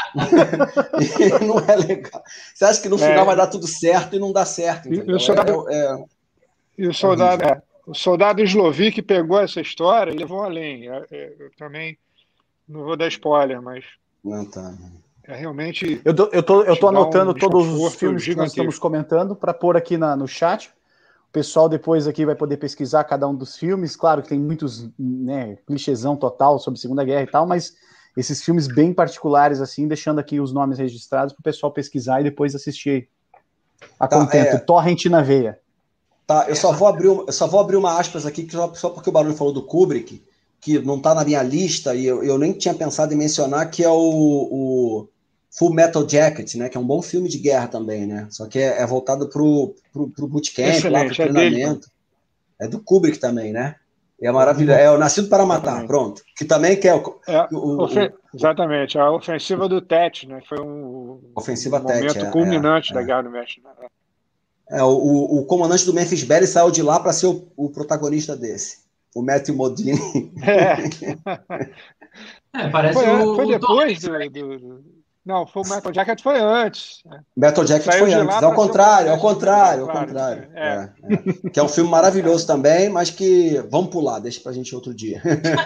E não é legal. Você acha que no final é, vai dar tudo certo e não dá certo, entendeu?
E o soldado, é, é, e o soldado, é, o soldado Slovic pegou essa história e levou além. Eu, eu também não vou dar spoiler, mas
não tá.
É realmente.
Eu tô, eu tô, eu tô anotando
um
todos os filmes que nós estamos comentando para pôr aqui na, no chat. O pessoal depois aqui vai poder pesquisar cada um dos filmes. Claro que tem muitos, né, clichêzão total sobre Segunda Guerra e tal, mas esses filmes bem particulares, assim, deixando aqui os nomes registrados para o pessoal pesquisar e depois assistir a tá, contento. É... Torrent na veia.
Tá, eu só vou abrir, eu só vou abrir uma aspas aqui, só porque o Barulho falou do Kubrick, que não está na minha lista, e eu, eu nem tinha pensado em mencionar, que é o, o Full Metal Jacket, né, que é um bom filme de guerra também, né? Só que é, é voltado pro, pro, pro bootcamp, lá pro treinamento. É, é do Kubrick também, né? É maravilhoso. É o Nascido para Matar, exatamente. Pronto. Que também que é o,
é,
o,
ofen... o exatamente, a ofensiva do Tet, né? Foi um,
ofensiva
um momento
Tet, é,
culminante
é,
da
é.
Guerra do México. Né?
É, o, o comandante do Memphis Belly saiu de lá para ser o, o protagonista desse, o Matthew Modine.
É, é parece foi, o, foi depois do, do, do... Não, foi o Metal Jacket foi antes.
Metal Jacket Saiu foi antes, ao contrário, ao contrário, ao contrário. É, é. É. Que é um filme maravilhoso também, mas que vamos pular, deixa pra gente outro dia.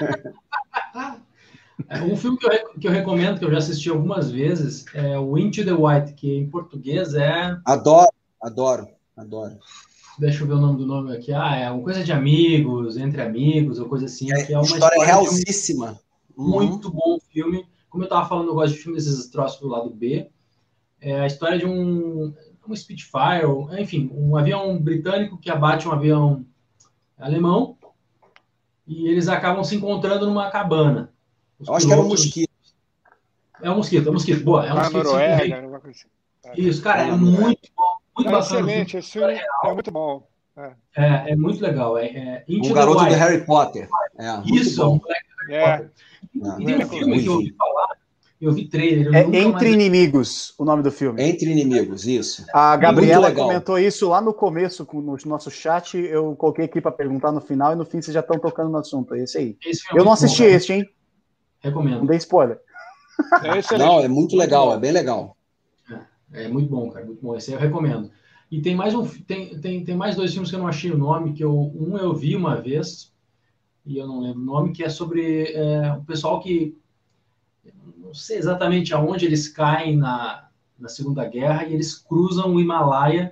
Um filme que eu, que eu recomendo, que eu já assisti algumas vezes, é o Into the White, que em português é...
Adoro, adoro, adoro.
Deixa eu ver o nome do nome aqui. Ah, é uma coisa de amigos, entre amigos, ou coisa assim.
É,
que é uma
história, história realíssima.
Um, uhum. Muito bom filme. Como eu estava falando, eu gosto de filmes desses troços do lado B. É a história de um, um Spitfire, enfim, um avião britânico que abate um avião alemão e eles acabam se encontrando numa cabana.
Os eu acho pilotos... que era um mosquito.
É um mosquito, é um mosquito. Boa, é um mosquito.
Noruega, uma coisa
assim. Isso, cara, é, é muito bom, muito
é
bacana.
Excelente, esse filme é muito bom.
É, é, é muito legal. É, é
o garoto do Harry Potter. É,
isso, é um moleque do Harry Potter.
É.
E tem um filme que eu ouvi falar, eu vi trailer. Eu
é Entre
mais...
Inimigos, o nome do filme.
Entre Inimigos, isso.
A Gabriela comentou isso lá no começo, no nosso chat. Eu coloquei aqui para perguntar no final, e no fim vocês já estão tocando no assunto. É esse aí. Esse eu não assisti bom, esse, hein?
Recomendo.
Não dei spoiler.
É não, é muito legal, é bem legal.
É, é muito bom, cara, muito bom. Esse aí eu recomendo. E tem mais, um, tem, tem, tem mais dois filmes que eu não achei o nome, que eu, um eu vi uma vez, e eu não lembro o nome, que é sobre é, o pessoal que... Não sei exatamente aonde eles caem na, na Segunda Guerra, e eles cruzam o Himalaia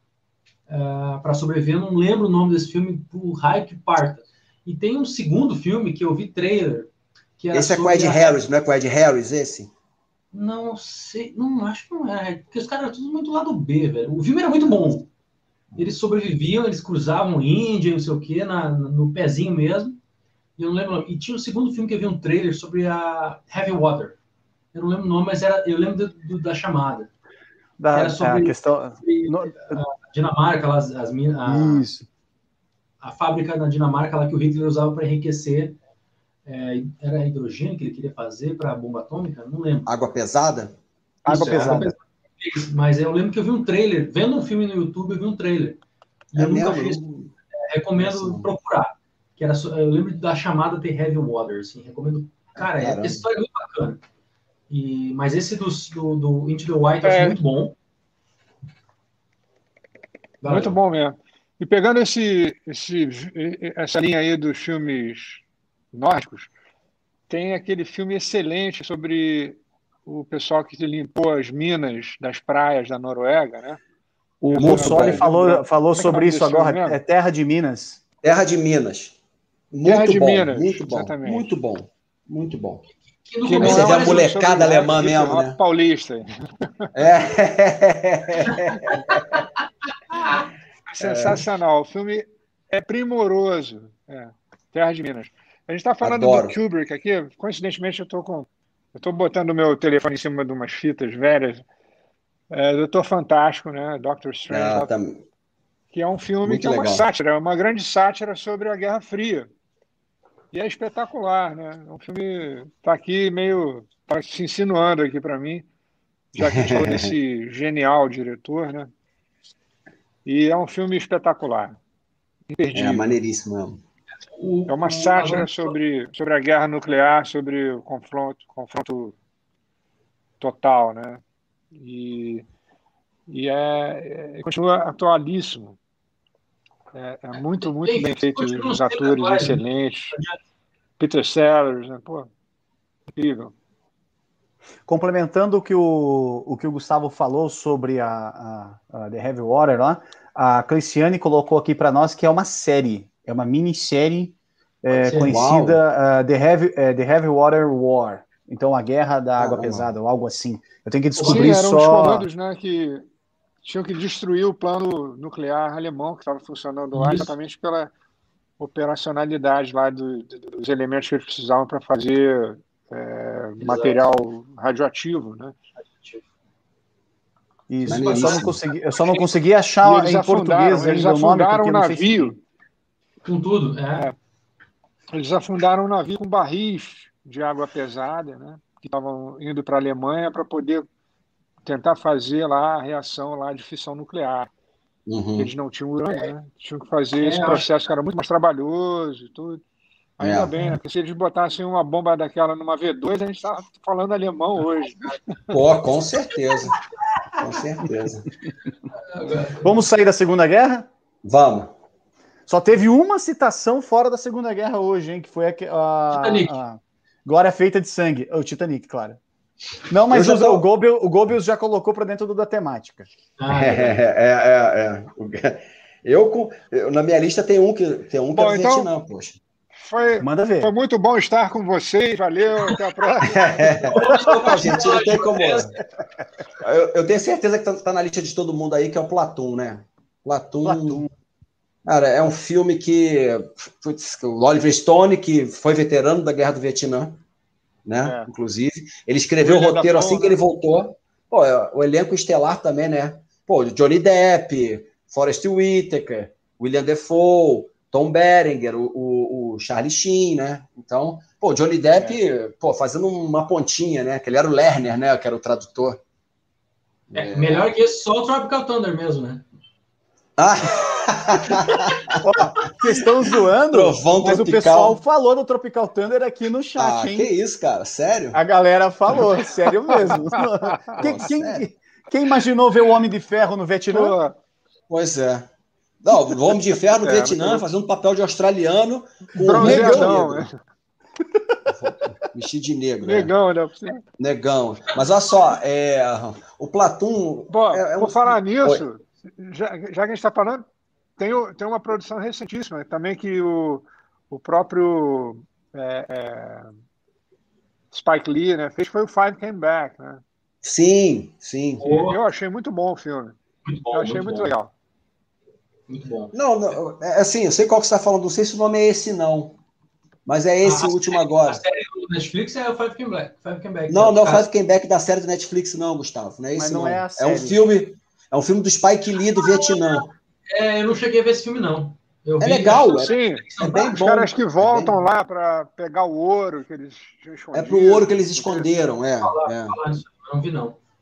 uh, para sobreviver. Não lembro o nome desse filme, por raio que parta. E tem um segundo filme que eu vi trailer. Que
esse é com o Ed a... Harris, não é com o Ed Harris esse?
Não sei, não acho que não é, porque os caras eram tudo muito lado B, velho. O filme era muito bom. Eles sobreviviam, eles cruzavam Índia, não sei o quê, na, no pezinho mesmo. E eu não lembro o nome. E tinha um segundo filme que eu vi um trailer sobre a Heavy Water. Eu não lembro o nome, mas era, eu lembro do, do, da chamada.
Da
que era sobre,
a questão...
sobre a Dinamarca, lá, as, as, a,
Isso.
a fábrica na Dinamarca lá que o Hitler usava para enriquecer. É, era hidrogênio que ele queria fazer para a bomba atômica? Não lembro.
Água pesada?
Água
Isso,
pesada.
Água pesada. Mas eu lembro que eu vi um trailer, vendo um filme no YouTube, eu vi um trailer. E é eu nunca fiz. É, recomendo é procurar. que era, eu lembro da chamada The Heavy Water, assim, recomendo. Cara,
Caramba.
a história é muito bacana. E, mas esse do, do, do Into the White eu acho
É.
muito bom. Vai lá,
Muito
João.
bom mesmo. E pegando esse, esse, essa linha aí dos filmes nórdicos, tem aquele filme excelente sobre o pessoal que limpou as minas das praias da Noruega, né?
O
Eu-
Mussoli
eu-
falou,
eu-
falou
como é que é o
sobre
nome
isso
desse filme
agora.
mesmo?
É Terra de Minas.
Terra de Minas.
Terra
Muito
de
bom,
Minas,
muito bom,
exatamente.
muito bom, muito bom.
Que no
Que
Aí
não
começo
você
é
vê a
um
parece-
filme sobre
molecada
o
alemã
hip
mesmo,
hop
né?
paulista.
É.
É sensacional. O filme é primoroso. É. Terra de Minas. A gente está falando
Adoro.
do Kubrick aqui. Coincidentemente, eu estou com. Eu estou botando o meu telefone em cima de umas fitas velhas. É, Doutor Fantástico, né? Doctor Strange,
Ah, tá
que é um filme
muito
que é uma
legal.
sátira, uma grande sátira sobre a Guerra Fria. E é espetacular, né? É um filme está aqui meio tá se insinuando aqui para mim, já que a gente falou desse genial diretor, né? E é um filme espetacular,
É
imperdível.
maneiríssimo mesmo.
o-
É uma
o-
sátira
agora-
sobre, sobre a guerra nuclear, sobre o confronto, confronto total, né? E, e é, é- continua atualíssimo. É, é muito, muito
Tem
bem
filmes que
feito,
continuam
os
sempre
atores
atuais, né?
excelentes. Peter Sellers, né? Pô, incrível.
Complementando o que o, o que o Gustavo falou sobre a, a, a The Heavy Water lá, a Cleiciane colocou aqui para nós que é uma série, é uma minissérie é,
Pode ser.
conhecida uh, The, Heavy, uh, The Heavy Water War. Então, a Guerra da Água
Caramba.
Pesada, ou algo assim. Eu tenho que
Sim,
descobrir
eram os
só...
comandos, né, que tinham que destruir o plano nuclear alemão que estava funcionando lá,
Isso.
exatamente pela operacionalidade lá do, do, dos elementos que eles precisavam para fazer é, material radioativo, né?
Isso, eu
Maneiríssimo.
só não consegui, eu só não consegui
E
achar
eles
em
afundaram,
português
eles
ainda o nome,
afundaram
porque
o
não sei se
navio.
tem.
Com tudo, é.
Eles afundaram um navio com barris de água pesada, né? Que estavam indo para a Alemanha para poder tentar fazer lá a reação lá de fissão nuclear.
Uhum.
Eles não tinham urânio, né? Tinham que fazer
É,
esse
eu
processo que era muito mais trabalhoso e tudo. Ainda
É.
bem, né? Porque se eles botassem uma bomba daquela numa V dois, a gente estava falando alemão hoje.
Pô, com certeza. Com certeza.
Vamos sair da Segunda Guerra?
Vamos.
Só teve uma citação fora da Segunda Guerra hoje, hein? Que foi a, a,
Titanic.
a Glória Feita de Sangue. O Titanic, claro. Não, mas
Eu já
o,
tô-
o, Goebbels, o Goebbels já colocou para dentro do, da temática.
Ah,
É,
é.
é, é, é. Eu, com- eu- na minha lista tem um que, tem um que
Bom,
é do
então-
Vietnã, poxa.
Foi,
Manda ver.
foi muito bom estar com vocês. Valeu, até a próxima.
Opa, gente, não tem como. Eu, eu tenho certeza que tá, tá na lista de todo mundo aí, que é o Platoon, né? Platoon.
Platoon.
Cara, é um filme que. Putz, o Oliver Stone, que foi veterano da Guerra do Vietnã, né?
É.
Inclusive. Ele escreveu
William
o roteiro
Dafoe,
assim que
né?
ele voltou. Pô, é, o elenco estelar também, né? Pô, Johnny Depp, Forrest Whitaker, William Dafoe, Tom Berenger, o, o, o Charlie Sheen, né? Então, pô, Johnny Depp, pô, fazendo uma pontinha, né? Que ele era o Lerner, né? Que era o tradutor.
É, melhor que esse, só o Tropical Thunder mesmo, né?
Ah!
Vocês estão zoando,
Trovão
mas
tropical.
o pessoal falou do Tropical Thunder aqui no chat,
Ah,
hein?
que isso, cara? Sério?
A galera falou, sério mesmo. quem,
Pô,
quem-
sério?
quem imaginou ver o Homem de Ferro no Vietnã?
Pô,
Pois é. Não, o Homem de Ferro no
É,
Vietnã,
eu-
fazendo papel de australiano com
bronzeadão,
negão.
né?
Vestido de negro, né?
Negão, né?
Negão. Mas olha só, é, o Platoon...
Bom,
é, é
por
um-
falar nisso, já, já que a gente está falando, tem, o- tem uma produção recentíssima também que o, o próprio é, é, Spike Lee, né, fez, foi o Five Came Back, né?
Sim, sim.
E eu achei muito bom o filme.
Muito bom,
Eu achei muito,
bom.
legal.
Muito bom.
Não, não, é assim, eu sei qual que você está falando, não sei se o nome é esse, não. Mas é esse
A
último
série-
agora.
A série do Netflix é o Five Came Back. Five Came Back
Não, não,
Cara,
Five Came Back da série do Netflix, não, Gustavo. Não é esse,
Mas não é a
É um
série.
filme, é um filme do Spike Lee do Vietnã.
É, eu não cheguei a ver esse filme, não. Eu
É
vi,
legal,
acho que-
Sim,
É bem
os
bom.
caras que voltam
bem-
lá para pegar o ouro que eles tinham
É
escondido.
pro ouro que eles esconderam, é.
Falar,
é.
falar disso, eu não vi, não.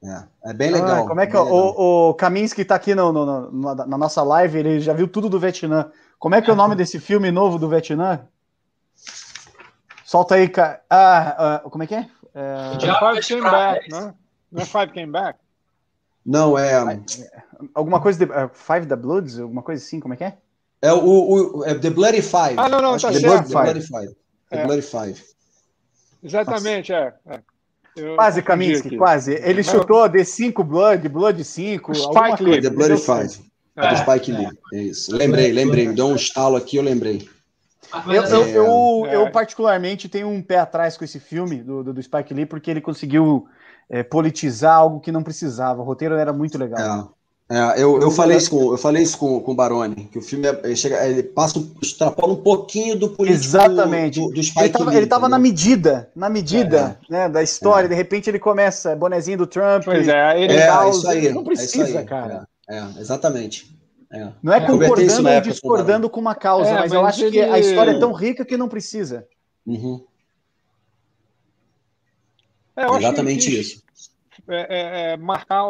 É, é bem legal.
Ah, como é que
o,
o, o Kaminsky está aqui no, no, no, na nossa live, ele já viu tudo do Vietnã. Como é que é o nome desse filme novo do Vietnã? Solta aí, cara. Ah, uh, como é que é?
Uh... Five Came Back, né? Não é Five Came Back?
Não, é...
Alguma coisa de... Uh, Five the Bloods? Alguma coisa assim, como é que é?
É o, o é The Bloody Five.
Ah, não, não, tá
The
certo.
Bloody, The Bloody Five. The
é.
Bloody Five.
Exatamente, é. é. Eu
quase, Kaminsky, aqui. quase. Ele Mas... chutou D cinco Blood, Blood cinco,
Spike Lee.
The Bloody Five. É, do Spike Lee. É isso. Lembrei, lembrei. Me deu um estalo aqui, eu lembrei.
Eu, eu, é... eu, eu, particularmente, tenho um pé atrás com esse filme do, do, do Spike Lee, porque ele conseguiu é, politizar algo que não precisava. O roteiro era muito legal.
É. É, eu, eu, falei isso com, eu falei isso com, com o Baroni, que o filme é, ele, chega, ele passa, extrapola um pouquinho do político.
Exatamente.
Do, do Spike
ele tava,
Lee,
ele tava na medida, na medida
é,
né, da história.
É.
De repente ele começa, bonezinho do Trump.
Pois é, ele
é,
dá
os... isso aí,
não precisa,
é isso aí,
cara.
É, é exatamente. É.
Não é concordando ou
época,
discordando com uma causa,
é,
mas,
mas
eu acho
ele...
que a história é tão rica que não precisa.
Uhum.
É, eu
exatamente
que
isso.
É, é, marcar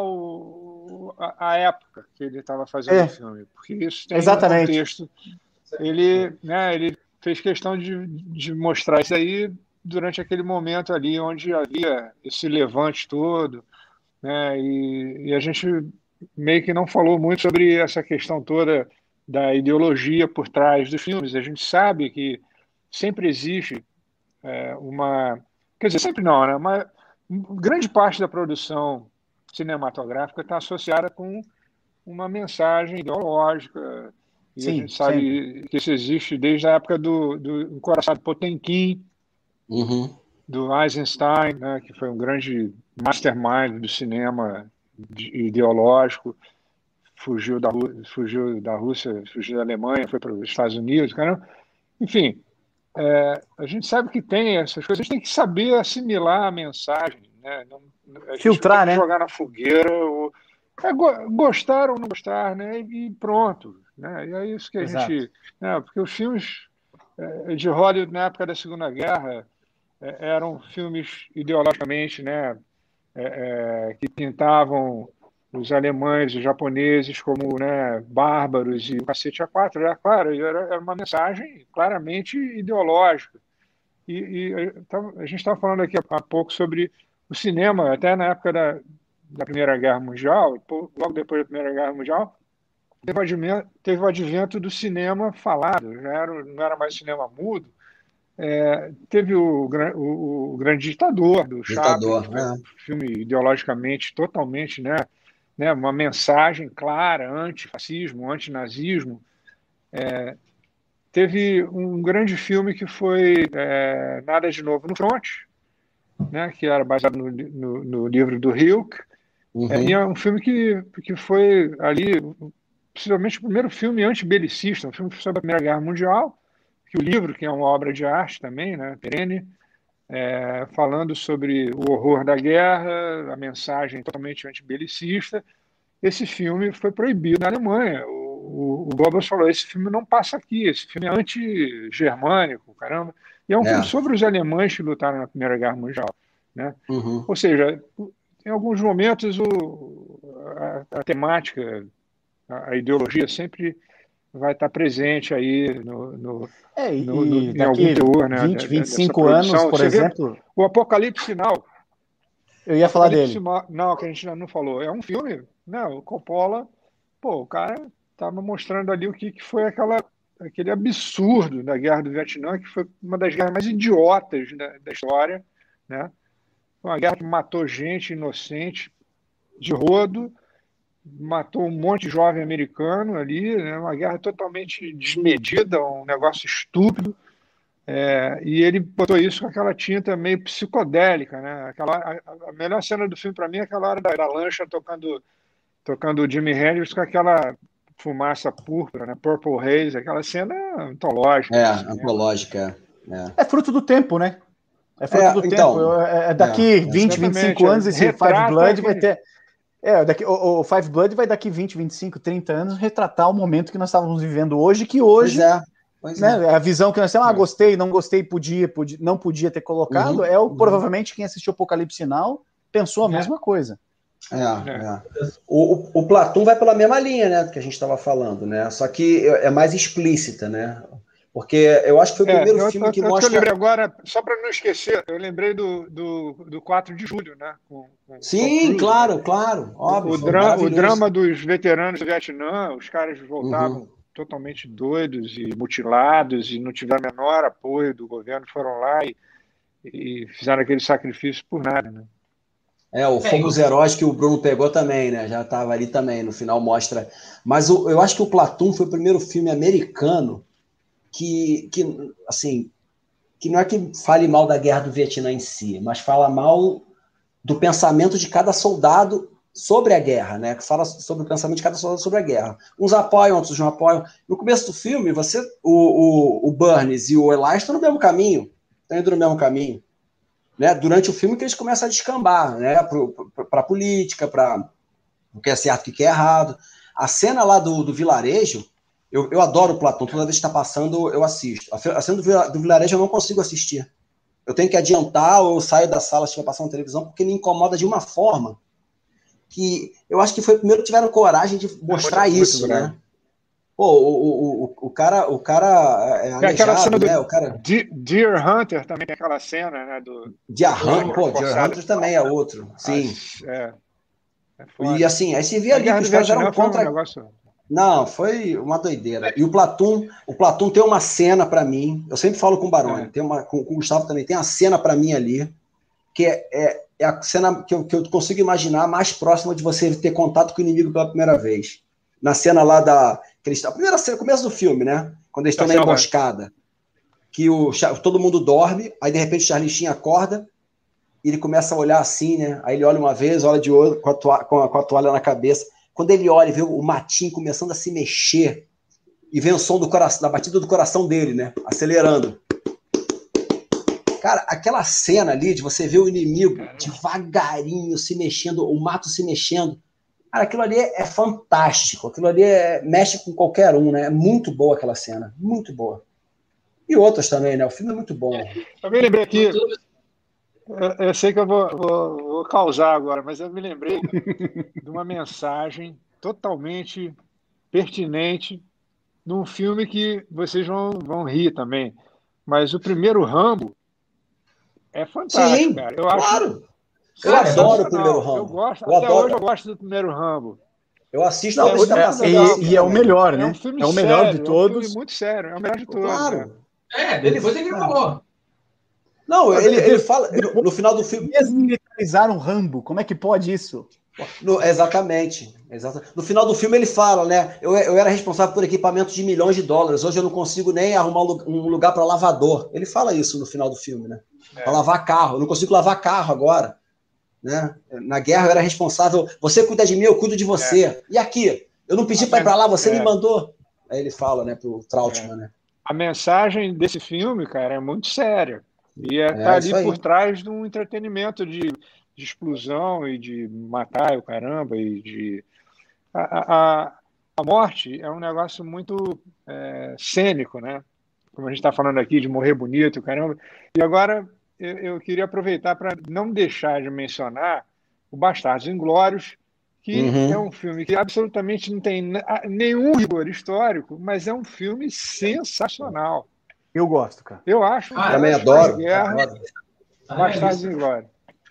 o, a, a época que ele estava fazendo
é.
o filme, porque isso tem
exatamente.
um contexto. Ele, né, ele fez questão de, de mostrar isso aí durante aquele momento ali onde havia esse levante todo, né, e, e a gente meio que não falou muito sobre essa questão toda da ideologia por trás dos filmes. A gente sabe que sempre existe é, uma... Quer dizer, sempre não, né? Mas grande parte da produção cinematográfica está associada com uma mensagem ideológica, e
Sim,
a gente sabe sempre. que isso existe desde a época do, do Encoraçado Potemkin,
uhum.
do Eisenstein, né, que foi um grande mastermind do cinema ideológico, fugiu da, fugiu da Rússia, fugiu da Alemanha, foi para os Estados Unidos, caramba. Enfim, é, a gente sabe que tem essas coisas, a gente tem que saber assimilar a mensagem, né? Não, a
filtrar,
gente
né?
Jogar na fogueira, ou, é, gostar ou não gostar, né? E pronto, né? E é isso que a
Exato.
gente, né? Porque os filmes é, de Hollywood na época da Segunda Guerra é, eram filmes ideologicamente, né? É, é, que pintavam os alemães, os japoneses como, né, bárbaros e o cacete a quatro, era claro, era, era uma mensagem claramente ideológica. E, e a gente estava falando aqui há pouco sobre o cinema, até na época da, da Primeira Guerra Mundial, logo depois da Primeira Guerra Mundial, teve o advento, teve o advento do cinema falado, já era, não era mais cinema mudo. É, teve o, o, o Grande Ditador, do
Ditador,
Chaplin,
é.
um filme ideologicamente totalmente, né, né, uma mensagem clara, antifascismo, antinazismo. É, teve um grande filme que foi é, Nada de Novo no Front, né, que era baseado no, no, no livro do Hilke, uhum. é, e é um filme que, que foi ali, possivelmente o primeiro filme antibelicista, um filme sobre a Primeira Guerra Mundial, que o livro, que é uma obra de arte também, né, perene, é, falando sobre o horror da guerra, a mensagem totalmente antibelicista. Esse filme foi proibido na Alemanha. O, o, o Goebbels falou, esse filme não passa aqui, esse filme é anti-germânico, caramba. E é um é. filme sobre os alemães que lutaram na Primeira Guerra Mundial, né?
Uhum.
Ou seja, em alguns momentos o, a, a temática, a, a ideologia sempre vai estar presente aí no, no,
é, e
no, no, em
daqui
algum teor, né?
vinte, vinte e cinco anos, por
Você
exemplo...
O Apocalipse Sinal.
Eu ia falar dele.
Não, que a gente não falou. É um filme, né? O Coppola, pô, o cara estava mostrando ali o que, que foi aquela, aquele absurdo da Guerra do Vietnã, que foi uma das guerras mais idiotas da, da história, né? Foi uma guerra que matou gente inocente de rodo, matou um monte de jovem americano ali, né? Uma guerra totalmente desmedida, um negócio estúpido. É, e ele botou isso com aquela tinta meio psicodélica, né? Aquela, a, a melhor cena do filme para mim é aquela hora da, da lancha tocando, tocando o Jimi Hendrix com aquela fumaça púrpura, né? Purple Haze, aquela cena antológica.
É,
assim,
antológica.
É. é fruto do tempo, né? É fruto
é,
do
então,
tempo. É, é daqui é, vinte, vinte e cinco anos esse Five Blood vai ter... É, daqui, o, o Five Blood vai daqui vinte, vinte e cinco, trinta anos retratar o momento que nós estávamos vivendo hoje, que hoje...
Pois é. Pois
né?
é.
A visão que nós temos, ah, gostei, não gostei, podia, podia não podia ter colocado, uhum, é o, uhum. provavelmente quem assistiu Apocalipse Sinal pensou a
é.
mesma coisa.
É, é. O, o, o Platoon vai pela mesma linha, né, do que a gente estava falando, né? Só que é mais explícita, né? Porque eu acho que foi o primeiro
é, eu,
filme
eu,
que
eu,
mostra...
Eu lembrei agora, só para não esquecer, eu lembrei do, do, do quatro de julho, né? Com, com
Sim,
Cruise,
claro,
né?
claro, óbvio.
O, dra o drama dos veteranos do Vietnã, os caras voltavam
uhum.
totalmente doidos e mutilados e não tiveram o menor apoio do governo, foram lá e, e fizeram aquele sacrifício por nada, né?
É, o Fomos Heróis que o Bruno pegou também, né? Já estava ali também, no final mostra. Mas o, eu acho que o Platoon foi o primeiro filme americano que, que, assim, que não é que fale mal da guerra do Vietnã em si, mas fala mal do pensamento de cada soldado sobre a guerra, né? Que fala sobre o pensamento de cada soldado sobre a guerra. Uns apoiam, outros não apoiam. No começo do filme, você, o, o, o Burns e o Eli estão no mesmo caminho, estão indo no mesmo caminho. Né, durante o filme que eles começam a descambar, né, para a política, para o que é certo e o que é errado. A cena lá do, do vilarejo, eu, eu adoro o Platoon, toda vez que está passando eu assisto. A cena do, do vilarejo eu não consigo assistir. Eu tenho que adiantar ou eu saio da sala se estiver passando televisão, porque me incomoda de uma forma que eu acho que foi o primeiro que tiveram coragem de mostrar muito, isso, muito né? Pô, o, o, o, o cara, o cara é aleijado,
aquela cena
né?
Do
o cara...
Deer Hunter também tem aquela cena, né? Do...
Deer Hunter, pô, Deer Hunter também é outro, sim.
É, é
e assim, aí você via ali que os caras eram contra...
Um negócio...
Não, foi uma doideira. E o Platoon, o Platoon tem uma cena para mim, eu sempre falo com o Baroni, é. tem uma, com, com o Gustavo também, tem uma cena para mim ali, que é, é, é a cena que eu, que eu consigo imaginar mais próxima de você ter contato com o inimigo pela primeira vez. Na cena lá da... Que eles, a primeira cena, começo do filme, né? Quando eles estão na emboscada. Que o, todo mundo dorme, aí de repente o Charlie Sheen acorda e ele começa a olhar assim, né? Aí ele olha uma vez, olha de outro, com a, toalha, com a, com a toalha na cabeça. Quando ele olha e vê o matinho começando a se mexer e vê o som do coração, da batida do coração dele, né? Acelerando. Cara, aquela cena ali de você ver o inimigo devagarinho se mexendo, o mato se mexendo. Cara, aquilo ali é, é fantástico. Aquilo ali é, mexe com qualquer um, né? É muito boa aquela cena. Muito boa. E outras também, né? O filme é muito bom.
Eu me lembrei aqui... Eu, eu sei que eu vou, vou, vou causar agora, mas eu me lembrei de uma mensagem totalmente pertinente num filme que vocês vão, vão rir também. Mas o primeiro Rambo é fantástico,
Sim,
cara. Eu
claro.
acho...
Eu cara, adoro o primeiro Rambo.
Eu gosto,
eu
até
adoro.
hoje eu gosto do primeiro Rambo.
Eu assisto
Não,
é,
é, é, e, e é o melhor, né?
É um filme
é o melhor
sério,
de todos.
É um filme muito sério, é o melhor de todos.
Claro.
Né?
É, depois ele, ele falou.
Não, ele, ele fala no, no final do filme.
Desmilitarizaram Rambo, como é que pode isso?
No, exatamente, exatamente. No final do filme ele fala, né? Eu, eu era responsável por equipamento de milhões de dólares. Hoje eu não consigo nem arrumar um lugar para lavador. Ele fala isso no final do filme, né? É. Para lavar carro. Eu não consigo lavar carro agora. Né? Na guerra eu era responsável. Você cuida de mim, eu cuido de você. É. E aqui? Eu não pedi para ir para lá, você é. me mandou. Aí ele fala, né, pro Trautmann, é. né?
A mensagem desse filme, cara, é muito séria. E é, tá ali por trás de um entretenimento de, de explosão e de matar o caramba e de... A, a, a morte é um negócio muito é, cênico, né? Como a gente está falando aqui, de morrer bonito, caramba. E agora eu, eu queria aproveitar para não deixar de mencionar o Bastardos Inglórios, que uhum. é um filme que absolutamente não tem nenhum rigor histórico, mas é um filme sensacional.
Eu gosto, cara.
Eu acho.
Ah, também adoro.
Guerra, adoro. Bastardos Inglórios.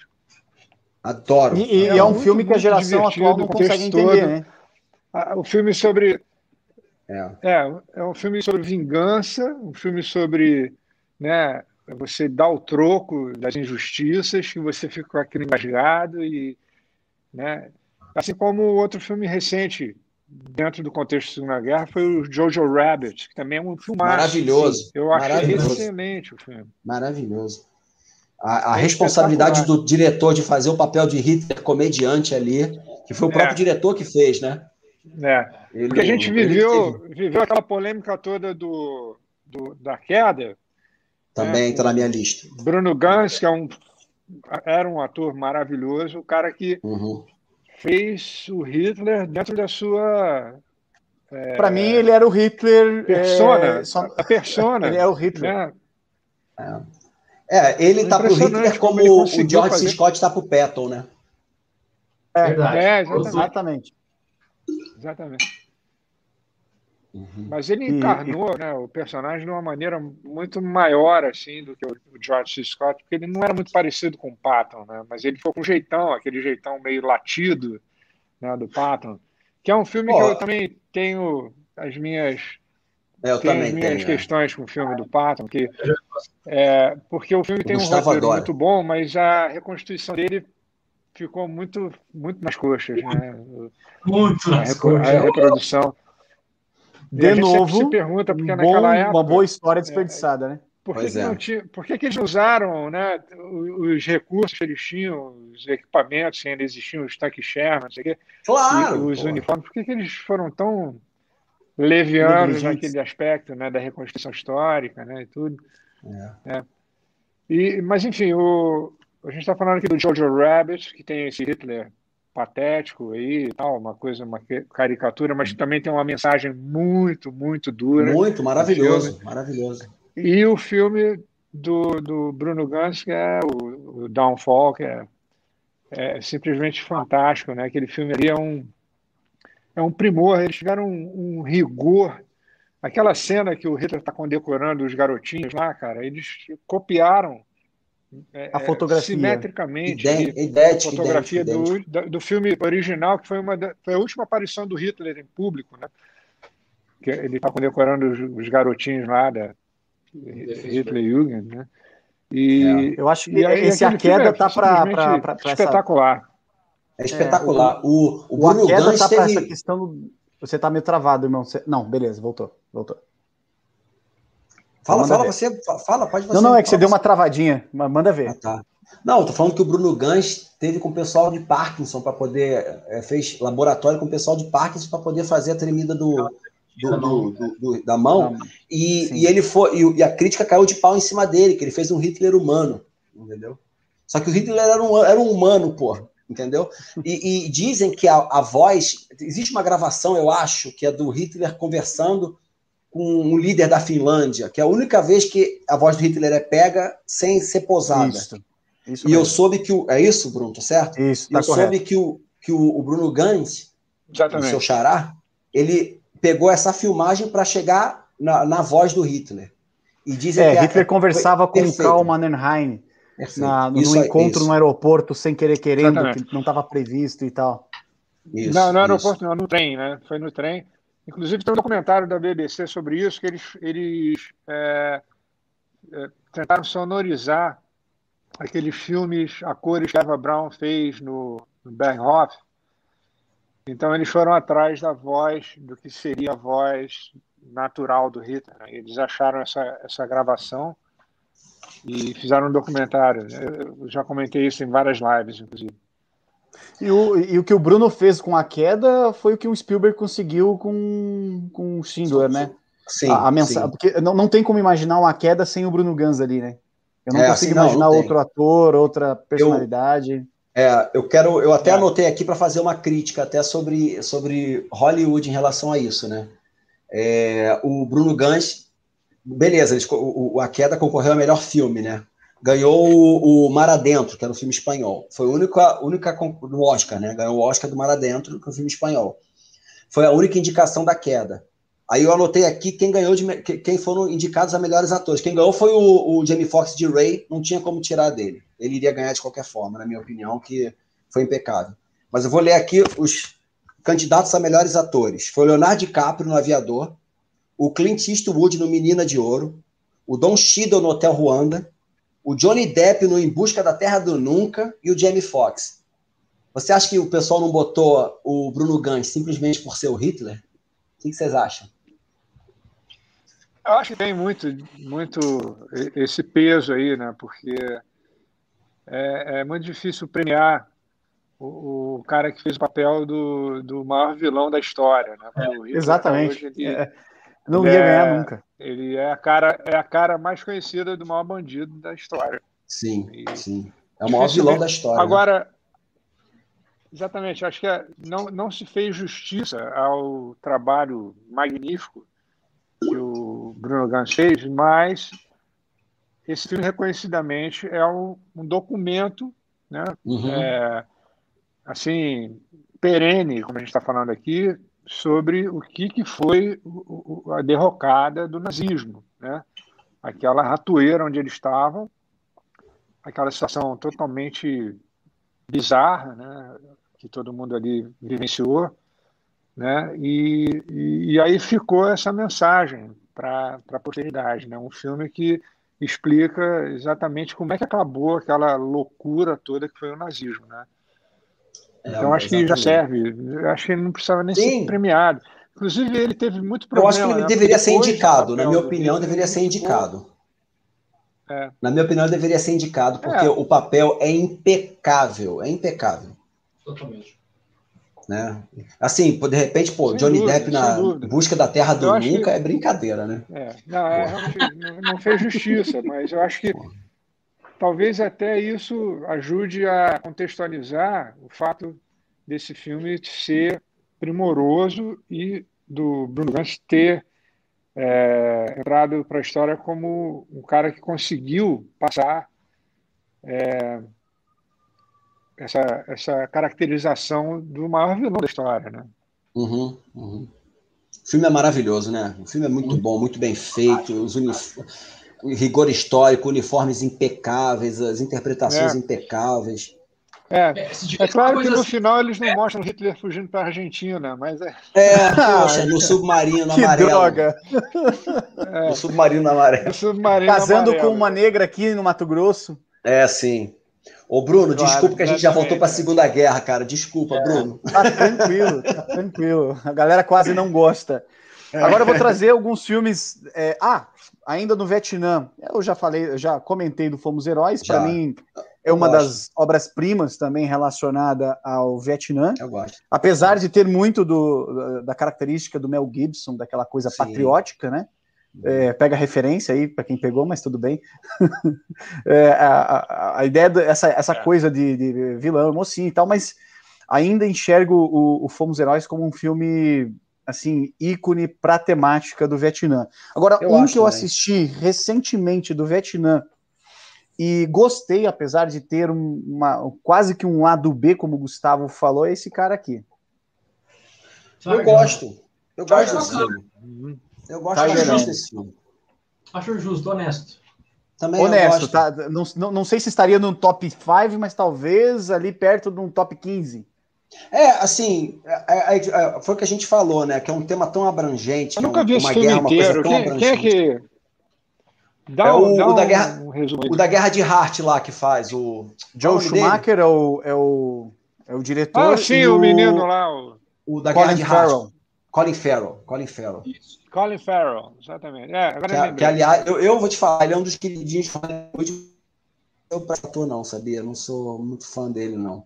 Adoro.
E, e é, é um muito, filme que a geração atual não consegue entender, todo. né?
O filme sobre...
É.
é, é um filme sobre vingança, um filme sobre, né, você dar o troco das injustiças, que você fica com aquilo engasgado e, né, assim como outro filme recente dentro do contexto da Segunda Guerra foi o Jojo Rabbit, que também é um filme
maravilhoso.
Eu achei
maravilhoso.
excelente o filme.
Maravilhoso. A, a responsabilidade do diretor de fazer o papel de Hitler comediante ali, que foi o próprio é. diretor que fez, né?
É, ele, porque a gente viveu, teve... viveu aquela polêmica toda do, do, da queda.
Também está né, na minha lista.
Bruno Ganz, que é um, era um ator maravilhoso, o cara que
uhum.
fez o Hitler dentro da sua...
É, Para mim, ele era o Hitler...
Persona,
é, só...
a persona.
Ele é o Hitler.
Né?
É, é ele está para o Hitler como, como o George C. Scott está para o Patton, né?
É,
Verdade.
É,
Todos-
exatamente.
Exatamente.
Uhum.
Mas ele
E-
encarnou, né, o personagem de uma maneira muito maior assim do que o George C. Scott, porque ele não era muito parecido com o Patton, né? Mas ele ficou com um jeitão, aquele jeitão meio latido, né, do Patton, que é um filme que
Ó,
eu também tenho as minhas
é, eu
tenho as
também
minhas
tenho. é.
questões com o filme do Patton, que é, porque o filme
O
tem um
Gustavo
roteiro
adora.
muito bom, mas a reconstituição dele ficou muito muito nas coxas, né?
Muito
A,
nas
repro- a
coxas.
reprodução. E a
De
gente sempre se
novo,
pergunta,
um
porque
bom,
naquela
uma boa
época,
história desperdiçada, né?
por que,
Pois
que não
é.
tinha, por que, que eles usaram, né, os recursos que eles tinham, os equipamentos que ainda existiam, os tanques Sherman, não sei o quê, e
Claro,
os
pô.
uniformes, por que, que eles foram tão levianos
Negligentes.
naquele aspecto, né, da reconstrução histórica, né, e tudo.
É.
E, mas, enfim, o, a gente está falando aqui do Jojo Rabbit, que tem esse Hitler patético aí e tal, uma coisa, uma caricatura, mas também tem uma mensagem muito, muito dura
Muito
no filme.
maravilhoso, maravilhoso.
E o filme do, do Bruno Ganz, que é o, o Downfall, que é, é simplesmente fantástico, né? Aquele filme ali é um, é um primor, eles tiveram um, um rigor. Aquela cena que o Hitler está condecorando os garotinhos lá, cara, eles copiaram
A
é, é,
fotografia.
simetricamente
Idê-
ali a
Idêntico,
fotografia
idêntico, idêntico.
do, da- do filme original, que foi, uma da- foi a última aparição do Hitler em público, né? Que ele está condecorando os, os garotinhos lá da Hitler Jugend, né? E,
Eu acho que
e, aí
esse A
aquele filme
Queda
é
tá para
simplesmente
essa.
espetacular.
É
É,
espetacular. O, o
O A
Bruno
Queda
Ganz
tá para essa
teve.
questão. Do... Você tá meio travado, irmão. Você... Não, beleza, voltou. voltou.
Fala,
Manda
fala
ver.
você. fa- Fala, pode você.
Não, não, é que você
fala
deu
você.
uma travadinha, mas manda
Ah,
ver.
tá. Não, eu tô falando que o Bruno Ganz teve com o pessoal de Parkinson para poder. é, fez laboratório com o pessoal de Parkinson para poder fazer a tremida do, do- do- do- do- da mão.
Não,
E,
sim.
e ele foi. E, o- e a crítica caiu de pau em cima dele, que ele fez um Hitler humano. Entendeu? Só que o Hitler era um, era um humano, pô. Entendeu? E, e dizem que a, a voz. Existe uma gravação, eu acho, que é do Hitler conversando com um líder da Finlândia, que é a única vez que a voz do Hitler é pega sem ser posada.
Isso. Isso
E eu
mesmo.
soube que o. É isso, Bruno, tá certo?
Isso,
E
tá
eu
correto.
soube que o, que o, o Bruno Ganz, o seu
Exatamente.
xará, ele pegou essa filmagem para chegar na, na voz do Hitler. E dizem
É,
que a-
Hitler conversava com o
perfeito,
Karl Mannerheim
perfeito.
na, no
Isso aí,
encontro
isso,
no aeroporto, sem querer querendo,
Exatamente.
que não estava previsto e tal.
isso,
Não, no
isso.
aeroporto, não, no trem, né? Foi no trem. Inclusive, tem um documentário da B B C sobre isso, que eles, eles é, é, tentaram sonorizar aqueles filmes a cores que Eva Braun fez no, no Berghoff. Então, eles foram atrás da voz, do que seria a voz natural do Hitler, né? Eles acharam essa, essa gravação e fizeram um documentário. Eu já comentei isso em várias lives, inclusive.
E o, e o que o Bruno fez com A Queda foi o que o Spielberg conseguiu com, com o Schindler, né?
Sim,
A, a mensagem,
sim.
porque não, não tem como imaginar uma queda sem o Bruno Ganz ali, né? Eu não
É,
consigo
assim, não,
imaginar
não tem.
outro ator, outra personalidade.
É, eu quero, eu até
É.
anotei aqui para fazer uma crítica até sobre, sobre Hollywood em relação a isso, né? É, o Bruno Ganz, beleza, eles, o, o, A Queda concorreu ao melhor filme, né? Ganhou o, o Mar Adentro, que era um filme espanhol. Foi a única, única do Oscar, né? Ganhou o Oscar do Mar Adentro, que é um filme espanhol. Foi a única indicação da Queda. Aí eu anotei aqui quem ganhou de, quem foram indicados a melhores atores. Quem ganhou foi o, o Jamie Foxx de Ray, não tinha como tirar dele. Ele iria ganhar de qualquer forma, na minha opinião, que foi impecável. Mas eu vou ler aqui os candidatos a melhores atores. Foi o Leonardo DiCaprio no Aviador, o Clint Eastwood no Menina de Ouro, o Don Cheadle no Hotel Ruanda, o Johnny Depp no Em Busca da Terra do Nunca e o Jamie Foxx. Você acha que o pessoal não botou o Bruno Ganz simplesmente por ser o Hitler? O que vocês acham?
Eu acho que tem muito, muito esse peso aí, né? Porque é, é muito difícil premiar o, o cara que fez o papel do, do maior vilão da história, né? Porque o Hitler,
Exatamente.
até hoje, ele,
É, não
ele
ia ganhar
é,
nunca.
Ele é a cara, é a cara mais conhecida do maior bandido da história.
Sim,
E
sim. É o maior vilão da história.
Agora, né? Exatamente, acho que é, não, não se fez justiça ao trabalho magnífico que o Bruno Ganz fez, mas esse filme reconhecidamente é um, um documento, né?
Uhum.
É, assim, perene, como a gente está falando aqui, sobre o que, que foi o, o, a derrocada do nazismo, né? Aquela ratoeira onde eles estavam, aquela situação totalmente bizarra, né? Que todo mundo ali vivenciou, né? E, e, e aí ficou essa mensagem para a posteridade, né? Um filme que explica exatamente como é que acabou aquela loucura toda que foi o nazismo, né? Então
É,
acho que já
exatamente.
serve. Eu acho que ele não precisava nem ser
Sim,
premiado. Inclusive ele teve muito
eu acho que
problema,
ele
né? Porque
deveria ser
depois do
indicado. Na minha
papel do
opinião,
Hitler
deveria
ele
ser
ficou,
indicado.
é,
Na minha opinião, ele deveria ser indicado porque
é,
o papel é impecável, é impecável,
Totalmente.
né? Assim, pô, de repente, pô,
sem
Johnny Depp
dúvida, sem
na
dúvida.
Busca da Terra
Eu
do
acho que
Nunca é brincadeira, né?
é, não,
Pô,
é, realmente não, não fez justiça, mas eu acho que
pô.
talvez até isso ajude a contextualizar o fato desse filme ser primoroso e do Bruno Gantz ter é, entrado para a história como um cara que conseguiu passar essa, essa caracterização do maior vilão da história, né?
Uhum, uhum. O filme é maravilhoso, né? O filme é muito
Muito
bom, muito bem feito, os unif... rigor histórico, uniformes impecáveis, as interpretações
É,
impecáveis.
é,
É, se
é
tivesse uma
claro que
coisa
no
assim,
final eles não mostram Hitler fugindo para a Argentina, mas é,
É,
Ah,
poxa, no submarino
que
amarelo.
droga!
No
é
submarino
no
amarelo.
submarino
Casando com
amarelo.
uma negra aqui no Mato Grosso.
É, sim. Ô, Bruno,
Claro,
desculpa que a gente já voltou para a
Exatamente. É.
Segunda Guerra, cara. Desculpa, Bruno.
tá tranquilo, tá tranquilo. A galera quase não gosta. Agora eu vou trazer alguns filmes. É, ah, ainda no Vietnã. Eu já falei, eu já comentei do Fomos Heróis. Para
Já.
mim, é
Eu
uma
gosto.
das obras-primas também relacionada ao Vietnã.
Eu gosto.
Apesar de ter muito do, da característica do Mel Gibson, daquela coisa
Sim.
patriótica, né? É, pega referência aí para quem pegou, mas tudo bem. É, a, a, a ideia dessa essa
É.
coisa de, de vilão, mocinho e tal, mas ainda enxergo o, o Fomos Heróis como um filme assim ícone para a temática do Vietnã. Agora,
Eu
um
acho
que eu
também.
assisti recentemente do Vietnã e gostei, apesar de ter um, uma, quase que um lado B, como o Gustavo falou, é esse cara aqui.
Eu
Tyler Young.
gosto. Eu
Eu
gosto
acho
desse
bacana.
filme.
Uhum.
Eu gosto
Tyler
bastante
Young.
desse filme.
Acho justo, honesto.
Também eu
Honesto,
gosto.
tá? Não, não, não sei se estaria no top cinco, mas talvez ali perto de um top quinze.
É, assim, é, é, é, foi o que a gente falou, né? Que é um tema tão abrangente,
Eu
que é
nunca
um-
vi esse
uma
filme
guerra, uma coisa
inteiro.
tão
Quem, quem é
abrangente.
que.
É
Dá, um-
o,
dá
o da guerra,
um resumo aí.
o da Guerra de Hart lá que faz. O, qual é
Joe
o nome dele?
Schumacher é o, é o, é o
Ah,
diretor
sim,
e
o menino
o
lá, o
O da Guerra
Colin
de Hart.
Farrell.
Colin Farrell. Colin Farrell.
Isso.
Colin Farrell, exatamente. É, agora
Que,
eu
que,
lembrei.
aliás, eu, eu vou te falar, ele é um dos queridinhos de Hollywood. Eu pra ator não, sabia? Eu não sou muito fã dele, não.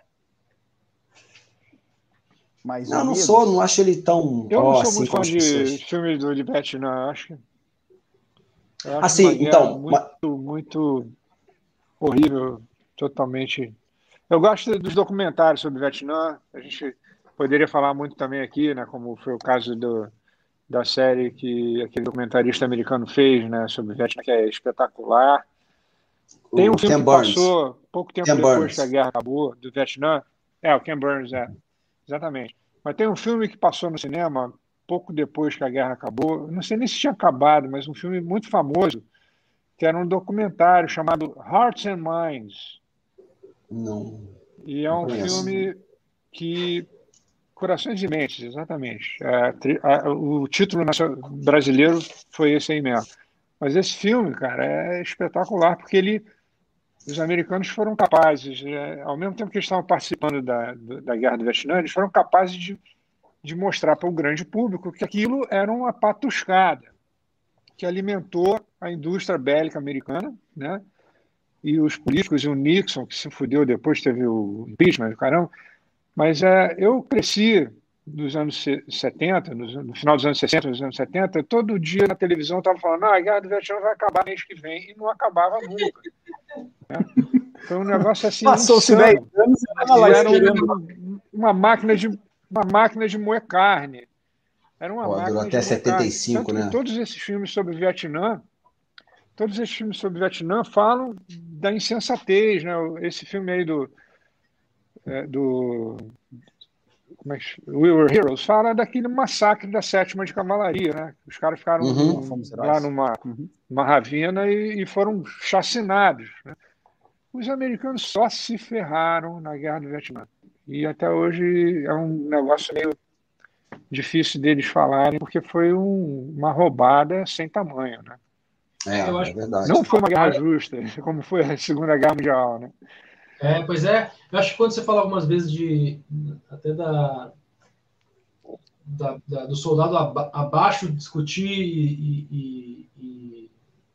Mais ou
Não, não sou, não
menos.
acho ele tão
Eu não
ó
sou
assim
muito
como
fã
as
de
pessoas.
filmes do de Vietnã. Eu acho, eu acho uma
Assim,
guerra
então,
muito,
uma-
muito horrível, totalmente. Eu gosto dos documentários sobre o Vietnã. A gente poderia falar muito também aqui, né, como foi o caso do, da série que aquele documentarista americano fez, né, sobre o Vietnã, que é espetacular. Tem um
o
filme
Ken
que
Burns.
passou pouco tempo
Ken
depois que a
Burns.
guerra acabou, do Vietnã. É, o Ken Burns, é. Exatamente. Mas tem um filme que passou no cinema pouco depois que a guerra acabou. Não sei nem se tinha acabado, mas um filme muito famoso, que era um documentário chamado Hearts and Minds.
Não,
E é
não
um
conheço.
filme que. Corações e Mentes, exatamente. A tri- a- o título nacio- brasileiro foi esse aí mesmo. Mas esse filme, cara, é espetacular, porque ele, os americanos foram capazes, é, ao mesmo tempo que eles estavam participando da, do- da Guerra do Vietnã, eles foram capazes de, de mostrar para o grande público que aquilo era uma patuscada, que alimentou a indústria bélica americana, né? E os políticos, e o Nixon, que se fudeu depois, teve o impeachment, caramba. Mas é, eu cresci nos anos setenta, no, no final dos anos sessenta, nos anos setenta, todo dia na televisão estava falando, ah, a Guerra do Vietnã vai acabar mês que vem, e não acabava nunca. Né? Foi um negócio assim
Passou-se dez
insano.
anos e estava lá
Eles eram
esperando.
um- uma máquina de uma máquina de moer carne. Era uma
Pô, durou
máquina de
até
moer
setenta e
carne.
cinco,
Tanto que
né?
todos esses filmes sobre o Vietnã, todos esses filmes sobre o Vietnã falam da insensatez, né? Esse filme aí do é, do como é que, We Were Heroes, fala daquele massacre da sétima de cavalaria, né? Os caras ficaram
Uhum.
num, lá numa, uhum. numa ravina e, e foram chacinados, né? Os americanos só se ferraram na Guerra do Vietnã. E até hoje é um negócio meio difícil deles falarem, porque foi um, uma roubada sem tamanho, né?
É,
eu
é
acho
verdade.
Não foi uma guerra justa, como foi a Segunda Guerra Mundial, né?
É, pois é. Eu acho que quando você fala algumas vezes de até da, da, da do soldado aba, abaixo discutir e, e, e,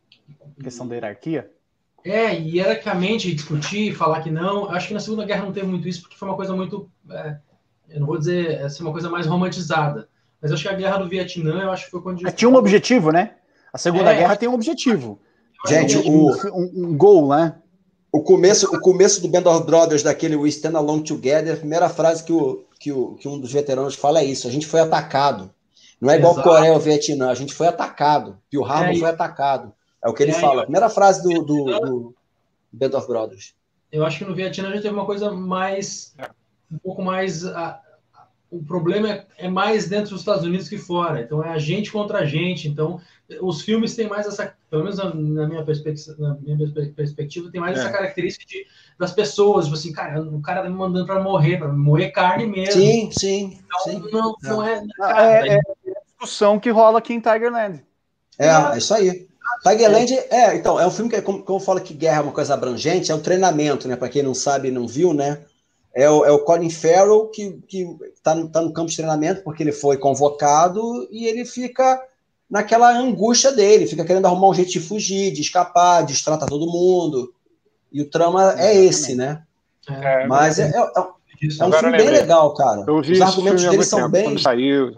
e questão da hierarquia.
É, e hierarquicamente discutir, falar que não. Eu acho que na Segunda Guerra não teve muito isso, porque foi uma coisa muito, é, eu não vou dizer assim, uma coisa mais romantizada, mas eu acho que a Guerra do Vietnã, eu acho que foi quando...
Tinha um objetivo, né? A Segunda
é,
Guerra tem um objetivo.
Gente,
um,
o...
Um, um gol, né?
O começo, o começo do Band of Brothers, daquele We Stand Alone Together, a primeira frase que, o, que, o, que um dos veteranos fala é isso: a gente foi atacado. Não é igual Coreia ou Vietnã, a gente foi atacado. Pearl Harbor é, foi atacado. É o que ele é, fala. A primeira frase do, do, do Band of Brothers.
Eu acho que no Vietnã já teve uma coisa mais... Um pouco mais... A, o problema é, é mais dentro dos Estados Unidos que fora. Então, é a gente contra a gente. Então, os filmes têm mais essa... Pelo menos na, na, minha, perspectiva, na minha perspectiva, tem mais é. essa característica de, das pessoas. Tipo assim, cara, o cara tá me mandando para morrer, para morrer carne mesmo.
Sim, sim.
Então,
sim.
Não, não é...
Cara, é, daí... é a discussão que rola aqui em Tigerland.
É, é isso aí. Tigerland, é, então, é um filme que, como, como eu falo que guerra é uma coisa abrangente, é um treinamento, né? Para quem não sabe e não viu, né? É o, é o Colin Farrell que está no, tá no campo de treinamento porque ele foi convocado e ele fica naquela angústia dele, fica querendo arrumar um jeito de fugir, de escapar, de destratar todo mundo. E o trama é esse, né?
É,
Mas é, é, é, é um filme bem legal, cara.
Os argumentos dele são bem... Saiu,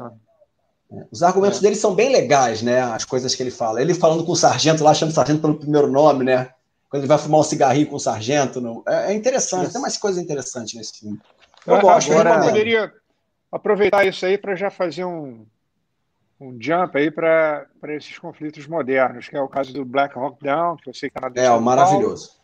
Os argumentos é. dele são bem legais, né? As coisas que ele fala. Ele falando com o sargento lá, chama o sargento pelo primeiro nome, né? Quando ele vai fumar um cigarrinho com o sargento. Não. É, é interessante, tem umas coisas interessantes nesse filme.
Eu, Eu acho agora... que a gente poderia aproveitar isso aí para já fazer um, um jump aí para esses conflitos modernos, que é o caso do Black Hawk Down, que eu sei que está na
É, o maravilhoso.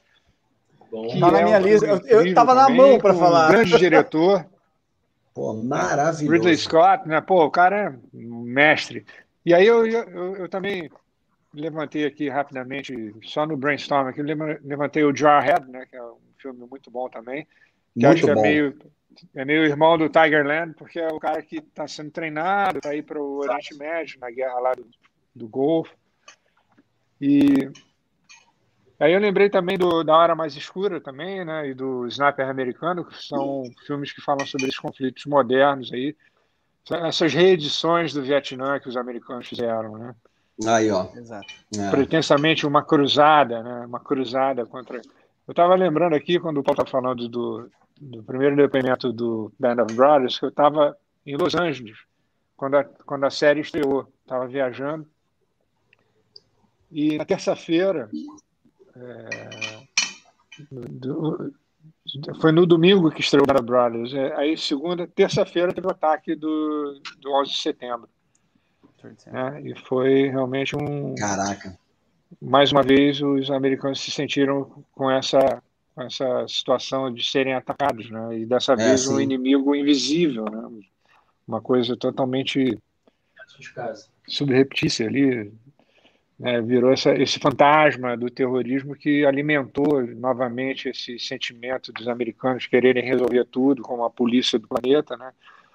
Está na minha é um lista. Eu estava na mão para falar.
Um grande diretor.
Pô, maravilhoso.
Ridley Scott, né? Pô, o cara é um mestre. E aí eu, eu, eu, eu também levantei aqui rapidamente, só no brainstorm aqui, levantei o Jarhead, né? Que é um filme muito bom também. Que
muito
acho que
bom.
é meio, é meio irmão do Tigerland, porque é o cara que está sendo treinado para ir para o Oriente Médio, na guerra lá do, do Golfo. E aí eu lembrei também do Da Hora Mais Escura também, né? E do Sniper Americano, que são filmes que falam sobre esses conflitos modernos aí. Essas reedições do Vietnã que os americanos fizeram, né?
Aí, ó.
Exato.
É.
Pretensamente uma cruzada, né? Uma cruzada contra... Eu estava lembrando aqui, quando o Paulo estava falando do, do primeiro depoimento do Band of Brothers, que eu estava em Los Angeles, quando a, quando a série estreou. Estava viajando. E na terça-feira... É, do, foi no domingo que estreou Band of Brothers. É, aí, segunda, terça-feira, teve o ataque do, do onze de setembro. Né? E foi realmente um...
Caraca.
Mais uma vez, os americanos se sentiram com essa, com essa situação de serem atacados, né? E dessa é, vez sim. um inimigo invisível, né? Uma coisa totalmente subreptícia ali. Né, virou essa, esse fantasma do terrorismo que alimentou novamente esse sentimento dos americanos quererem resolver tudo como a polícia do planeta, né?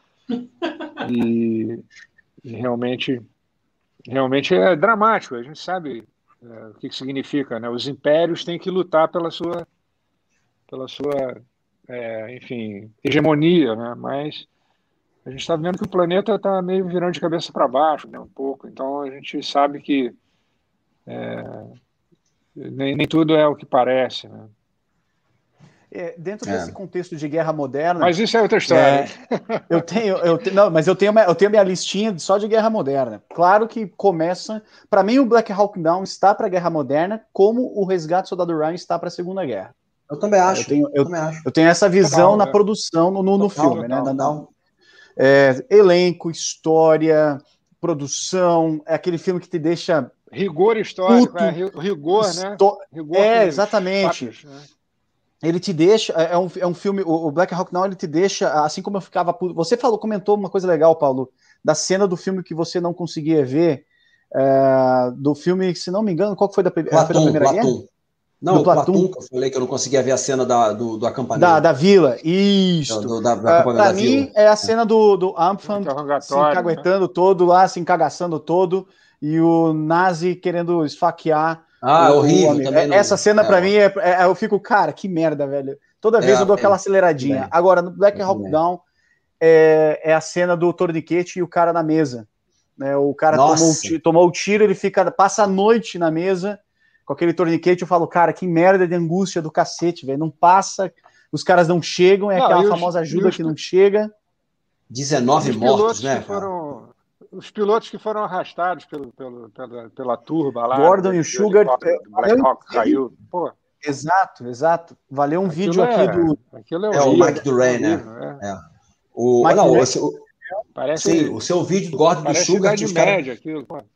E, e realmente, realmente é dramático. A gente sabe é, o que, que significa, né? Os impérios têm que lutar pela sua, pela sua, é, enfim, hegemonia, né? Mas a gente está vendo que o planeta está meio virando de cabeça para baixo, né? Um pouco. Então a gente sabe que É, nem, nem tudo é o que parece, né?
É, dentro é. desse contexto de guerra moderna...
Mas isso é outra história.
É, eu tenho, eu te, não, mas eu tenho, eu tenho minha listinha só de guerra moderna. Claro que começa... Para mim, o Black Hawk Down está para a guerra moderna, como o Resgate do Soldado Ryan está para a Segunda Guerra.
Eu também acho.
Eu tenho, eu,
eu, também acho.
eu tenho essa visão
total,
na
é.
produção, no, no, no
total,
filme.
total,
né?
total.
É, elenco, história, produção, é aquele filme que te deixa...
Rigor histórico, é, rigor, né?
Rigor
é,
exatamente.
Fatos, né?
ele te deixa, é um, é um filme, o Black Hawk Down, ele te deixa, assim como eu ficava, você falou, comentou uma coisa legal, Paulo, da cena do filme que você não conseguia ver, é, do filme, se não me engano, qual que foi da,
Platum,
foi da Primeira
Platum.
Guerra?
Não,
do
o
Platum,
Platum, que eu falei que eu não conseguia ver a cena da, do, do acampamento.
Da, da vila, isso.
Do, da, da
uh, Para mim,
vila.
é a cena do, do Amphand se encaguetando, né? todo lá, se encagaçando todo, e o Nazi querendo esfaquear.
Ah,
o,
horrível
o
também. Não...
Essa cena,
é,
para mim, é, é, eu fico, cara, que merda, velho. Toda vez é, eu dou aquela aceleradinha. Bem. Agora, no Black Hawk Down, é, é a cena do torniquete e o cara na mesa. Né? O cara tomou, tomou o tiro, ele fica, passa a noite na mesa com aquele torniquete. Eu falo, cara, que merda de angústia do cacete, velho. Não passa, os caras não chegam, é não, aquela famosa os, ajuda os, que não chega.
dezenove mortos, né?
Foram, os pilotos que foram arrastados pelo, pelo, pela, pela turba lá.
Gordon e o Sugar.
Black Hawk caiu. Pô.
Exato, exato. Valeu um
aquilo
vídeo
é,
aqui do.
É, é o Mike Duran, né? É. É. O, Mike não, Duran. O, seu, parece, sim, o seu vídeo do Gordon e Sugar.
De média, cara... aquilo, pô.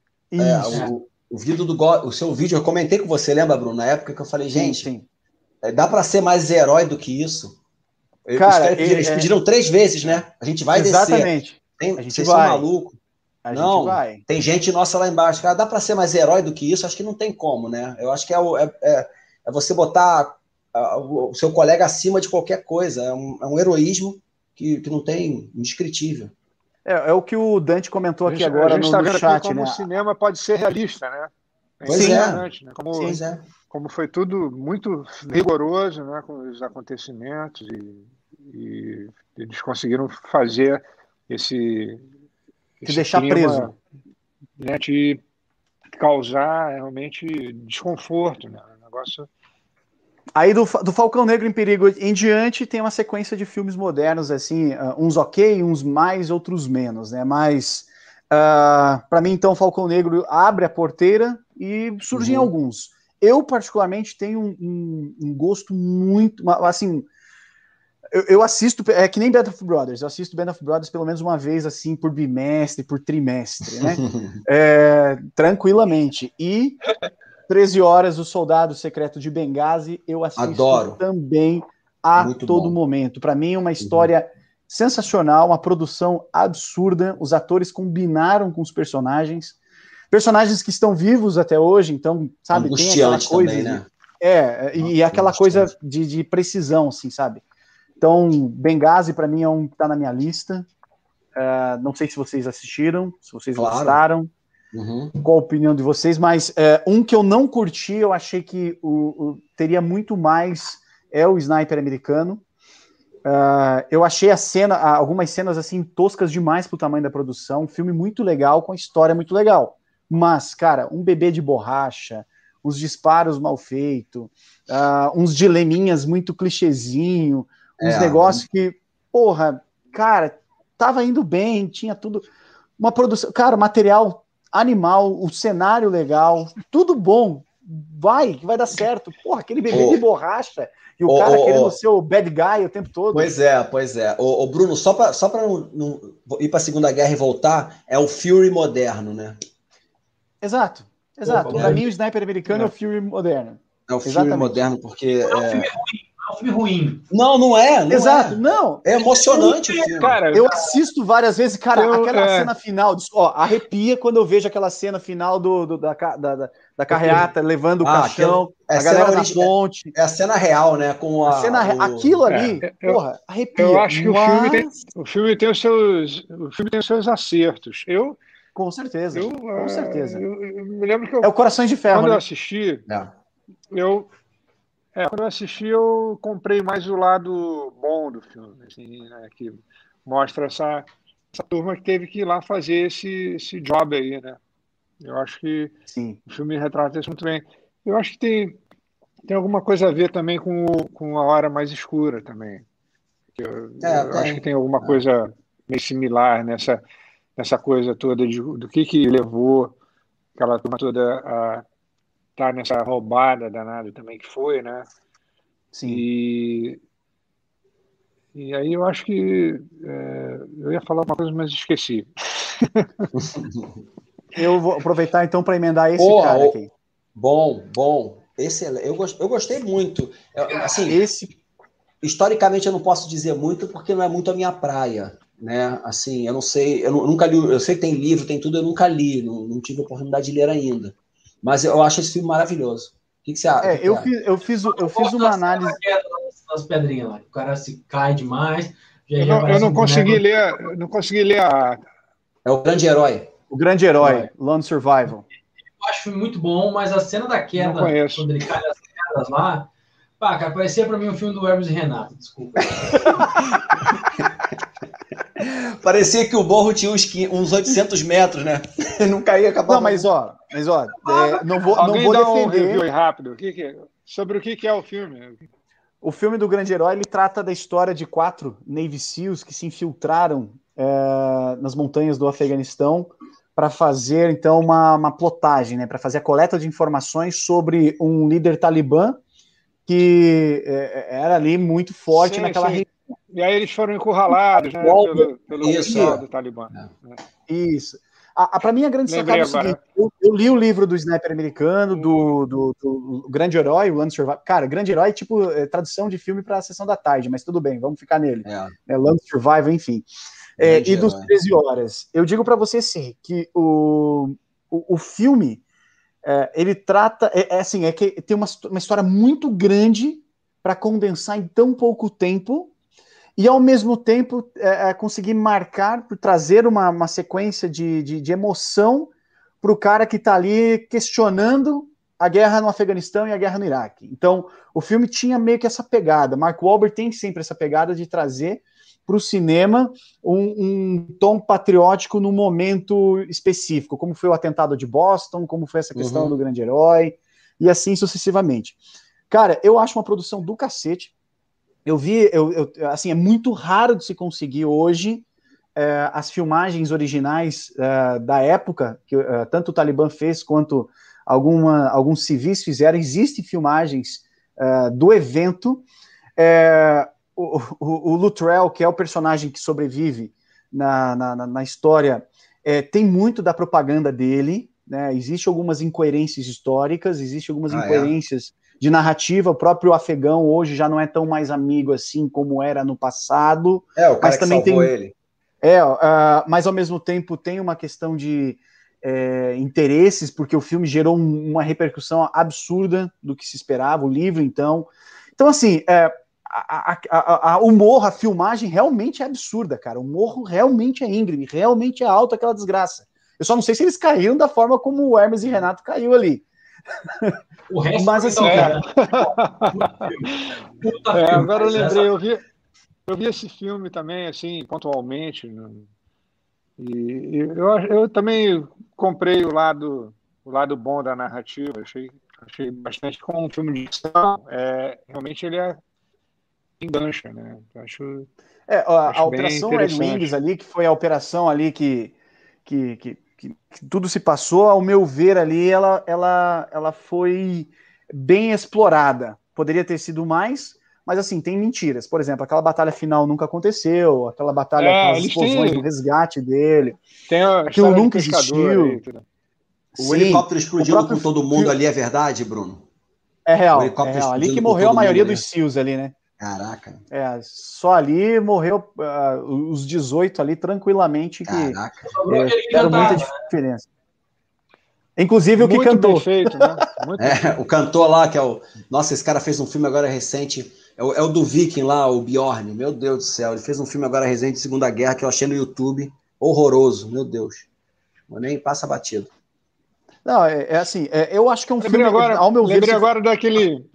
É, o, o, vídeo do o seu vídeo, eu comentei com você, lembra, Bruno? Na época que eu falei, gente, sim, sim. dá para ser mais herói do que isso. Cara, eles, pediram, eles pediram é... três vezes, né? A gente vai
Exatamente.
descer. Tem,
a gente
vocês
vai.
são malucos.
A
não,
gente vai.
Tem gente nossa lá embaixo. Cara, dá para ser mais herói do que isso? Acho que não tem como, né? Eu acho que é, é, é, é você botar a, o seu colega acima de qualquer coisa. É um, é um heroísmo que, que não tem indescritível.
É, é o que o Dante comentou aqui
a gente,
agora
a gente
no,
tá
no
vendo
chat,
aqui como
né?
o cinema pode ser realista, né? É
pois é.
Né? Como,
pois é.
Como foi tudo muito rigoroso, né? Com os acontecimentos e, e eles conseguiram fazer esse,
te deixar clima, preso,
né? Te causar realmente desconforto, né? Um negócio.
Aí do, do Falcão Negro em Perigo em diante tem uma sequência de filmes modernos, assim, uh, uns ok, uns mais, outros menos, né? Mas, uh, para mim, então, Falcão Negro abre a porteira e surgem uhum. alguns. Eu, particularmente, tenho um, um, um gosto muito, assim, eu, eu assisto, é que nem Band of Brothers, eu assisto Band of Brothers pelo menos uma vez, assim, por bimestre, por trimestre, né? é, tranquilamente. E treze horas, O Soldado Secreto de Benghazi, eu assisto
Adoro.
também a
Muito
todo
bom.
momento. Para mim, uma história uhum. sensacional, uma produção absurda, os atores combinaram com os personagens, personagens que estão vivos até hoje, então, sabe, tem aquela coisa...
Também, né?
de, é, e aquela coisa de, de precisão, assim, sabe? Então, Benghazi, para mim, é um que tá na minha lista. Uh, não sei se vocês assistiram, se vocês
claro.
gostaram.
Uhum.
Qual a opinião de vocês, mas é, um que eu não curti, eu achei que o, o, teria muito mais, é o Sniper Americano. Uh, eu achei a cena, algumas cenas assim toscas demais pro tamanho da produção, um filme muito legal, com a história muito legal, mas, cara, um bebê de borracha, os disparos mal feitos, uh, uns dileminhas muito clichêzinho, uns é, negócios que, porra, cara, tava indo bem, tinha tudo, uma produção, cara, material animal, o cenário legal, tudo bom, vai, que vai dar certo. Porra, aquele bebê oh. de borracha e o oh, cara oh, querendo oh. ser o bad guy o tempo todo.
Pois é, pois é. O, o Bruno, só para só para não, não ir para a Segunda Guerra e voltar, é o Fury moderno, né?
Exato, exato. Para mim, o Sniper Americano é, é o Fury moderno.
É o Fury Exatamente. moderno, porque...
Não é um filme ruim. É um filme ruim.
Não, não é. Não
Exato,
é.
não.
É emocionante o filme.
Cara, eu assisto várias vezes, cara, eu, aquela é... cena final, ó, arrepia quando eu vejo aquela cena final do, do da, da, da carreata levando o ah, caixão, é a galera na ponte.
É a cena real, né? Com a,
a cena, o... Aquilo ali, é, porra, arrepia.
Eu acho que mas... o, filme tem, o filme tem os seus, o filme tem os seus acertos. Eu
Com certeza, eu, com certeza.
Eu, eu me lembro que eu,
é o Corações de Ferro.
Quando
né?
eu assisti, é. eu É, quando eu assisti, eu comprei mais o lado bom do filme, assim, né, que mostra essa, essa turma que teve que ir lá fazer esse, esse job aí, né? Eu acho que
Sim.
o filme retrata isso muito bem. Eu acho que tem, tem alguma coisa a ver também com, o, com A Hora Mais Escura também. Eu, é, eu acho que tem alguma é. coisa meio similar nessa, nessa coisa toda de, do que, que levou aquela turma toda a tá nessa roubada danada também que foi, né?
Sim.
E, e aí eu acho que é, eu ia falar uma coisa, mas esqueci.
Eu vou aproveitar então para emendar esse
oh,
cara aqui.
Bom, bom. Excelente. Eu, eu gostei muito. Eu, assim, esse... historicamente eu não posso dizer muito porque não é muito a minha praia, né? Assim, eu não sei, eu nunca li, eu sei que tem livro, tem tudo, eu nunca li, não, não tive a oportunidade de ler ainda. Mas eu acho esse filme maravilhoso. O que, que você acha?
É,
que
eu,
que
fiz, eu fiz, eu fiz uma análise
nas pedrinhas lá, o cara se cai demais. Já,
eu,
já
não, eu não
um
consegui ler, eu não consegui ler a.
É o Grande Herói.
O Grande Herói, Lone Survival.
Eu acho muito bom, mas a cena da queda, quando ele cai nas quedas lá, pá, cara, parecia pra mim um filme do Hermes e Renato, desculpa.
Parecia que o morro tinha uns, uns oitocentos metros, né? Não caía, acabava.
Não, mas ó, mas ó, é, não vou,
Alguém
não vou
dá
defender.
Um review aí rápido. O que que é? Sobre o que, que é o filme?
O filme do Grande Herói, ele trata da história de quatro Navy SEALs que se infiltraram é, nas montanhas do Afeganistão para fazer, então, uma, uma plotagem, né, para fazer a coleta de informações sobre um líder talibã que é, era ali muito forte sim, naquela região.
E aí eles foram encurralados, né, pelo, pelo pessoal do Talibã.
Isso. Para mim, a grande sacada é o seguinte: eu, eu li o livro do Sniper americano, do, do, do Grande Herói, o Lone Survival. Cara, Grande Herói é tipo é, tradução de filme para a sessão da tarde, mas tudo bem, vamos ficar nele. É. É, Lone Survival, enfim. É, e dos treze horas. Eu digo para você, sim, que o, o, o filme, é, ele trata, é, é assim, é que tem uma, uma história muito grande para condensar em tão pouco tempo, e ao mesmo tempo é, é, conseguir marcar, trazer uma, uma sequência de, de, de emoção para o cara que está ali questionando a guerra no Afeganistão e a guerra no Iraque. Então, o filme tinha meio que essa pegada. Mark Wahlberg tem sempre essa pegada de trazer para o cinema um, um tom patriótico num momento específico, como foi o atentado de Boston, como foi essa questão uhum. do Grande Herói, e assim sucessivamente. Cara, eu acho uma produção do cacete. Eu vi, eu, eu, assim, é muito raro de se conseguir hoje é, as filmagens originais é, da época, que é, tanto o Talibã fez quanto alguma, alguns civis fizeram. Existem filmagens é, do evento. É, o, o, o Luttrell, que é o personagem que sobrevive na, na, na história, é, tem muito da propaganda dele, né? Existem algumas incoerências históricas, existem algumas ah, incoerências é? de narrativa. O próprio afegão hoje já não é tão mais amigo assim como era no passado.
É, o cara
mas
que
também
salvou
tem,
ele.
É, uh, mas ao mesmo tempo tem uma questão de é, interesses, porque o filme gerou um, uma repercussão absurda do que se esperava, o livro, então. Então, assim, é, a, a, a, a, o morro, a filmagem realmente é absurda, cara. O morro realmente é íngreme, realmente é alto aquela desgraça. Eu só não sei se eles caíram da forma como o Hermes e Renato caiu ali.
O resto
mas assim,
é,
cara.
Puta é, filme, agora eu lembrei, essa... eu, vi, eu vi esse filme também, assim, pontualmente. Né? E, e eu, eu também comprei o lado, o lado bom da narrativa. Achei, achei bastante como um filme de ação. É, realmente ele é engancha, né? Eu acho.
É, a, a Operação Red Wings ali, que foi a operação ali que, que, que, que, que tudo se passou, ao meu ver ali, ela, ela, ela foi bem explorada. Poderia ter sido mais, mas assim, tem mentiras. Por exemplo, aquela batalha final nunca aconteceu, aquela batalha,
é,
aquelas explosões
têm...
no resgate dele.
Tem
aquilo nunca existiu.
Aí, o Sim, helicóptero explodindo próprio... com todo mundo ali é verdade, Bruno?
É real, é real. Ali que morreu a maioria dos SEALs ali, né?
Caraca.
É, só ali morreu uh, os dezoito ali tranquilamente, que
Caraca.
é, deram muita diferença. Inclusive o que
Muito
cantou.
Bem feito, né? Muito
é,
bem feito.
O cantor lá, que é o... Nossa, esse cara fez um filme agora recente, é o, é o do Viking lá, o Bjorn, meu Deus do céu, ele fez um filme agora recente de Segunda Guerra que eu achei no YouTube, horroroso, meu Deus. Mas nem passa batido.
Não, é, é assim, é, eu acho que é um
lembrei
filme,
agora,
ao meu ver...
Lembrei agora se... daquele...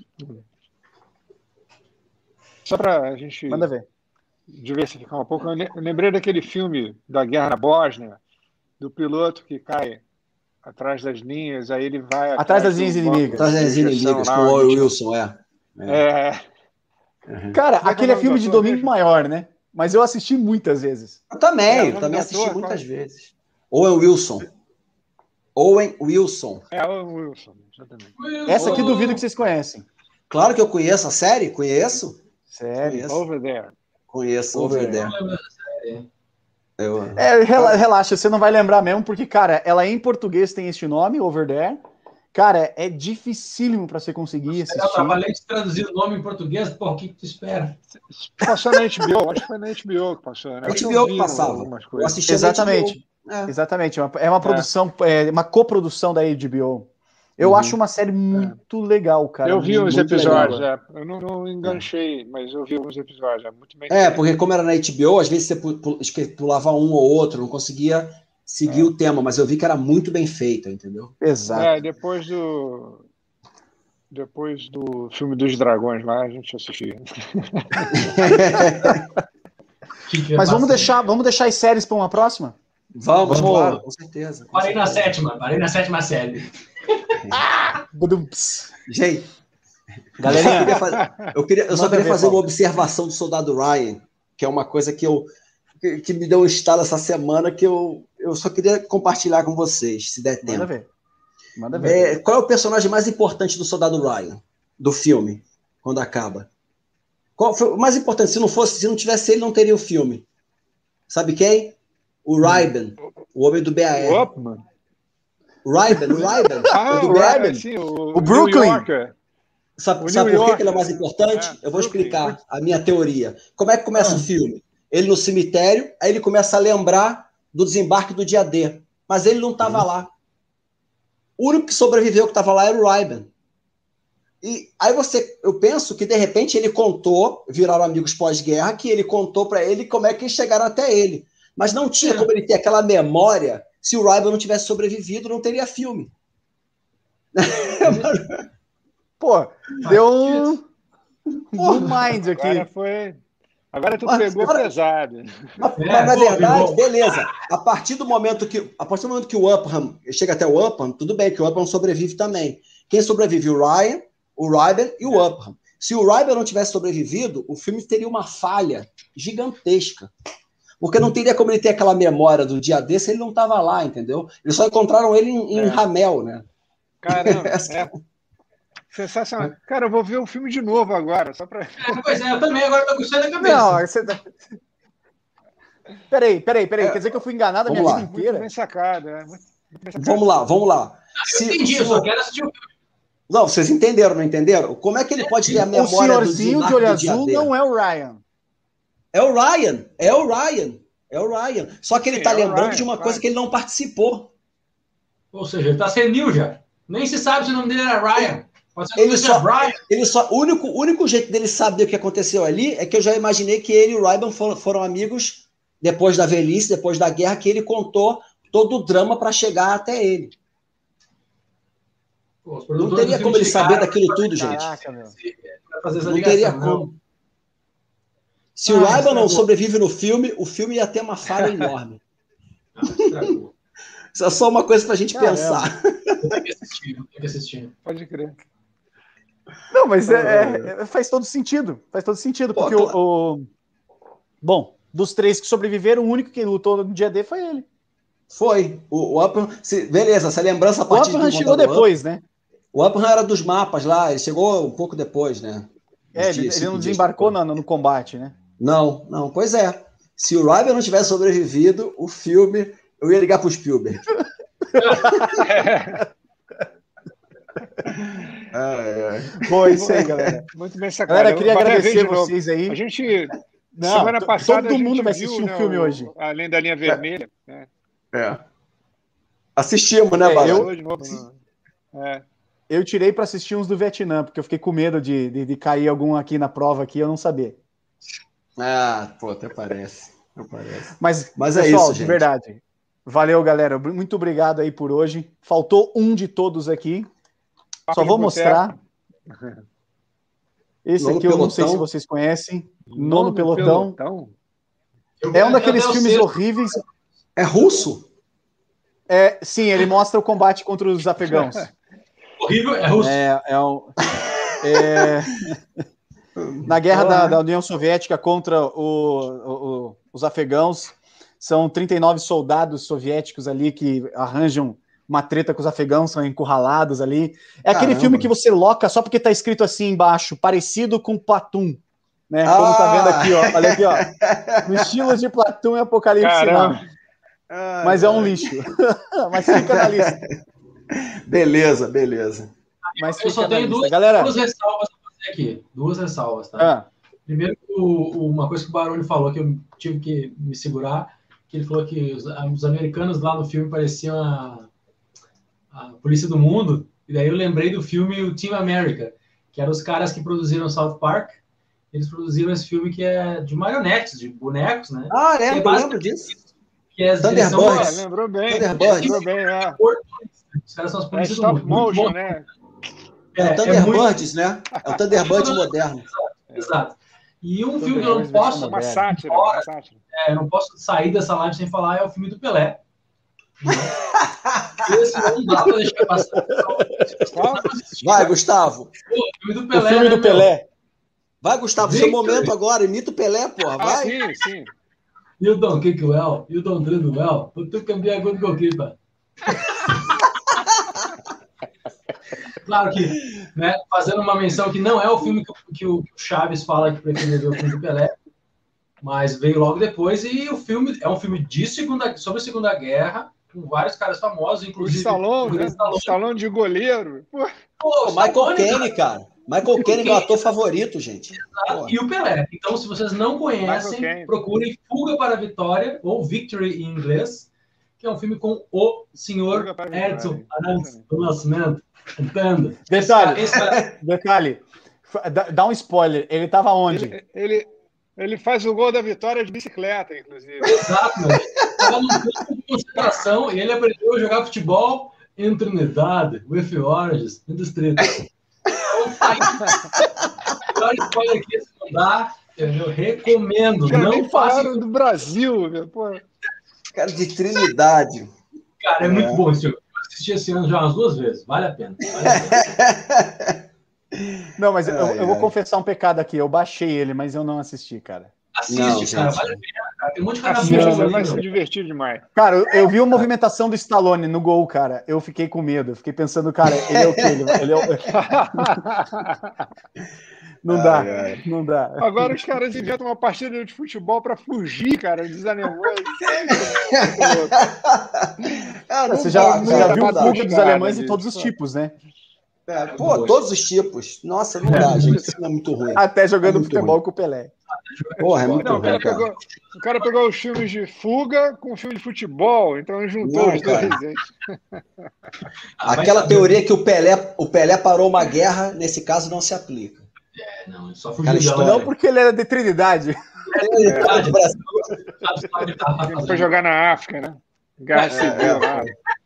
Só para a gente
Manda ver.
diversificar um pouco, eu lembrei daquele filme da Guerra na Bósnia, do piloto que cai atrás das linhas, aí ele vai...
Atrás, atrás das linhas inimigas.
Atrás das linhas inimigas, com o Owen Wilson, é.
É.
é.
Cara, é aquele é filme de domingo mesmo? Maior, né? Mas eu assisti muitas vezes.
Eu também, é, eu também assisti ator, muitas quase. vezes. Owen Wilson. Owen Wilson.
É, Owen Wilson, exatamente.
Essa aqui duvido que vocês conhecem.
Claro que eu conheço a série, conheço.
Sério?
Conheço.
Over There.
Conheço Over, Over There. there.
Eu... É, relaxa, você não vai lembrar mesmo, porque, cara, ela em português tem este nome, Over There, Cara, é dificílíssimo para você conseguir assistir.
Eu trabalhei de traduzir o nome em português, por que tu espera?
Passou na H B O, acho que foi na H B O que passou, né?
H B O que passava. Eu assisti
Exatamente. É. Exatamente. É uma, é uma produção, é. É uma coprodução da H B O. Eu uhum. acho uma série muito é. legal, cara.
Eu vi uns episódios, é. Eu não, não enganchei, é. mas eu vi alguns episódios. É, muito bem
é, porque como era na H B O, às vezes você pulava um ou outro, não conseguia seguir é. o tema, mas eu vi que era muito bem feito, entendeu?
Exato.
É, depois do... Depois do filme dos dragões lá, a gente assistia.
Mas vamos deixar, vamos deixar as séries para uma próxima?
Vamos, vamos, claro, com certeza. Com
parei
certeza.
na sétima, parei na sétima série.
Gente,
galerinha,
eu, queria fazer, eu, queria, eu só queria fazer uma observação do Soldado Ryan, que é uma coisa que, eu, que, que me deu um estalo essa semana, que eu, eu só queria compartilhar com vocês, se der tempo.
Manda ver. Manda ver.
É, qual é o personagem mais importante do Soldado Ryan, do filme, quando acaba? Qual foi o mais importante? Se não fosse, se não tivesse ele, não teria o filme. Sabe quem? O Reiben, o homem do B A R.
Opa, mano.
O Reiben, o Reiben.
Ah,
o
o Reiben, sim, o,
o Brooklyn.
Sabe, sabe por que ele é mais importante? É, Eu vou Brooklyn. explicar a minha teoria. Como é que começa ah. o filme? Ele no cemitério, aí ele começa a lembrar do desembarque do dia D, mas ele não estava uhum. lá. O único que sobreviveu que estava lá era o Reiben. E aí você, eu penso que de repente ele contou, viraram amigos pós-guerra, que ele contou para ele como é que eles chegaram até ele. Mas não tinha é. como ele ter aquela memória. Se o Reiben não tivesse sobrevivido, não teria filme.
Pô, deu um good mind aqui.
Agora foi... Agora tu mas, pegou agora, pesado.
Mas, é, mas na verdade, beleza. A partir do momento que a partir do momento que o Upham chega até o Upham, tudo bem que o Upham sobrevive também. Quem sobrevive? O Ryan, o Reiben e o é. Upham. Se o Reiben não tivesse sobrevivido, o filme teria uma falha gigantesca. Porque não teria como ele ter aquela memória do dia D se ele não estava lá, entendeu? Eles só encontraram ele em, em é. Ramel, né?
Caramba, é. Sensacional. Cara, eu vou ver o filme de novo agora, só para.
É, pois é, eu também agora tô gostando da cabeça.
Não, você tá... Peraí, peraí, peraí. É. Quer dizer que eu fui enganado a minha
lá.
vida inteira?
Muito bem sacado, é. Muito bem sacado.
Vamos lá, vamos lá.
Eu se, entendi, se... eu só quero assistir o filme.
Não, vocês entenderam, não entenderam? Como é que ele pode ter a memória
do O senhorzinho de olho azul não é o Ryan.
É o Ryan, é o Ryan, é o Ryan. Só que ele está é lembrando Ryan, de uma coisa claro. que ele não participou.
Ou seja, ele está senil já. Nem se sabe se o nome dele era Ryan.
Ele só, ele só, o único, o único jeito dele saber o que aconteceu ali é que eu já imaginei que ele e o Reiben foram, foram amigos depois da velhice, depois da guerra, que ele contou todo o drama para chegar até ele. Pô, não teria como ele saber daquilo tudo, gente. Caraca, não teria como. Se ah, o Reiben não sobrevive no filme, o filme ia ter uma falha enorme. Ah, isso é só uma coisa para a gente Caramba. pensar.
Tem que assistir, tem que assistir.
Pode crer.
Não, mas é, é, faz todo sentido. Faz todo sentido, Pô, porque claro. o, o... Bom, dos três que sobreviveram, o único que lutou no dia D foi ele.
Foi. O, o Upham... Se, beleza, essa lembrança a partir
O Upham chegou depois,
Upham,
né?
O Upham era dos mapas lá, ele chegou um pouco depois, né?
É, ele, ele não desembarcou no, no combate, né?
Não, não, pois é. Se o Reiben não tivesse sobrevivido, o filme... Eu ia ligar pro Spielberg.
é, é. Bom, isso aí, galera.
Muito bem sacado.
Galera, queria agradecer vocês aí.
A gente, Não, semana passada,
todo mundo vai
viu,
assistir um
né,
filme
o,
hoje.
Além da Linha Vermelha. É.
é. Assistimos, né,
é,
Barão?
Eu, é. eu tirei para assistir uns do Vietnã, porque eu fiquei com medo de, de, de cair algum aqui na prova aqui, eu não sabia.
Ah, pô, até parece. Até parece.
Mas,
Mas
pessoal,
é isso,
de
gente.
verdade. Valeu, galera. Muito obrigado aí por hoje. Faltou um de todos aqui. Só vou mostrar. Esse
Nono
aqui eu
Pelotão.
não sei se vocês conhecem. Nono,
Nono
Pelotão.
Pelotão.
É um daqueles filmes horríveis.
É russo?
É, sim, ele mostra o combate contra os afegãos.
Horrível, é russo.
É, é, um, é... Na guerra da, da União Soviética contra o, o, o, os afegãos, são trinta e nove soldados soviéticos ali que arranjam uma treta com os afegãos, são encurralados ali. É aquele
Caramba.
filme que você loca só porque tá escrito assim embaixo, parecido com Platoon, né? Como ah. tá vendo aqui, ó. Olha aqui, ó. No estilo de Platoon e Apocalipse Now. Mas é um lixo. Mas fica na lista.
Beleza, beleza.
Mas
eu só tenho duas,
Galera...
duas ressalvas para fazer aqui. Duas ressalvas, tá?
Ah.
Primeiro, o, uma coisa que o Baroni falou, que eu tive que me segurar, que ele falou que os, os americanos lá no filme pareciam a, a Polícia do Mundo, e daí eu lembrei do filme o Team America, que eram os caras que produziram South Park. Eles produziram esse filme que é de marionetes, de bonecos, né?
Ah,
é
lembro, lembro disso.
Que é
Thunderbirds.
Ah, lembrou bem.
Thunderbirds.
Lembrou bem, é.
Os caras são as
É
polícias do
stop
mundo.
motion, né?
É,
É,
o Thunderbirds,
é muito...
né? É o Thunderbirds moderno.
Exato. E um filme que eu não posso...
Uma sátira,
fora,
uma sátira.
É, eu não posso sair dessa live sem falar, é o filme do Pelé. Esse não dá pra deixar passar.
Vai, Gustavo.
O filme do Pelé.
O filme do
né,
Pelé.
Vai, Gustavo, seu momento agora. Imita o Pelé, porra. Vai.
Ah, sim, sim.
You don't kick well, you don't drill well, but you can be a good goalkeeper. Claro que, né, fazendo uma menção que não é o filme que, que o Chaves fala que preferia ver o filme do Pelé, mas veio logo depois, e o filme é um filme de segunda, sobre a Segunda Guerra, com vários caras famosos, inclusive...
O Stallone, né? O Stallone de goleiro. Pô.
Pô, o Michael Caine, cara. Michael Caine é meu ator favorito, gente.
Exato. E o Pelé. Então, se vocês não conhecem, procurem Fuga para a Vitória, ou Victory em inglês, que é um filme com o senhor Edson Arantes do Nascimento. Entendo.
Detalhe,
Esse cara...
detalhe. Dá um spoiler. Ele estava onde?
Ele, ele, ele faz o gol da vitória de bicicleta, inclusive.
Exato, mano. Ele estava num campo de concentração e ele aprendeu a jogar futebol em Trinidade, with Oranges, in the street. Então, tá aí. Melhor spoiler que esse não dá, eu recomendo.
Já
não
nem falaram do Brasil, meu. Pô.
Cara de Trinidade.
Cara, é, é. muito bom esse filme. Eu assisti esse ano já umas duas vezes. Vale a pena. Vale a pena.
Não, mas
ai,
eu, eu vou
ai.
confessar um pecado aqui. Eu baixei ele, mas eu não assisti, cara.
Assiste,
não,
cara.
gente.
Vale a pena, cara. Tem um monte de cara
Assiste,
bom,
você
né,
vai
meu?
se divertir demais.
Cara, eu, eu vi a movimentação do Stallone no gol, cara. Eu fiquei com medo. Eu fiquei pensando, cara, ele é o quê? Ele, ele é o... Não
ai,
dá,
ai.
não dá.
Agora os caras inventam uma partida de futebol para fugir, cara, dos alemães.
Ah, não
Você
dá,
já, você já
cara,
viu
não
o
dá.
Fuga dos Alemães em todos os tipos, né?
É, pô, todos os tipos. Nossa, não dá, gente. Isso é muito ruim.
Até jogando
É muito
futebol
ruim.
com o Pelé.
Porra, é muito
Não, o
ruim,
cara,
cara.
pegou, o cara pegou os filmes de fuga com o filme de futebol, então juntou
Não,
os dois.
cara.
Hein?
Ah, vai
Aquela
saber.
teoria que o Pelé, o Pelé parou uma guerra, nesse caso, não se aplica.
É, não, só
Aquela
fugiu
história.
dela.
Não porque ele era de Trinidade.
Ele tava do Brasil.
Ele foi jogar na África, né? Guerra
É,
Civil lá.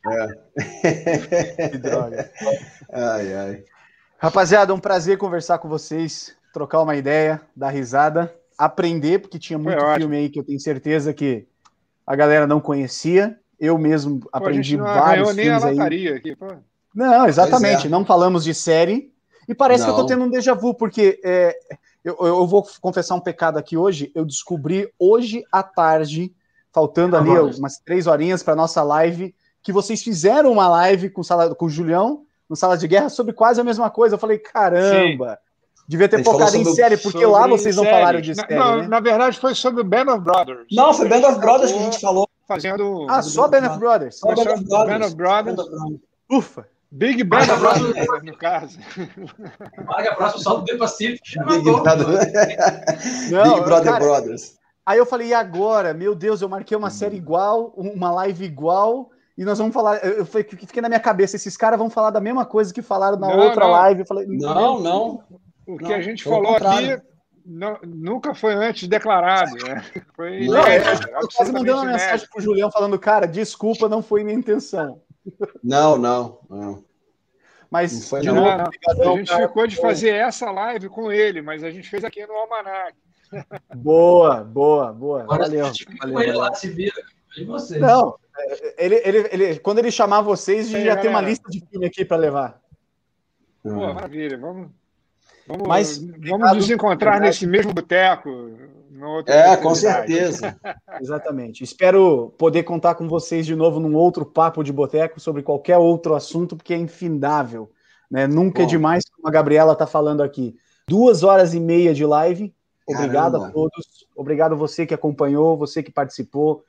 É.
Que droga.
Ai, ai.
Rapaziada, um prazer conversar com vocês, trocar uma ideia, dar risada, aprender, porque tinha muito
Foi
filme aí que eu tenho certeza que a galera não conhecia. Eu mesmo
Pô, a
aprendi
gente não
vários
ganhou nem a
filmes aí.
lataria aqui. Pô.
Não, exatamente.
Pois é.
Não falamos de série. E parece
Não.
que eu tô tendo um déjà vu, porque é, eu, eu vou confessar um pecado aqui hoje. Eu descobri hoje à tarde, faltando ali
Agora.
umas três horinhas para nossa live, que vocês fizeram uma live com, sala, com o Julião, no Sala de Guerra, sobre quase a mesma coisa. Eu falei, caramba, Sim. devia ter
Ele
focado
falou
em
sobre-
série, porque lá
Sobre
vocês não
séries.
falaram de
Na-
série,
não,
né?
na verdade foi sobre o Band of Brothers.
Não, foi Band of Brothers que a
Acabou
gente falou.
Fazendo
Ah, só Band of Brothers?
Só Band
Band
of
of
Brothers.
Brothers.
Band of Brothers.
Ufa!
Big Band of Brothers, no caso.
Paga a próxima só do The Pacific. Já
Big
matou.
Brother,
Não,
Big Brother
cara,
Brothers.
Aí eu falei, e agora? Meu Deus, eu marquei uma série igual, uma live igual, e nós vamos falar. Eu falei, fiquei na minha cabeça, esses caras vão falar da mesma coisa que falaram na
Não,
outra
não.
live. Eu falei,
Não, não.
O que
Não,
a gente
pelo
falou
contrário.
aqui não- nunca foi antes declarado. Né? Foi
Não,
Não,
é,
inédito,
eu quase mandei uma
absolutamente
mensagem
inédito.
pro Julião falando, cara, desculpa, não foi minha intenção.
Não, não, não.
Mas,
Não foi,
de
não.
novo,
Não, não.
obrigadão,
A gente
cara.
ficou de fazer essa live com ele, mas a gente fez aqui no Almanac.
Boa, boa, boa.
Agora
Valeu.
se fica
valeu,
com ele
valeu.
lá, se vira. E vocês?
Não, ele, ele, ele, quando ele chamar vocês, a gente
Aí,
já tem uma
galera.
lista de filme aqui para levar.
Pô, maravilha. Vamos, vamos,
Mas,
vamos
obrigado,
nos encontrar
verdade.
nesse mesmo boteco. numa outra
É, com
oportunidade.
certeza.
Exatamente. Espero poder contar com vocês de novo num outro papo de boteco sobre qualquer outro assunto, porque é infindável. Né? Nunca é
Bom.
demais, como a Gabriela está falando aqui. Duas horas e meia de live. Obrigado
Caramba.
a todos. Obrigado você que acompanhou, você que participou.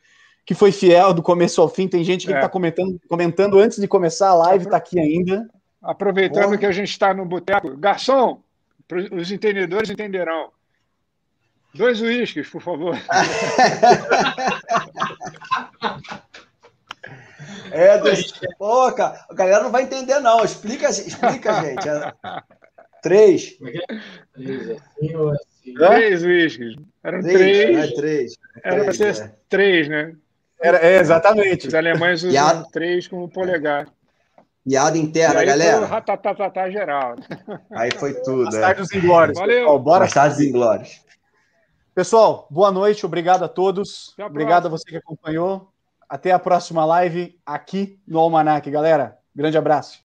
que foi fiel do começo ao fim. Tem gente que
É.
está comentando, comentando antes de começar a live, está aqui ainda.
Aproveitando
Boa.
que a gente está no boteco, garçom, pros- os entendedores entenderão. Dois uísques, por favor.
É, Deus. Pô, cara, a galera não vai entender, não. Explica, explica, gente. É... Três.
Como é que é? Três, assim ou assim?
Hã?
Três uísques. Eram
Três,
três.
não é três. É
Era para
três,
ser
é.
três, né?
Era, é, exatamente.
Os alemães
E
usam
a-
três como polegar.
Piada
E
interna,
aí foi o
galera.
ratatatá geral.
Aí foi tudo,
Mais
é.
tarde os inglórios,
Valeu.
pessoal. Bora.
Mais tarde, inglórios.
Pessoal, boa noite, obrigado a todos.
Até a
Obrigado a
próxima.
você que acompanhou. Até a próxima live aqui no Almanac, galera. Grande abraço.